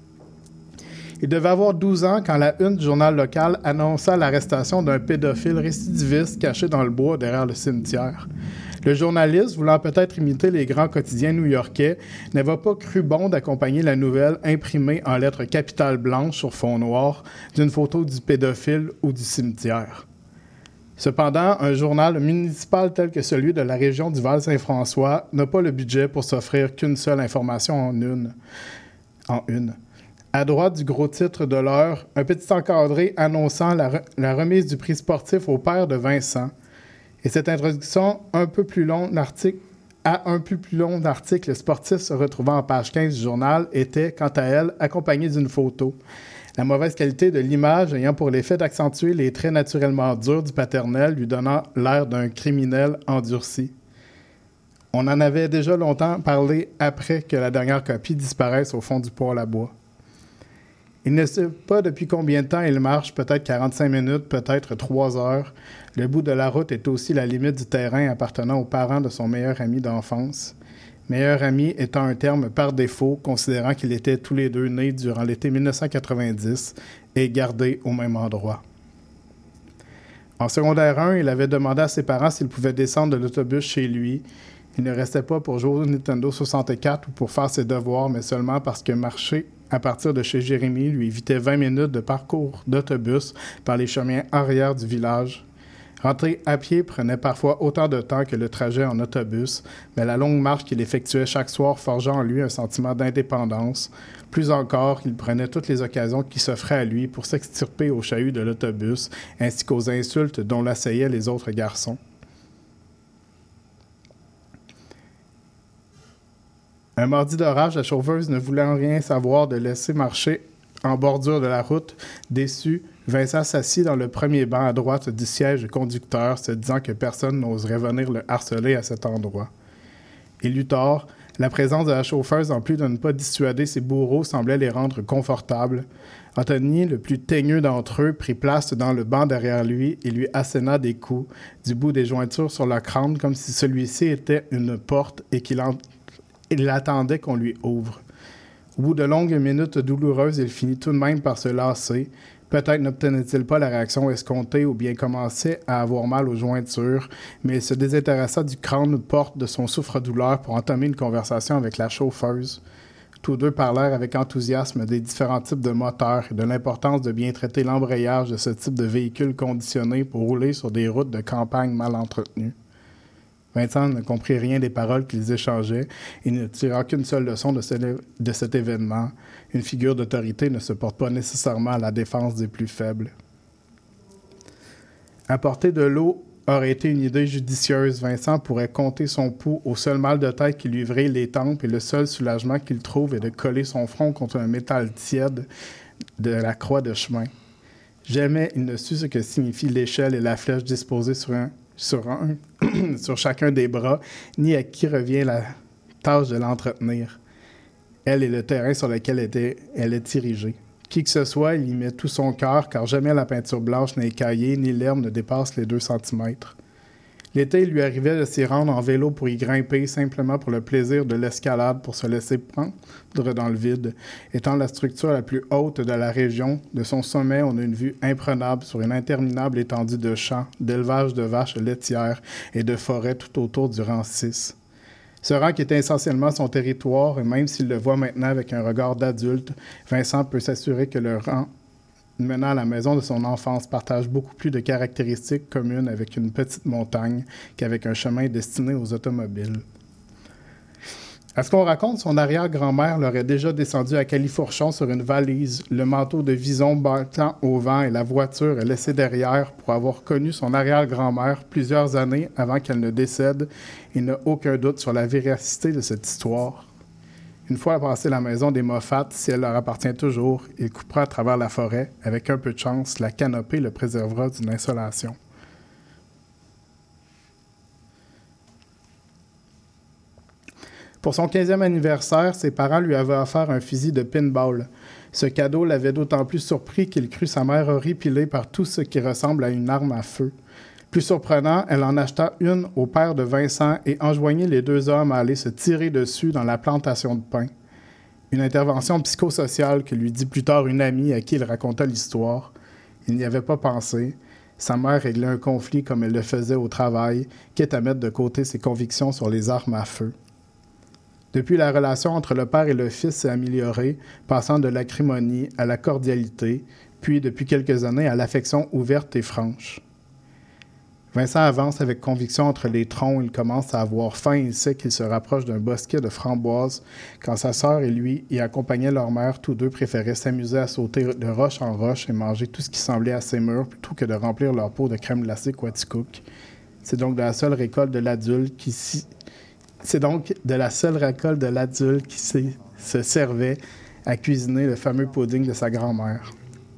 Il devait avoir douze ans quand la une du journal local annonça l'arrestation d'un pédophile récidiviste caché dans le bois derrière le cimetière. Le journaliste, voulant peut-être imiter les grands quotidiens new-yorkais, n'avait pas cru bon d'accompagner la nouvelle imprimée en lettres capitales blanches sur fond noir d'une photo du pédophile ou du cimetière. Cependant, un journal municipal tel que celui de la région du Val-Saint-François n'a pas le budget pour s'offrir qu'une seule information en une. En une. À droite du gros titre de l'heure, un petit encadré annonçant la, re- la remise du prix sportif au père de Vincent. Et cette introduction un peu plus longue d'article, à un peu plus long d'article sportif se retrouvant en page quinze du journal était, quant à elle, accompagnée d'une photo. La mauvaise qualité de l'image ayant pour l'effet d'accentuer les traits naturellement durs du paternel, lui donnant l'air d'un criminel endurci. On en avait déjà longtemps parlé après que la dernière copie disparaisse au fond du poêle à bois. Il ne sait pas depuis combien de temps il marche, peut-être quarante-cinq minutes, peut-être trois heures. Le bout de la route est aussi la limite du terrain appartenant aux parents de son meilleur ami d'enfance. Meilleur ami étant un terme par défaut, considérant qu'ils étaient tous les deux nés durant l'été dix-neuf cent quatre-vingt-dix et gardés au même endroit. En secondaire un, il avait demandé à ses parents s'ils pouvaient descendre de l'autobus chez lui. Il ne restait pas pour jouer au Nintendo soixante-quatre ou pour faire ses devoirs, mais seulement parce que marcher à partir de chez Jérémy lui évitait vingt minutes de parcours d'autobus par les chemins arrière du village. Rentrer à pied prenait parfois autant de temps que le trajet en autobus, mais la longue marche qu'il effectuait chaque soir forgeait en lui un sentiment d'indépendance. Plus encore, il prenait toutes les occasions qui s'offraient à lui pour s'extirper au chahut de l'autobus, ainsi qu'aux insultes dont l'assaillaient les autres garçons. Un mardi d'orage, la chauffeuse ne voulait en rien savoir de laisser marcher en bordure de la route. Déçu, Vincent s'assit dans le premier banc à droite du siège conducteur, se disant que personne n'oserait venir le harceler à cet endroit. Il eut tort. La présence de la chauffeuse, en plus de ne pas dissuader ses bourreaux, semblait les rendre confortables. Anthony, le plus teigneux d'entre eux, prit place dans le banc derrière lui et lui asséna des coups, du bout des jointures sur le crâne, comme si celui-ci était une porte et qu'il en... il attendait qu'on lui ouvre. Au bout de longues minutes douloureuses, il finit tout de même par se lasser. Peut-être n'obtenait-il pas la réaction escomptée ou bien commençait à avoir mal aux jointures, mais il se désintéressa du crâne porte de son souffre-douleur pour entamer une conversation avec la chauffeuse. Tous deux parlèrent avec enthousiasme des différents types de moteurs et de l'importance de bien traiter l'embrayage de ce type de véhicule conditionné pour rouler sur des routes de campagne mal entretenues. Vincent ne comprit rien des paroles qu'ils échangeaient et ne tira qu'une seule leçon de, ce, de cet événement. Une figure d'autorité ne se porte pas nécessairement à la défense des plus faibles. Apporter de l'eau aurait été une idée judicieuse. Vincent pourrait compter son pouls au seul mal de tête qui lui vrille les tempes et le seul soulagement qu'il trouve est de coller son front contre un métal tiède de la croix de chemin. Jamais il ne sut ce que signifient l'échelle et la flèche disposées sur un Sur, un, sur chacun des bras, ni à qui revient la tâche de l'entretenir. Elle est le terrain sur lequel était, elle est dirigée. Qui que ce soit, il y met tout son cœur, car jamais la peinture blanche n'est écaillée, ni l'herbe ne dépasse les deux centimètres. L'été, il lui arrivait de s'y rendre en vélo pour y grimper, simplement pour le plaisir de l'escalade, pour se laisser prendre dans le vide. Étant la structure la plus haute de la région, de son sommet, on a une vue imprenable sur une interminable étendue de champs, d'élevage de vaches laitières et de forêts tout autour du rang six. Ce rang qui était essentiellement son territoire, et même s'il le voit maintenant avec un regard d'adulte, Vincent peut s'assurer que le rang menant à la maison de son enfance partage beaucoup plus de caractéristiques communes avec une petite montagne qu'avec un chemin destiné aux automobiles. À ce qu'on raconte, son arrière-grand-mère l'aurait déjà descendu à Califourchon sur une valise, le manteau de vison battant au vent et la voiture laissée derrière pour avoir connu son arrière-grand-mère plusieurs années avant qu'elle ne décède. Il n'a aucun doute sur la véracité de cette histoire. Une fois passé la maison des Moffat, si elle leur appartient toujours, il coupera à travers la forêt. Avec un peu de chance, la canopée le préservera d'une insolation. Pour son quinzième anniversaire, ses parents lui avaient offert un fusil de pinball. Ce cadeau l'avait d'autant plus surpris qu'il crut sa mère horripilée par tout ce qui ressemble à une arme à feu. Plus surprenant, elle en acheta une au père de Vincent et enjoignit les deux hommes à aller se tirer dessus dans la plantation de pin. Une intervention psychosociale que lui dit plus tard une amie à qui il raconta l'histoire. Il n'y avait pas pensé. Sa mère réglait un conflit comme elle le faisait au travail, quitte à mettre de côté ses convictions sur les armes à feu. Depuis, la relation entre le père et le fils s'est améliorée, passant de l'acrimonie à la cordialité, puis depuis quelques années à l'affection ouverte et franche. Vincent avance avec conviction entre les troncs. Il commence à avoir faim et il sait qu'il se rapproche d'un bosquet de framboises. Quand sa sœur et lui y accompagnaient leur mère, tous deux préféraient s'amuser à sauter de roche en roche et manger tout ce qui semblait assez mûr plutôt que de remplir leur peau de crème glacée Quaticook. C'est donc de la seule récolte de l'adulte qui s'y... C'est donc de la seule récolte de l'adulte qui s'y... se servait à cuisiner le fameux pudding de sa grand-mère.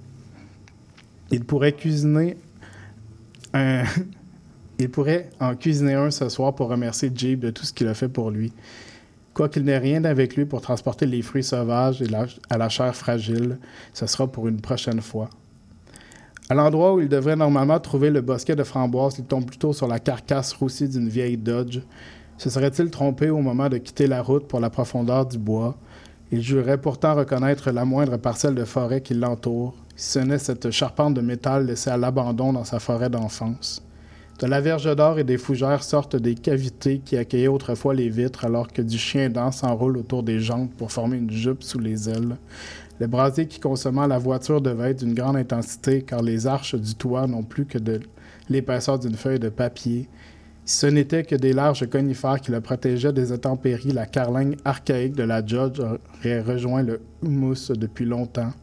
Il pourrait cuisiner un... Il pourrait en cuisiner un ce soir pour remercier Jeep de tout ce qu'il a fait pour lui. Quoiqu'il n'ait rien avec lui pour transporter les fruits sauvages et la, à la chair fragile, ce sera pour une prochaine fois. À l'endroit où il devrait normalement trouver le bosquet de framboises, il tombe plutôt sur la carcasse roussie d'une vieille Dodge. Se serait-il trompé au moment de quitter la route pour la profondeur du bois? Il jurait pourtant reconnaître la moindre parcelle de forêt qui l'entoure, si ce n'est cette charpente de métal laissée à l'abandon dans sa forêt d'enfance. De la verge d'or et des fougères sortent des cavités qui accueillaient autrefois les vitres alors que du chien-dent s'enroule autour des jantes pour former une jupe sous les ailes. Le brasier qui consommait la voiture devait être d'une grande intensité car les arches du toit n'ont plus que de l'épaisseur d'une feuille de papier. Si ce n'était que des larges conifères qui le protégeaient des intempéries, la carlingue archaïque de la Dodge aurait rejoint le houmous depuis longtemps.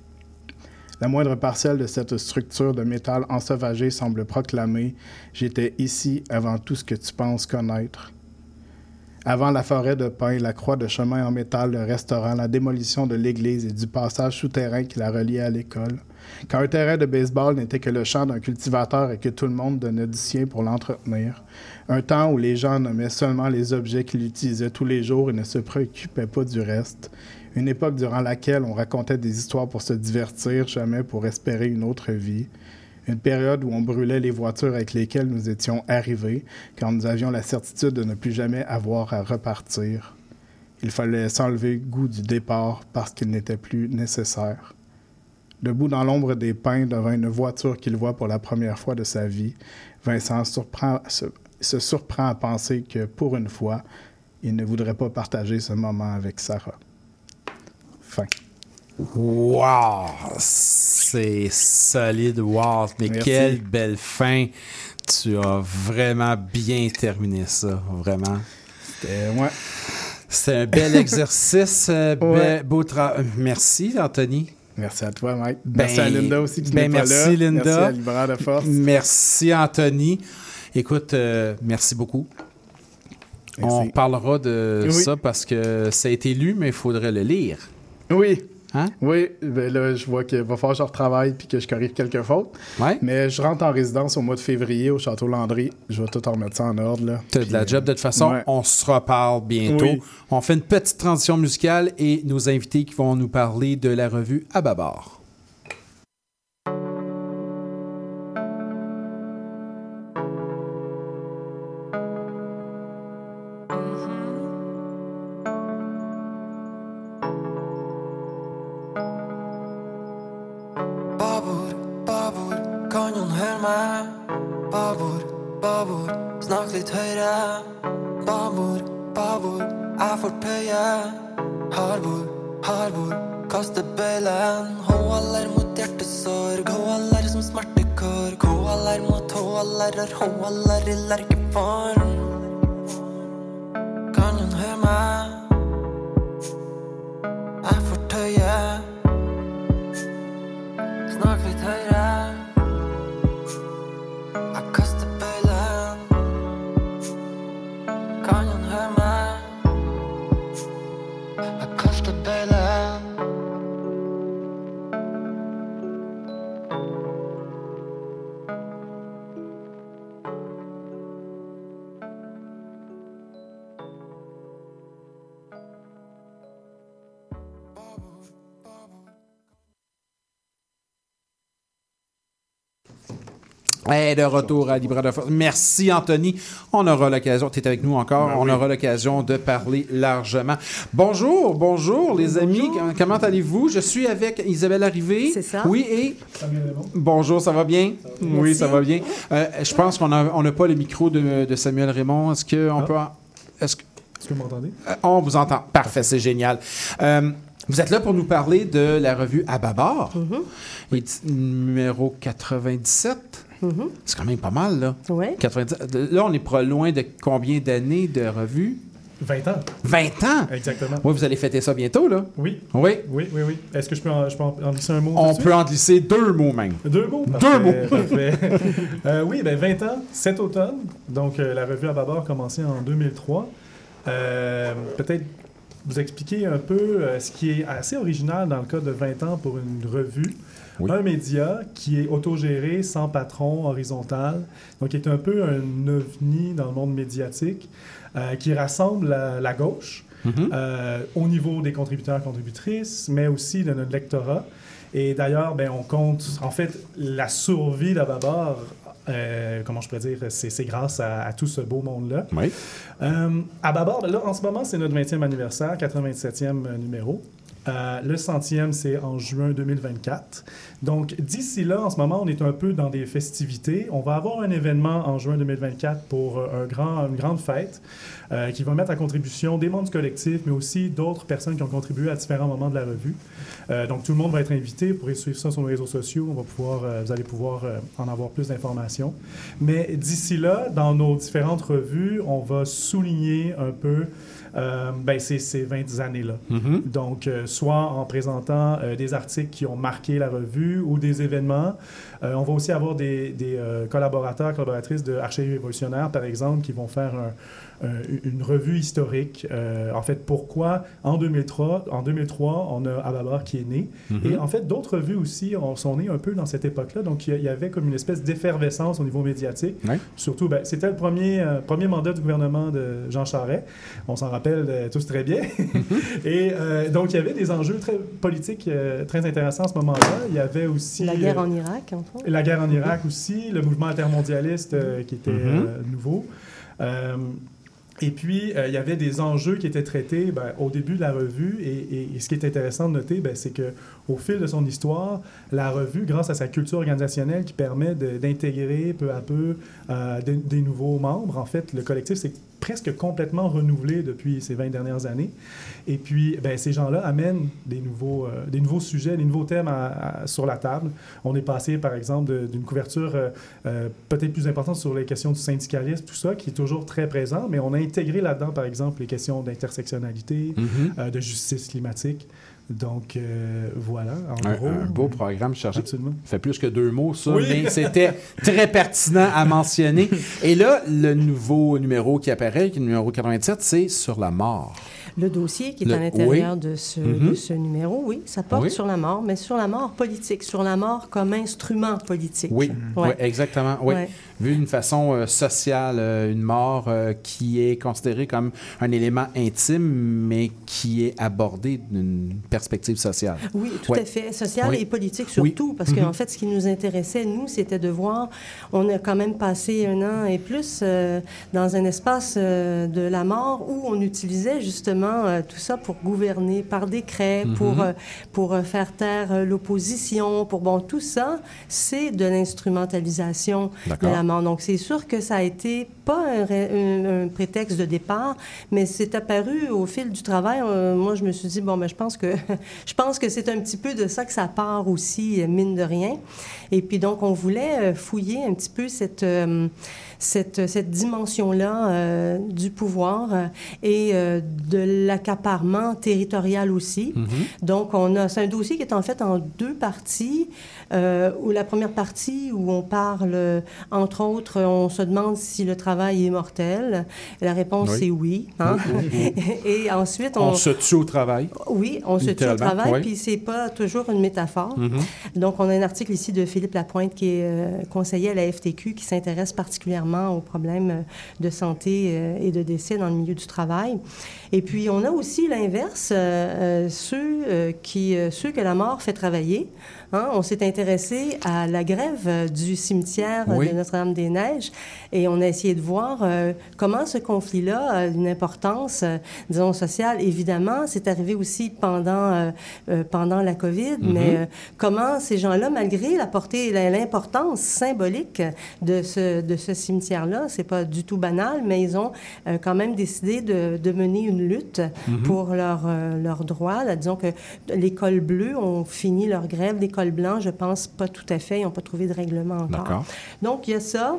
La moindre parcelle de cette structure de métal ensauvagé semble proclamer « J'étais ici avant tout ce que tu penses connaître ». Avant la forêt de pins, la croix de chemin en métal, le restaurant, la démolition de l'église et du passage souterrain qui la reliait à l'école. Quand un terrain de baseball n'était que le champ d'un cultivateur et que tout le monde donnait du sien pour l'entretenir. Un temps où les gens nommaient seulement les objets qu'ils utilisaient tous les jours et ne se préoccupaient pas du reste. Une époque durant laquelle on racontait des histoires pour se divertir, jamais pour espérer une autre vie. Une période où on brûlait les voitures avec lesquelles nous étions arrivés, quand nous avions la certitude de ne plus jamais avoir à repartir. Il fallait s'enlever le goût du départ parce qu'il n'était plus nécessaire. Debout dans l'ombre des pins devant une voiture qu'il voit pour la première fois de sa vie, Vincent surprend, se, se surprend à penser que, pour une fois, il ne voudrait pas partager ce moment avec Sarah. Fin. Wow! C'est solide, wow! Mais Merci. quelle belle fin! Tu as vraiment bien terminé ça, vraiment. C'était, ouais. C'était un bel exercice, euh, Ouais. be- beau travail. Merci, Anthony. Merci à toi, Mike. Ben, merci à Linda aussi qui ben n'est pas merci, là. Linda. Merci à Libraire de Force. Merci, Anthony. Écoute, euh, merci beaucoup. Merci. On parlera de Oui. ça parce que ça a été lu, mais il faudrait le lire. Oui. Hein? Oui, ben là, je vois qu'il va falloir que je retravaille puis que je corrige quelques fautes. Ouais. Mais je rentre en résidence au mois de février au Château Landry. Je vais tout remettre ça en ordre. Là. T'as de la Puis, job. De toute façon, ouais. on se reparle bientôt. Oui. On fait une petite transition musicale et nos invités qui vont nous parler de la revue À Babar. Babord, babord, kan noen høre meg? Babord, babord, snakk litt høyere. Babord, babord, jeg får tøye. Harbord, harbord, kaste bøylen. H L R mot hjertesorg, H L R som smertekår. K L R mot H L R, H L R i lerkeform. Kan noen høre meg? Jeg får tøye. Snakk litt høyere. Jeg kaster bøylen. Kan noen høre meg? Jeg kaster bøylen. Et de retour à Libre de Force. Merci, Anthony. On aura l'occasion, tu es avec nous encore, Ben on oui. aura l'occasion de parler largement. Bonjour, bonjour les amis, comment allez-vous? Je suis avec Isabelle Arrivé. C'est ça. Oui, et... Bonjour, ça va bien? Oui, Merci. ça va bien. Euh, je pense qu'on n'a on n'a pas le micro de, de Samuel Raymond. Est-ce qu'on peut... en- Est-ce que... Est-ce que vous m'entendez? Euh, on vous entend. Parfait, c'est génial. Euh, vous êtes là pour nous parler de la revue À Babar, Mm-hmm. Et- numéro quatre-vingt-dix-sept. Mhm. C'est quand même pas mal, là. Oui. quatre-vingt-dix Là, on est pas loin de combien d'années de revue? vingt ans. vingt ans? Exactement. Oui, vous allez fêter ça bientôt, là? Oui. Oui. Oui, oui, oui. Est-ce que je peux en, je peux en, en glisser un mot? tout On de suite? peut en glisser deux mots même. Deux mots? Deux Parfait, mots. Parfait. Euh, oui, ben vingt ans, cet automne. Donc, euh, la revue À Babar a commencé en deux mille trois. Euh, peut-être vous expliquer un peu euh, ce qui est assez original dans le cas de vingt ans pour une revue. Oui. Un média qui est autogéré, sans patron, horizontal, donc qui est un peu un ovni dans le monde médiatique, euh, qui rassemble la, la gauche Mhm. euh, au niveau des contributeurs, contributrices, mais aussi de notre lectorat. Et d'ailleurs, ben, on compte, en fait, la survie d'À Babar, euh, comment je pourrais dire, c'est, c'est grâce à, à tout ce beau monde-là. Oui. Euh, À Babar, ben là, en ce moment, c'est notre vingtième anniversaire, quatre-vingt-septième numéro. Euh, le centième, c'est en juin deux mille vingt-quatre. Donc, d'ici là, en ce moment, on est un peu dans des festivités. On va avoir un événement en juin deux mille vingt-quatre pour euh, un grand, une grande fête euh, qui va mettre à contribution des membres du collectif, mais aussi d'autres personnes qui ont contribué à différents moments de la revue. Euh, donc, tout le monde va être invité. Vous pourrez suivre ça sur nos réseaux sociaux. On va pouvoir, euh, vous allez pouvoir euh, en avoir plus d'informations. Mais d'ici là, dans nos différentes revues, on va souligner un peu euh, ben, ces, ces vingt années-là. Mhm. Donc, euh, soit en présentant euh, des articles qui ont marqué la revue ou des événements. Euh, on va aussi avoir des, des euh, collaborateurs, collaboratrices de Archives révolutionnaires, par exemple, qui vont faire un, euh, une revue historique. Euh, en fait, pourquoi en deux mille trois, en deux mille trois on a Ababar qui est né. Mm-hmm. Et en fait, d'autres revues aussi on, sont nées un peu dans cette époque-là. Donc, il y, y avait comme une espèce d'effervescence au niveau médiatique. Ouais. Surtout, ben, c'était le premier, euh, premier mandat du gouvernement de Jean Charest. On s'en rappelle euh, tous très bien. Et euh, donc, il y avait des enjeux très politiques euh, très intéressants à ce moment-là. Il y avait aussi... La guerre euh, en Irak, en fait. La guerre en Irak mm-hmm. aussi, le mouvement altermondialiste euh, qui était mm-hmm. euh, nouveau. Euh, Et puis, euh, il y avait des enjeux qui étaient traités ben, au début de la revue. Et, et, et ce qui est intéressant de noter, ben, c'est qu'au fil de son histoire, la revue, grâce à sa culture organisationnelle qui permet de, d'intégrer peu à peu euh, de, des nouveaux membres, en fait, le collectif s'est presque complètement renouvelé depuis ces vingt dernières années. Et puis, ben, ces gens-là amènent des nouveaux, euh, des nouveaux sujets, des nouveaux thèmes à, à, sur la table. On est passé, par exemple, de, d'une couverture euh, euh, peut-être plus importante sur les questions du syndicalisme, tout ça, qui est toujours très présent, mais on a intégré là-dedans, par exemple, les questions d'intersectionnalité, mm-hmm. euh, de justice climatique. Donc, euh, voilà, en un, gros. Un beau programme chargé. Absolument. Ça fait plus que deux mots, ça, oui. mais c'était très pertinent à mentionner. Et là, le nouveau numéro qui apparaît, qui est le numéro quatre-vingt-sept, c'est sur la mort. Le dossier qui est le, à l'intérieur oui. de, ce, mm-hmm. de ce numéro, oui, ça porte oui. sur la mort, mais sur la mort politique, sur la mort comme instrument politique. Oui, ouais. oui exactement. Oui. Ouais. Vu d'une façon euh, sociale, euh, une mort euh, qui est considérée comme un élément intime, mais qui est abordé d'une perspective sociale. Oui, tout ouais. à fait. Sociale oui. et politique surtout, oui. parce qu'en mm-hmm. fait, ce qui nous intéressait, nous, c'était de voir, on a quand même passé un an et plus euh, dans un espace euh, de la mort où on utilisait justement euh, tout ça pour gouverner par décret, mm-hmm. pour, euh, pour euh, faire taire euh, l'opposition, pour, bon, tout ça, c'est de l'instrumentalisation de la mort. Donc, c'est sûr que ça a été pas un, un, un prétexte de départ, mais c'est apparu au fil du travail. Euh, moi, je me suis dit, bon, ben, je pense que je pense que c'est un petit peu de ça que ça part aussi, mine de rien. Et puis, donc, on voulait fouiller un petit peu cette... Euh, Cette, cette dimension-là euh, du pouvoir euh, et euh, de l'accaparement territorial aussi. Mm-hmm. Donc, on a, c'est un dossier qui est en fait en deux parties. Euh, où la première partie, où on parle, entre autres, on se demande si le travail est mortel. La réponse, oui. c'est oui. Hein? Oui, oui, oui. Et ensuite, on... On se tue au travail. Oui, on se tue au travail, oui. puis c'est pas toujours une métaphore. Mm-hmm. Donc, on a un article ici de Philippe Lapointe, qui est euh, conseiller à la F T Q, qui s'intéresse particulièrement aux problèmes de santé euh, et de décès dans le milieu du travail. Et puis, on a aussi l'inverse, euh, ceux, euh, qui, euh, ceux que la mort fait travailler. Hein? On s'est intéressé à la grève du cimetière oui. de Notre-Dame-des-Neiges et on a essayé de voir euh, comment ce conflit-là a une importance, euh, disons, sociale. Évidemment, c'est arrivé aussi pendant, euh, euh, pendant la COVID, mm-hmm. mais euh, comment ces gens-là, malgré la portée, l'importance symbolique de ce, de ce cimetière-là, c'est pas du tout banal, mais ils ont euh, quand même décidé de, de mener une lutte mm-hmm. pour leurs euh, leur droits. Là, disons que les cols bleus ont fini leur grève, les cols blancs, je pense pas tout à fait, ils n'ont pas trouvé de règlement encore. D'accord. Donc, il y a ça.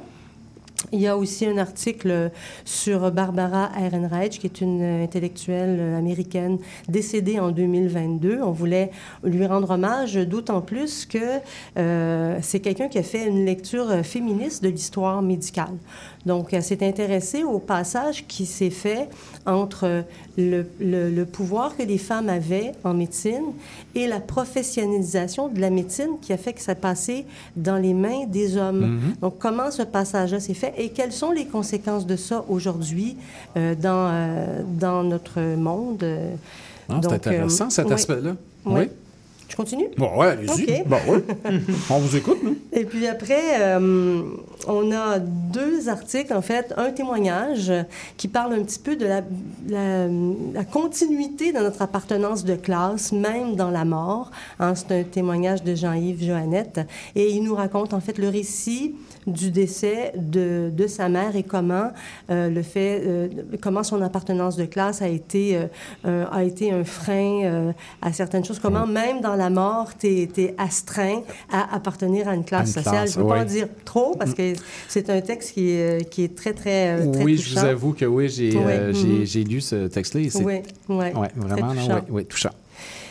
Il y a aussi un article sur Barbara Ehrenreich, qui est une intellectuelle américaine décédée en deux mille vingt-deux. On voulait lui rendre hommage, d'autant plus que euh, c'est quelqu'un qui a fait une lecture féministe de l'histoire médicale. Donc, elle s'est intéressée au passage qui s'est fait entre le, le, le pouvoir que les femmes avaient en médecine et la professionnalisation de la médecine qui a fait que ça passait dans les mains des hommes. Mm-hmm. Donc, comment ce passage-là s'est fait et quelles sont les conséquences de ça aujourd'hui euh, dans, euh, dans notre monde? Ah, c'est intéressant, euh, cet oui. aspect-là. Oui. oui. Je continue? Bon, ouais, allez-y. Okay. Bon, ouais. On vous écoute, nous. Et puis après, euh, on a deux articles, en fait. Un témoignage qui parle un petit peu de la, la, la continuité de notre appartenance de classe, même dans la mort. Hein, c'est un témoignage de Jean-Yves Johannette. Et il nous raconte, en fait, le récit du décès de, de sa mère et comment euh, le fait, euh, comment son appartenance de classe a été, euh, euh, a été un frein euh, à certaines choses. Comment mmh. même dans la mort, t'es, t'es astreint à appartenir à une classe à une sociale. Classe, je ne veux oui. pas en dire trop parce que c'est un texte qui est, qui est très, très, très oui, touchant. Je vous avoue que oui, j'ai, oui. euh, mmh. j'ai, j'ai lu ce texte-là et c'est oui, oui. ouais, vraiment non, oui, oui, touchant.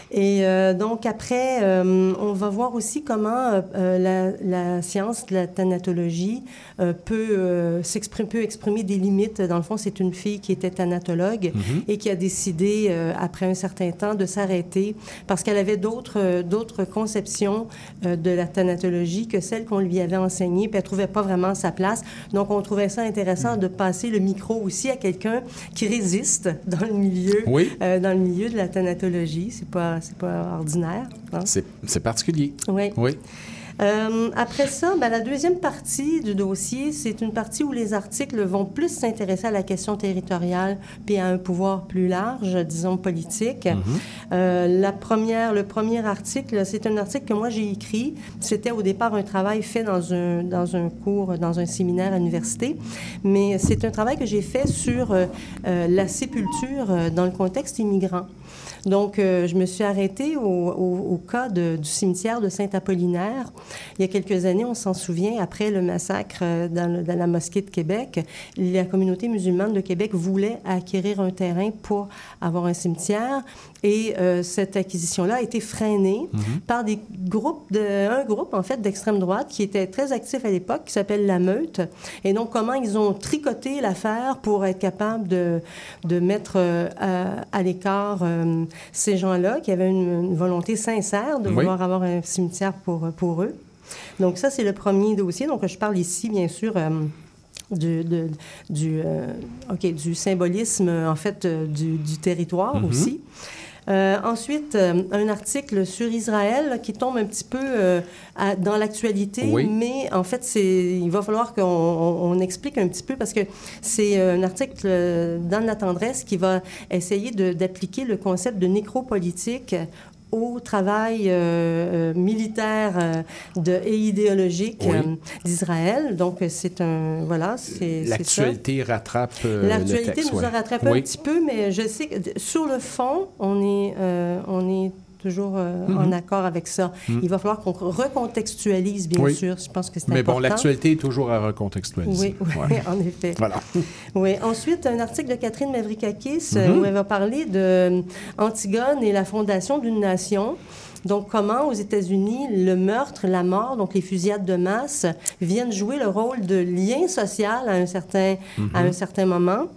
Et euh, donc, après, euh, on va voir aussi comment euh, la, la science de la thanatologie euh, peut, euh, s'exprimer, peut exprimer des limites. Dans le fond, c'est une fille qui était thanatologue mm-hmm. et qui a décidé, euh, après un certain temps, de s'arrêter parce qu'elle avait d'autres, euh, d'autres conceptions euh, de la thanatologie que celles qu'on lui avait enseignées, puis elle ne trouvait pas vraiment sa place. Donc, on trouvait ça intéressant mm-hmm. de passer le micro aussi à quelqu'un qui résiste dans le milieu, oui. euh, dans le milieu de la thanatologie. C'est pas C'est pas ordinaire. Hein? C'est, c'est particulier. Oui. Oui. Euh, après ça, ben, la deuxième partie du dossier, c'est une partie où les articles vont plus s'intéresser à la question territoriale puis à un pouvoir plus large, disons politique. Mm-hmm. Euh, la première, le premier article, c'est un article que moi j'ai écrit. C'était au départ un travail fait dans un, dans un cours, dans un séminaire à l'université, mais c'est un travail que j'ai fait sur euh, euh, la sépulture euh, dans le contexte immigrant. Donc, euh, je me suis arrêtée au, au, au cas de, du cimetière de Saint-Apollinaire. Il y a quelques années, on s'en souvient, après le massacre dans, le, dans la mosquée de Québec, la communauté musulmane de Québec voulait acquérir un terrain pour avoir un cimetière. Et euh, cette acquisition-là a été freinée mm-hmm. par des groupes de, un groupe, en fait, d'extrême droite qui était très actif à l'époque, qui s'appelle La Meute. Et donc, comment ils ont tricoté l'affaire pour être capables de, de mettre euh, à, à l'écart euh, ces gens-là qui avaient une, une volonté sincère de vouloir oui. avoir un cimetière pour, pour eux. Donc, ça, c'est le premier dossier. Donc, je parle ici, bien sûr... Euh, Du, de, du, euh, okay, du symbolisme, en fait, euh, du, du territoire mm-hmm. aussi. Euh, ensuite, euh, un article sur Israël là, qui tombe un petit peu euh, à, dans l'actualité, oui. mais en fait, c'est, il va falloir qu'on on, on explique un petit peu parce que c'est un article euh, d'Anne Latendresse qui va essayer de, d'appliquer le concept de nécropolitique au travail euh, militaire euh, de, et idéologique oui. euh, d'Israël. Donc, c'est un... Voilà, c'est L'actualité c'est ça. rattrape euh, L'actualité le texte, nous ouais. a rattrapé oui. un petit peu, mais je sais que sur le fond, on est, euh, on est toujours euh, mm-hmm. en accord avec ça. Mm-hmm. Il va falloir qu'on recontextualise, bien oui. sûr. Je pense que c'est Mais important. Mais bon, l'actualité est toujours à recontextualiser. Oui, oui ouais. en effet. Voilà. Oui. Ensuite, un article de Catherine Mavrikakis mm-hmm. où elle va parler de Antigone et la fondation d'une nation. Donc, comment, aux États-Unis, le meurtre, la mort, donc les fusillades de masse, viennent jouer le rôle de lien social à un certain, mm-hmm. à un certain moment.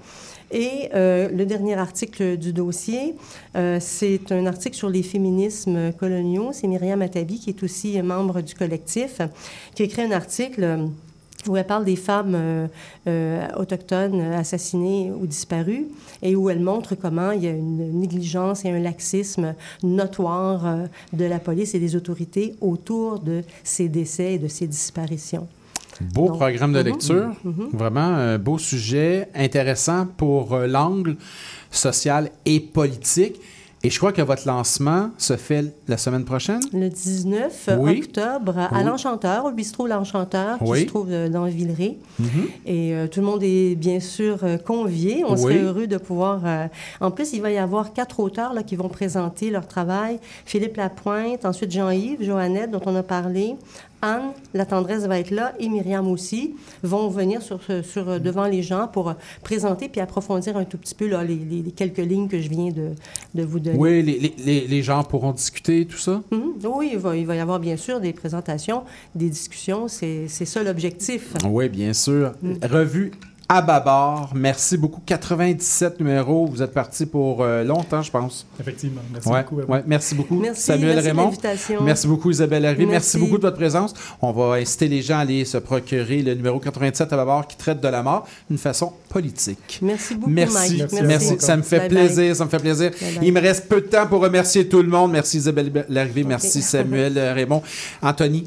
Et euh, le dernier article du dossier, euh, c'est un article sur les féminismes coloniaux. C'est Myriam Atabi, qui est aussi membre du collectif, qui a écrit un article où elle parle des femmes euh, euh, autochtones assassinées ou disparues et où elle montre comment il y a une négligence et un laxisme notoire euh, de la police et des autorités autour de ces décès et de ces disparitions. Beau Donc, programme de mm-hmm, lecture, mm-hmm. vraiment un beau sujet, intéressant pour euh, l'angle social et politique. Et je crois que votre lancement se fait la semaine prochaine? Le dix-neuf oui. octobre à oui. l'Enchanteur, au bistrot L'Enchanteur, oui. qui se trouve euh, dans Villeray. Mm-hmm. Et euh, tout le monde est bien sûr euh, convié. On oui. serait heureux de pouvoir... Euh... En plus, il va y avoir quatre auteurs là, qui vont présenter leur travail. Philippe Lapointe, ensuite Jean-Yves, Joannette, dont on a parlé, Anne Latendresse va être là et Myriam aussi vont venir sur, sur, devant les gens pour présenter puis approfondir un tout petit peu là, les, les, les quelques lignes que je viens de, de vous donner. Oui, les, les, les gens pourront discuter, tout ça? Mm-hmm. Oui, il va, il va y avoir bien sûr des présentations, des discussions. C'est, c'est ça l'objectif. Oui, bien sûr. Mm. Revue à bâbord. Merci beaucoup. quatre-vingt-dix-sept numéros. Vous êtes partis pour euh, longtemps, je pense. Effectivement. Merci ouais, beaucoup. Ouais, merci beaucoup, merci, Samuel merci Raymond. De merci beaucoup, Isabelle Hervé. Merci. merci beaucoup de votre présence. On va inciter les gens à aller se procurer le numéro quatre-vingt-dix-sept à bâbord qui traite de la mort d'une façon politique. Merci beaucoup, merci. Mike. Merci. merci. Ça me fait bye plaisir. Bye. Ça me fait plaisir. Bye bye. Il me reste peu de temps pour remercier tout le monde. Merci, Isabelle Hervé. Okay. Merci, Samuel Raymond. Anthony.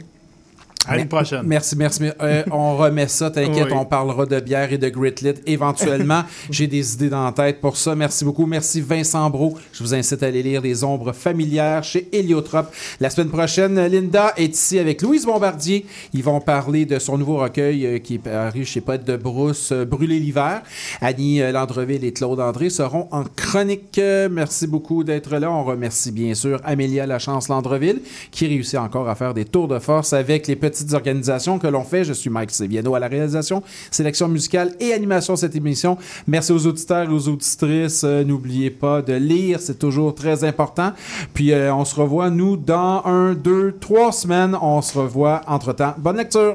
À l'année prochaine. Merci, merci. Euh, on remet ça, t'inquiète, oui. on parlera de bière et de Gritlit éventuellement. J'ai des idées dans la tête pour ça. Merci beaucoup. Merci Vincent Brault. Je vous incite à aller lire Les Ombres familières chez Héliotrope. La semaine prochaine, Linda est ici avec Louise Bombardier. Ils vont parler de son nouveau recueil euh, qui est paru chez Poète de Brousse, euh, Brûler l'hiver. Annie euh, Landreville et Claude André seront en chronique. Euh, merci beaucoup d'être là. On remercie bien sûr Amélia Lachance Landreville qui réussit encore à faire des tours de force avec les petits petites organisations que l'on fait. Je suis Mike Seviano à la réalisation, sélection musicale et animation de cette émission. Merci aux auditeurs et aux auditrices. Euh, n'oubliez pas de lire, c'est toujours très important. Puis euh, on se revoit, nous, dans un, deux, trois semaines. On se revoit entre-temps. Bonne lecture!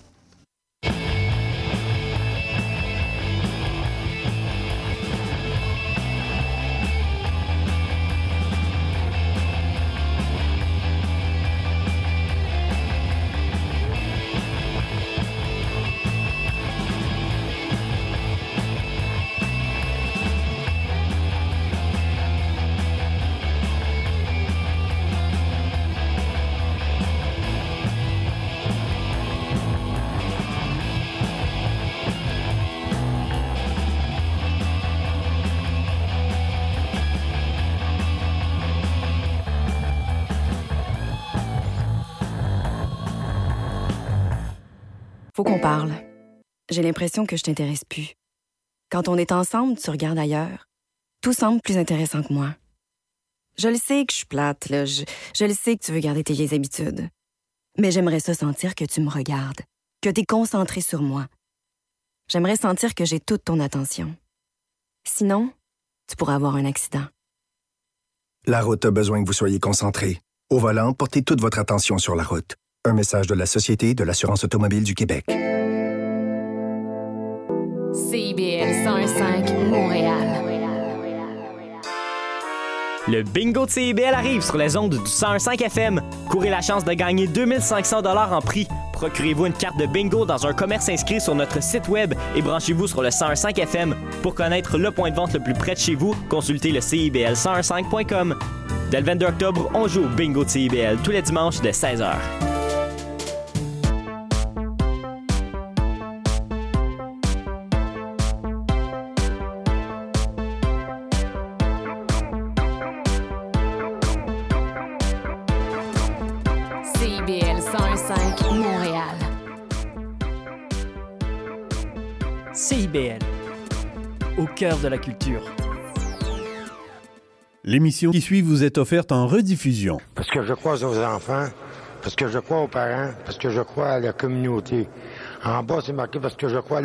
Faut qu'on parle. J'ai l'impression que je t'intéresse plus. Quand on est ensemble, tu regardes ailleurs. Tout semble plus intéressant que moi. Je le sais que je suis plate, là. Je, je le sais que tu veux garder tes vieilles habitudes. Mais j'aimerais ça sentir que tu me regardes, que t'es concentré sur moi. J'aimerais sentir que j'ai toute ton attention. Sinon, tu pourrais avoir un accident. La route a besoin que vous soyez concentré. Au volant, portez toute votre attention sur la route. Un message de la Société de l'assurance automobile du Québec. C I B L cent un virgule cinq Montréal. Le bingo de C I B L arrive sur les ondes du cent un virgule cinq F M. Courez la chance de gagner deux mille cinq cents dollars en prix. Procurez-vous une carte de bingo dans un commerce inscrit sur notre site web et branchez-vous sur le cent un virgule cinq F M. Pour connaître le point de vente le plus près de chez vous, consultez le C I B L cent un virgule cinq point com. Dès le vingt-deux octobre, on joue au bingo de C I B L tous les dimanches dès seize heures. C I B L cent un virgule cinq Montréal. C I B L, au cœur de la culture. L'émission qui suit vous est offerte en rediffusion. Parce que je crois aux enfants, parce que je crois aux parents, parce que je crois à la communauté. En bas, c'est marqué parce que je crois à